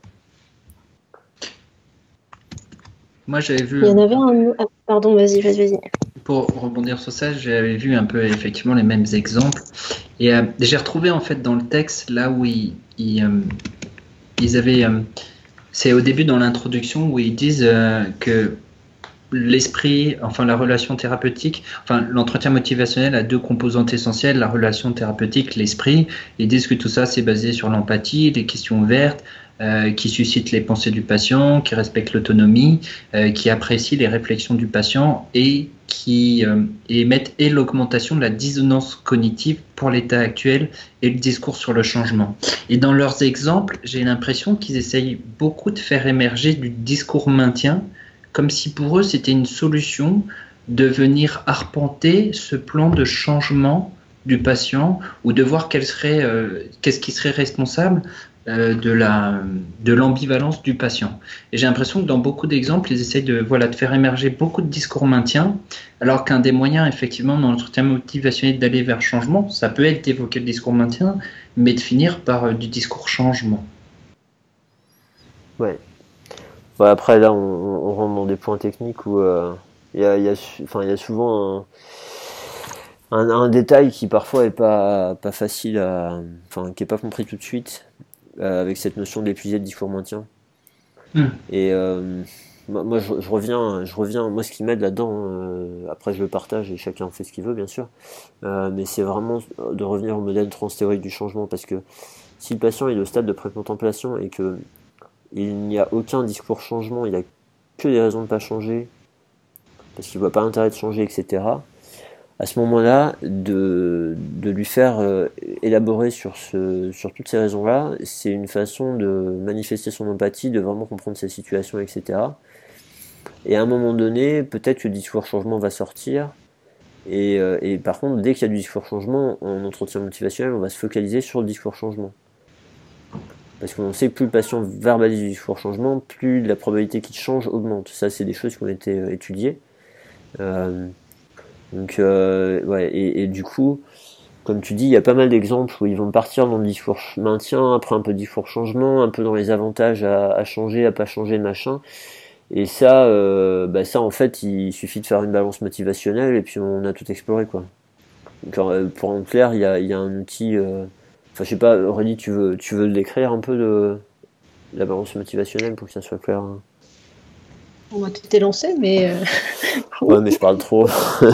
Moi, j'avais vu. Il y en avait un. Ah, pardon, vas-y. Pour rebondir sur ça, j'avais vu un peu effectivement les mêmes exemples. Et j'ai retrouvé en fait dans le texte là où ils avaient. C'est au début dans l'introduction où ils disent que l'esprit, enfin la relation thérapeutique, enfin l'entretien motivationnel a deux composantes essentielles, la relation thérapeutique, l'esprit. Ils disent que tout ça c'est basé sur l'empathie, les questions ouvertes, qui suscitent les pensées du patient, qui respectent l'autonomie, qui apprécient les réflexions du patient et qui émettent et l'augmentation de la dissonance cognitive pour l'état actuel et le discours sur le changement. Et dans leurs exemples, j'ai l'impression qu'ils essayent beaucoup de faire émerger du discours maintien, comme si pour eux c'était une solution de venir arpenter ce plan de changement du patient ou de voir qu'est-ce qui serait responsable de l'ambivalence du patient. Et j'ai l'impression que dans beaucoup d'exemples, ils essayent de faire émerger beaucoup de discours maintien, alors qu'un des moyens, effectivement, dans l'entretien motivationnel d'aller vers le changement, ça peut être d'évoquer le discours maintien, mais de finir par du discours changement. Ouais. Ouais, après, là, on rentre dans des points techniques où il y a souvent un détail qui parfois est pas facile qui est pas compris tout de suite. Avec cette notion d'épuiser le discours maintien. Et moi je reviens, moi ce qui m'aide là-dedans, après je le partage et chacun fait ce qu'il veut bien sûr, mais c'est vraiment de revenir au modèle transthéorique du changement, parce que si le patient est au stade de pré-contemplation et que il n'y a aucun discours changement, il a que des raisons de pas changer, parce qu'il voit pas l'intérêt de changer, etc., à ce moment-là, de lui faire élaborer sur toutes ces raisons-là, c'est une façon de manifester son empathie, de vraiment comprendre sa situation, etc. Et à un moment donné, peut-être que le discours changement va sortir, et par contre, dès qu'il y a du discours changement, en entretien motivationnel, on va se focaliser sur le discours changement. Parce qu'on sait que plus le patient verbalise du discours changement, plus la probabilité qu'il change augmente. Ça, c'est des choses qui ont été étudiées. Donc, et du coup, comme tu dis, il y a pas mal d'exemples où ils vont partir dans le discours maintien, après un peu de discours changement, un peu dans les avantages à changer, à pas changer, machin. Et ça, en fait, il suffit de faire une balance motivationnelle et puis on a tout exploré, quoi. Donc, pour en clair, il y a un outil. Enfin, je sais pas, Aurélie, tu veux le décrire un peu de la balance motivationnelle pour que ça soit clair, hein. On va tout élancer, mais. Ouais, mais je parle trop.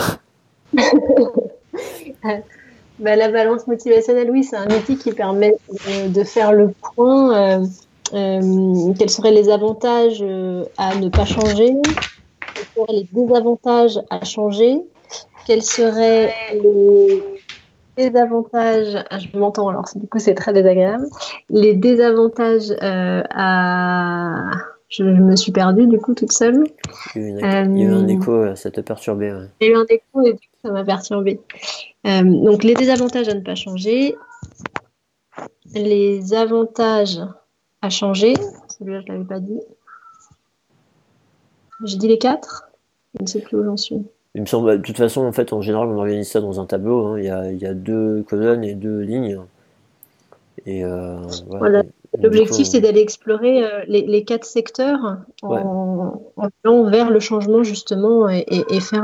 La balance motivationnelle, oui, c'est un outil qui permet de faire le point. Quels seraient les avantages à ne pas changer? Quels seraient les désavantages à changer? Quels seraient les désavantages? Je m'entends, alors du coup c'est très désagréable. Les désavantages à... Je me suis perdue du coup toute seule. Il y a eu un écho, ça t'a perturbé. Ouais. Il y a eu un écho et du coup ça m'a perturbée. Donc les désavantages à ne pas changer, les avantages à changer, celui-là je ne l'avais pas dit. J'ai dit les 4, je ne sais plus où j'en suis. Il me semble, de toute façon, en fait, en général, on organise ça dans un tableau, hein. Il y a 2 colonnes et 2 lignes. Et voilà. Voilà. Et du coup, L'objectif, c'est d'aller explorer les 4 secteurs ouais, en allant vers le changement, justement, et faire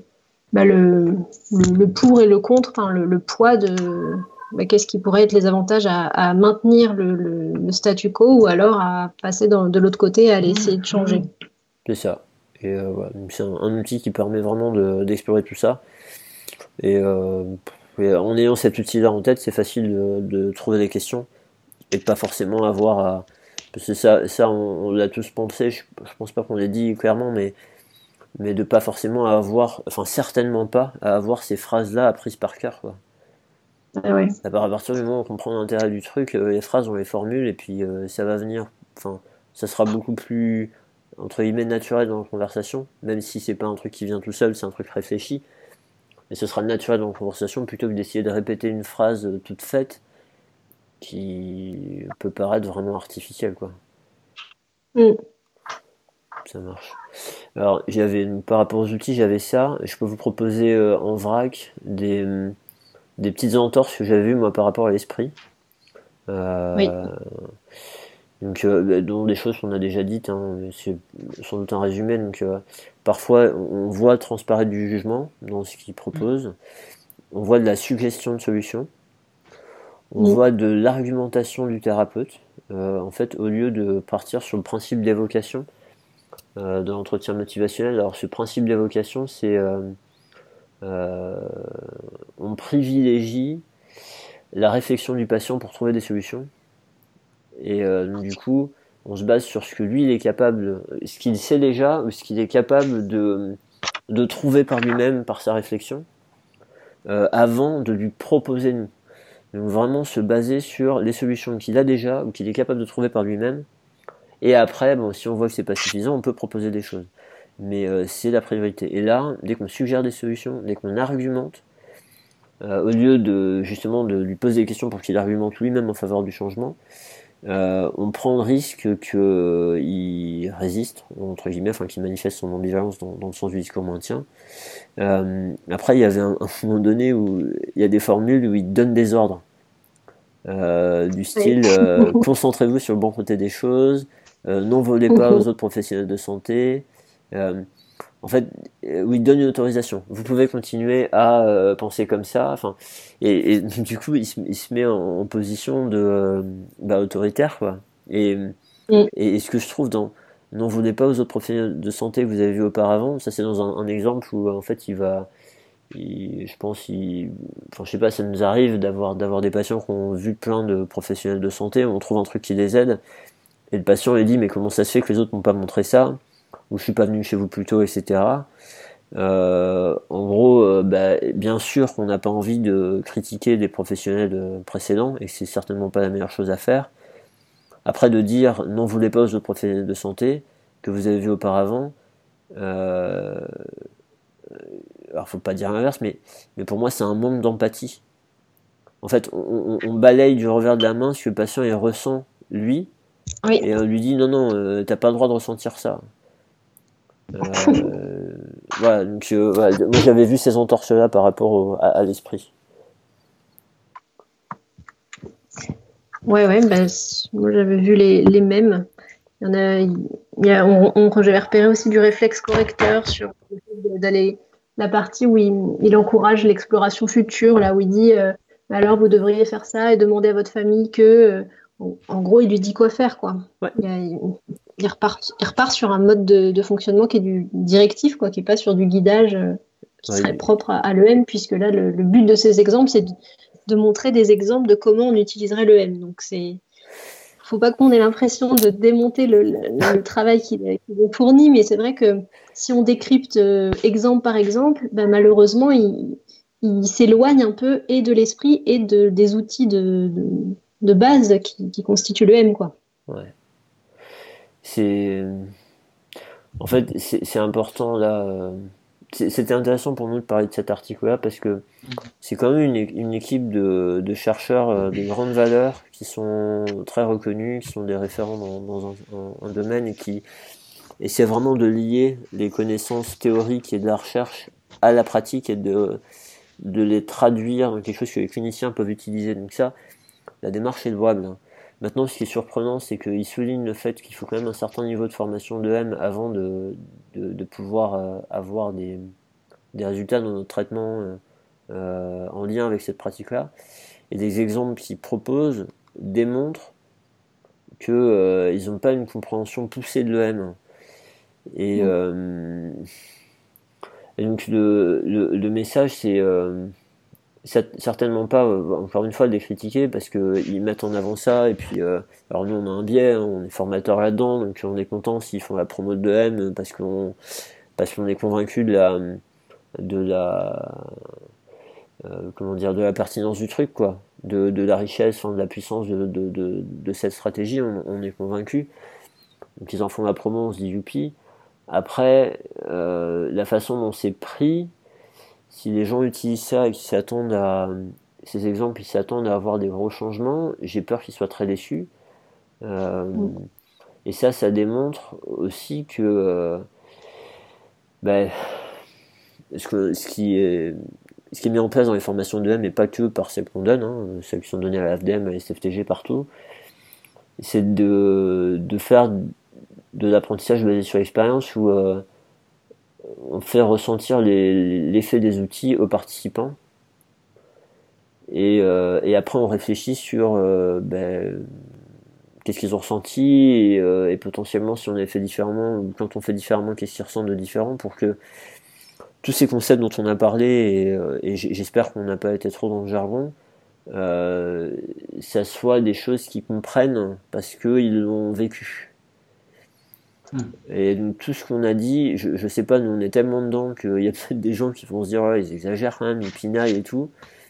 le pour et le contre, enfin, le poids de qu'est-ce qui pourrait être les avantages à maintenir le statu quo ou alors à passer de l'autre côté à aller essayer de changer. c'est ça. Et voilà. Donc, c'est un outil qui permet vraiment d'explorer tout ça. Et, en ayant cet outil-là en tête, c'est facile de trouver des questions et de pas forcément avoir à. Parce que ça on l'a tous pensé, je pense pas qu'on l'ait dit clairement, mais de pas forcément avoir, enfin certainement pas à avoir ces phrases-là apprises par cœur, quoi. Ah ouais. À partir du moment où on comprend l'intérêt du truc, les phrases on les formule et puis ça va venir, enfin ça sera beaucoup plus entre guillemets naturel dans la conversation, même si c'est pas un truc qui vient tout seul, c'est un truc réfléchi, et ce sera naturel dans la conversation plutôt que d'essayer de répéter une phrase toute faite qui peut paraître vraiment artificielle, quoi. Mm. Ça marche. Alors, par rapport aux outils, j'avais ça. Je peux vous proposer en vrac des petites entorses que j'avais vues, moi, par rapport à l'esprit. Oui. Donc, dont des choses qu'on a déjà dites, hein, c'est sans doute un résumé. Donc, parfois, on voit transparaître du jugement dans ce qu'il propose. On voit de la suggestion de solution. On voit de l'argumentation du thérapeute. En fait, au lieu de partir sur le principe d'évocation de l'entretien motivationnel. Alors, ce principe d'évocation, c'est on privilégie la réflexion du patient pour trouver des solutions. Et donc, du coup, on se base sur ce que lui il est capable, ce qu'il sait déjà, ou ce qu'il est capable de trouver par lui-même, par sa réflexion, avant de lui proposer nous. Donc vraiment se baser sur les solutions qu'il a déjà, ou qu'il est capable de trouver par lui-même. Et après, bon, si on voit que c'est pas suffisant, on peut proposer des choses. Mais c'est la priorité. Et là, dès qu'on suggère des solutions, dès qu'on argumente, au lieu justement de lui poser des questions pour qu'il argumente lui-même en faveur du changement, on prend le risque qu'il résiste, entre guillemets, enfin qu'il manifeste son ambivalence dans le sens du discours maintien. Après, il y avait un moment donné où il y a des formules où il donne des ordres. Du style concentrez-vous sur le bon côté des choses, n'en volez pas aux autres professionnels de santé. En fait, où il donne une autorisation. Vous pouvez continuer à penser comme ça. Enfin, et du coup, il se met en position de autoritaire, quoi. Et ce que je trouve dans n'en voulez pas aux autres professionnels de santé que vous avez vu auparavant, ça c'est dans un exemple où en fait je pense, enfin je sais pas, ça nous arrive d'avoir des patients qui ont vu plein de professionnels de santé, on trouve un truc qui les aide, et le patient il dit mais comment ça se fait que les autres m'ont pas montré ça, ou je suis pas venu chez vous plus tôt, etc. En gros, bien sûr qu'on n'a pas envie de critiquer des professionnels précédents, et que c'est certainement pas la meilleure chose à faire. Après, de dire n'en voulez pas aux autres professionnels de santé que vous avez vu auparavant, alors faut pas dire l'inverse, mais pour moi c'est un manque d'empathie. En fait, on balaye du revers de la main ce que le patient il ressent lui, Oui. et on lui dit non, t'as pas le droit de ressentir ça. Voilà, donc voilà, moi j'avais vu ces entorses-là par rapport à l'esprit. Ouais, moi j'avais vu les mêmes. Il y en a, j'avais repéré aussi du réflexe correcteur sur d'aller la partie où il encourage l'exploration future, là où il dit alors vous devriez faire ça et demander à votre famille que. En gros, il lui dit quoi faire, quoi. Ouais. Il repart sur un mode de fonctionnement qui est du directif, quoi, qui n'est pas sur du guidage qui serait propre à l'EM, puisque là, le but de ces exemples, c'est de montrer des exemples de comment on utiliserait l'EM. Donc, faut pas qu'on ait l'impression de démonter le travail qu'ils ont fourni, mais c'est vrai que si on décrypte exemple par exemple, malheureusement, il s'éloigne un peu et de l'esprit et des outils de base qui constituent l'EM, quoi. Ouais. En fait, c'est important là. C'était intéressant pour nous de parler de cet article-là parce que c'est quand même une équipe de chercheurs de grande valeur qui sont très reconnus, qui sont des référents dans un domaine et qui essaient vraiment de lier les connaissances théoriques et de la recherche à la pratique et de les traduire dans quelque chose que les cliniciens peuvent utiliser. Donc ça, la démarche est louable. Maintenant, ce qui est surprenant, c'est qu'il souligne le fait qu'il faut quand même un certain niveau de formation de M avant de pouvoir avoir des résultats dans notre traitement en lien avec cette pratique-là. Et des exemples qu'il propose démontrent qu'ils n'ont pas une compréhension poussée de l'EM. Et donc le message, c'est certainement pas, encore une fois, de les critiquer parce qu'ils mettent en avant ça. Et puis, alors nous, on a un biais, on est formateur là-dedans, donc on est content s'ils font la promo de l'EM parce qu'on est convaincu de la pertinence du truc, quoi, de la richesse, de la puissance de cette stratégie. On est convaincu. Donc ils en font la promo, on se dit youpi. Après, la façon dont c'est pris, si les gens utilisent ça et qu'ils s'attendent à ces exemples, ils s'attendent à avoir des gros changements, j'ai peur qu'ils soient très déçus. Et ça démontre aussi que ce qui est mis en place dans les formations de l'EM, et pas que par celles qu'on donne, celles qui sont données à la FDM, à la SFTG, partout, c'est de faire de l'apprentissage basé sur l'expérience où on fait ressentir l'effet des outils aux participants et après on réfléchit sur qu'est-ce qu'ils ont ressenti et potentiellement si on avait fait différemment ou quand on fait différemment qu'est-ce qu'ils ressentent de différent pour que tous ces concepts dont on a parlé et j'espère qu'on n'a pas été trop dans le jargon, ça soit des choses qu'ils comprennent parce qu'ils l'ont vécu. Et donc tout ce qu'on a dit, je sais pas, nous on est tellement dedans qu'il y a peut-être des gens qui vont se dire ouais, ils exagèrent quand même, ils pinaillent et tout.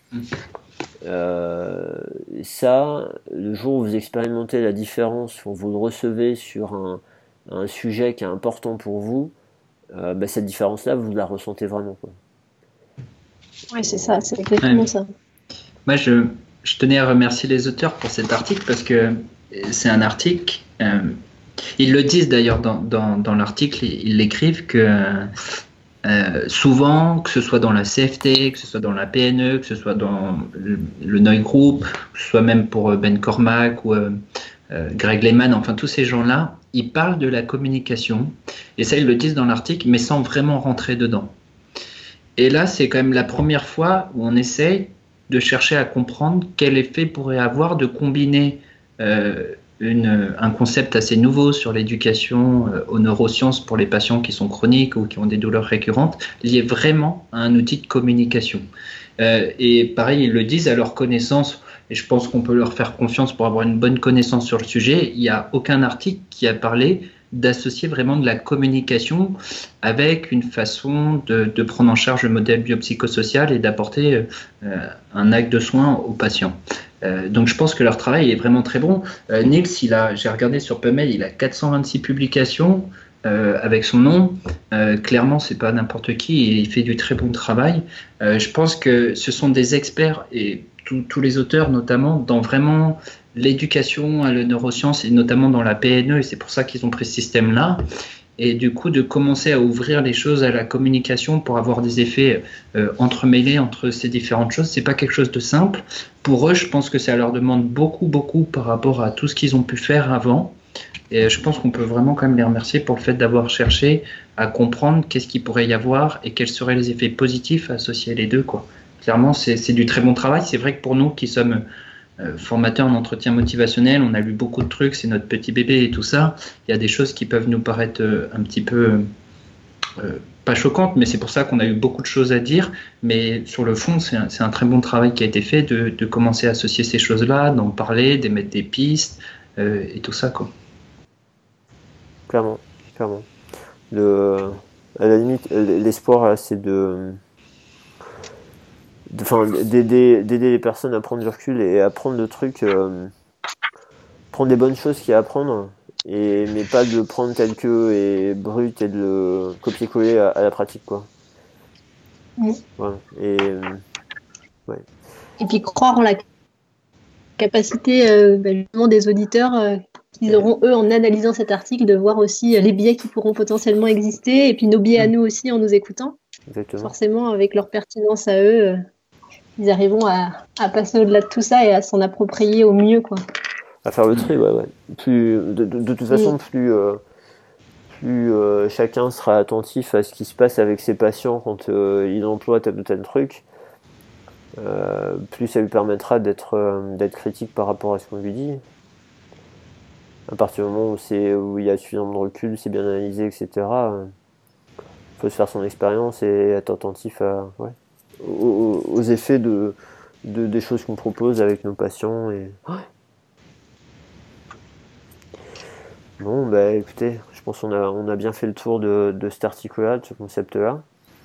Ça, le jour où vous expérimentez la différence, où vous le recevez sur un sujet qui est important pour vous, cette différence-là, vous la ressentez vraiment, quoi. Oui, c'est ça, c'est exactement ça. Moi, je tenais à remercier les auteurs pour cet article parce que c'est un article. Ils le disent d'ailleurs dans l'article, ils l'écrivent que souvent, que ce soit dans la CFT, que ce soit dans la PNE, que ce soit dans le Neue Group, que ce soit même pour Ben Cormack ou Greg Lehman, enfin tous ces gens-là, ils parlent de la communication, et ça ils le disent dans l'article, mais sans vraiment rentrer dedans. Et là, c'est quand même la première fois où on essaye de chercher à comprendre quel effet pourrait avoir de combiner un concept assez nouveau sur l'éducation aux neurosciences pour les patients qui sont chroniques ou qui ont des douleurs récurrentes, lié vraiment à un outil de communication. Et pareil, ils le disent à leur connaissance, et je pense qu'on peut leur faire confiance pour avoir une bonne connaissance sur le sujet, il n'y a aucun article qui a parlé d'associer vraiment de la communication avec une façon de prendre en charge le modèle biopsychosocial et d'apporter un acte de soin aux patients. Donc je pense que leur travail est vraiment très bon. Niels, j'ai regardé sur PubMed, il a 426 publications avec son nom. Clairement, c'est pas n'importe qui et il fait du très bon travail. Je pense que ce sont des experts et tous les auteurs notamment dans vraiment l'éducation à la neuroscience et notamment dans la PNE, et c'est pour ça qu'ils ont pris ce système-là. Et du coup, de commencer à ouvrir les choses à la communication pour avoir des effets entremêlés entre ces différentes choses, c'est pas quelque chose de simple. Pour eux, je pense que ça leur demande beaucoup, beaucoup par rapport à tout ce qu'ils ont pu faire avant. Et je pense qu'on peut vraiment quand même les remercier pour le fait d'avoir cherché à comprendre qu'est-ce qu'il pourrait y avoir et quels seraient les effets positifs associés à les deux, quoi. Clairement, c'est du très bon travail. C'est vrai que pour nous qui sommes formateur en entretien motivationnel, on a lu beaucoup de trucs, c'est notre petit bébé et tout ça. Il y a des choses qui peuvent nous paraître un petit peu pas choquantes, mais c'est pour ça qu'on a eu beaucoup de choses à dire. Mais sur le fond, c'est un très bon travail qui a été fait de commencer à associer ces choses-là, d'en parler, d'émettre des pistes et tout ça, quoi. Clairement. À la limite, l'espoir, c'est d'aider les personnes à prendre du recul et à prendre le truc, prendre des bonnes choses qu'il y a à apprendre, mais pas de le prendre tel que et brut et de le copier-coller à la pratique, quoi. Voilà. Et puis croire en la capacité justement des auditeurs qu'ils auront, eux, en analysant cet article, de voir aussi les biais qui pourront potentiellement exister, et puis nos biais à nous aussi en nous écoutant. Exactement. Forcément, avec leur pertinence à eux, ils arriveront à passer au-delà de tout ça et à s'en approprier au mieux, quoi. À faire le tri, ouais. De toute façon, plus chacun sera attentif à ce qui se passe avec ses patients quand il emploie tel ou tel truc, plus ça lui permettra d'être critique par rapport à ce qu'on lui dit. À partir du moment où il y a suffisamment de recul, c'est bien analysé, etc., il faut se faire son expérience et être attentif aux effets des choses qu'on propose avec nos patients. Bon, bah écoutez, je pense qu'on a bien fait le tour de cet article-là, de ce concept-là.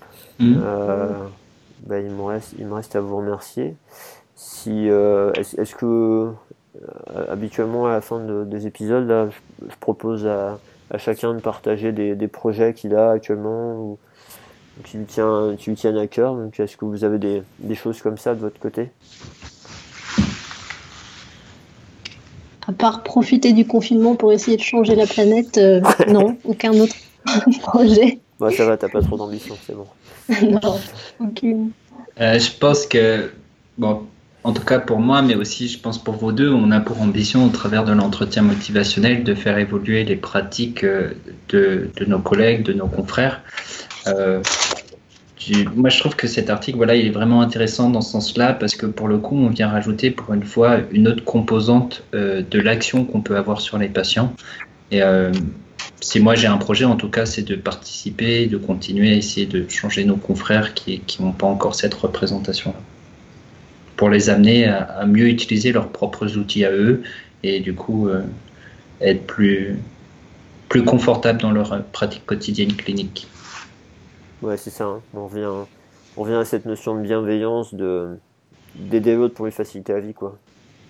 Bah, il me reste à vous remercier. Est-ce que habituellement à la fin des épisodes, là, je propose à chacun de partager des projets qu'il a actuellement ou qui lui tiennent à cœur. Donc, est-ce que vous avez des choses comme ça de votre côté? À part profiter du confinement pour essayer de changer la planète, non, aucun autre projet. Bah, ça va, t'as pas trop d'ambition, c'est bon. Non, aucune. Je pense que, bon, en tout cas pour moi, mais aussi je pense pour vous deux, on a pour ambition au travers de l'entretien motivationnel de faire évoluer les pratiques de nos collègues, de nos confrères. Moi je trouve que cet article, voilà, il est vraiment intéressant dans ce sens-là parce que pour le coup, on vient rajouter pour une fois une autre composante de l'action qu'on peut avoir sur les patients. Et si moi j'ai un projet, en tout cas, c'est de participer, de continuer à essayer de changer nos confrères qui n'ont pas encore cette représentation-là, pour les amener à mieux utiliser leurs propres outils à eux et du coup être plus confortables dans leur pratique quotidienne clinique. Ouais, c'est ça. Hein. On revient à cette notion de bienveillance, d'aider l'autre pour lui faciliter la vie, quoi.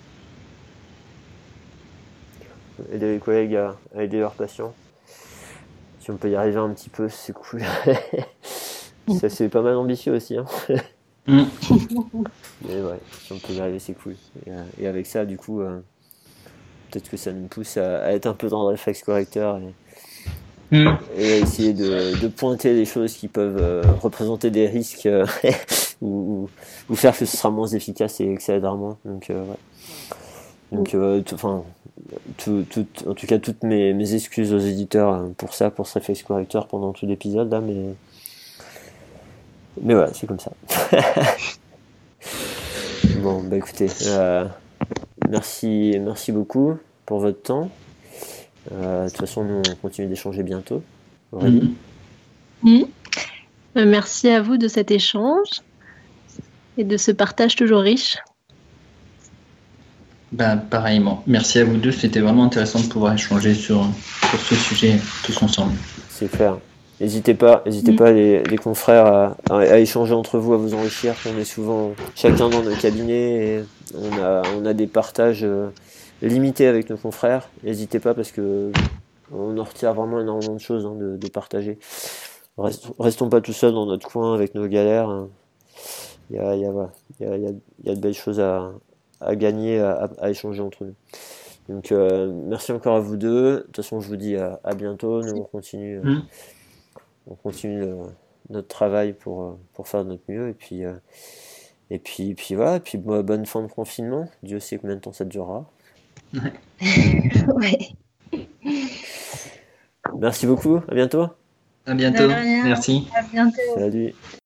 Aider les collègues à aider leurs patients. Si on peut y arriver un petit peu, c'est cool. Ça, c'est pas mal ambitieux aussi. Hein. Mais ouais, si on peut y arriver, c'est cool. Et avec ça, du coup, peut-être que ça nous pousse à être un peu dans le réflexe correcteur et à essayer de pointer les choses qui peuvent représenter des risques ou faire que ce sera moins efficace et que ça aidera moins. Donc, ouais. Donc, en tout cas, toutes mes excuses aux éditeurs pour ce réflexe correcteur pendant tout l'épisode là, mais voilà, c'est comme ça. Bon, bah écoutez, merci beaucoup pour votre temps. De toute façon, nous on continue d'échanger bientôt. Aurélie. Merci à vous de cet échange et de ce partage toujours riche. Ben, pareillement. Merci à vous deux. C'était vraiment intéressant de pouvoir échanger sur ce sujet tous ensemble. C'est clair. N'hésitez pas les confrères à échanger entre vous, à vous enrichir. On est souvent chacun dans nos cabinets et on a des partages limités avec nos confrères. N'hésitez pas parce que on en retire vraiment énormément de choses de partager. Restons pas tout seuls dans notre coin avec nos galères. Il y a de belles choses à gagner, à échanger entre nous. Donc merci encore à vous deux. De toute façon, je vous dis à bientôt. Nous on continue notre travail pour faire de notre mieux et puis voilà. Et puis bonne fin de confinement. Dieu sait combien de temps ça durera. Ouais. Merci beaucoup. À bientôt. À bientôt. Merci. À bientôt. Salut.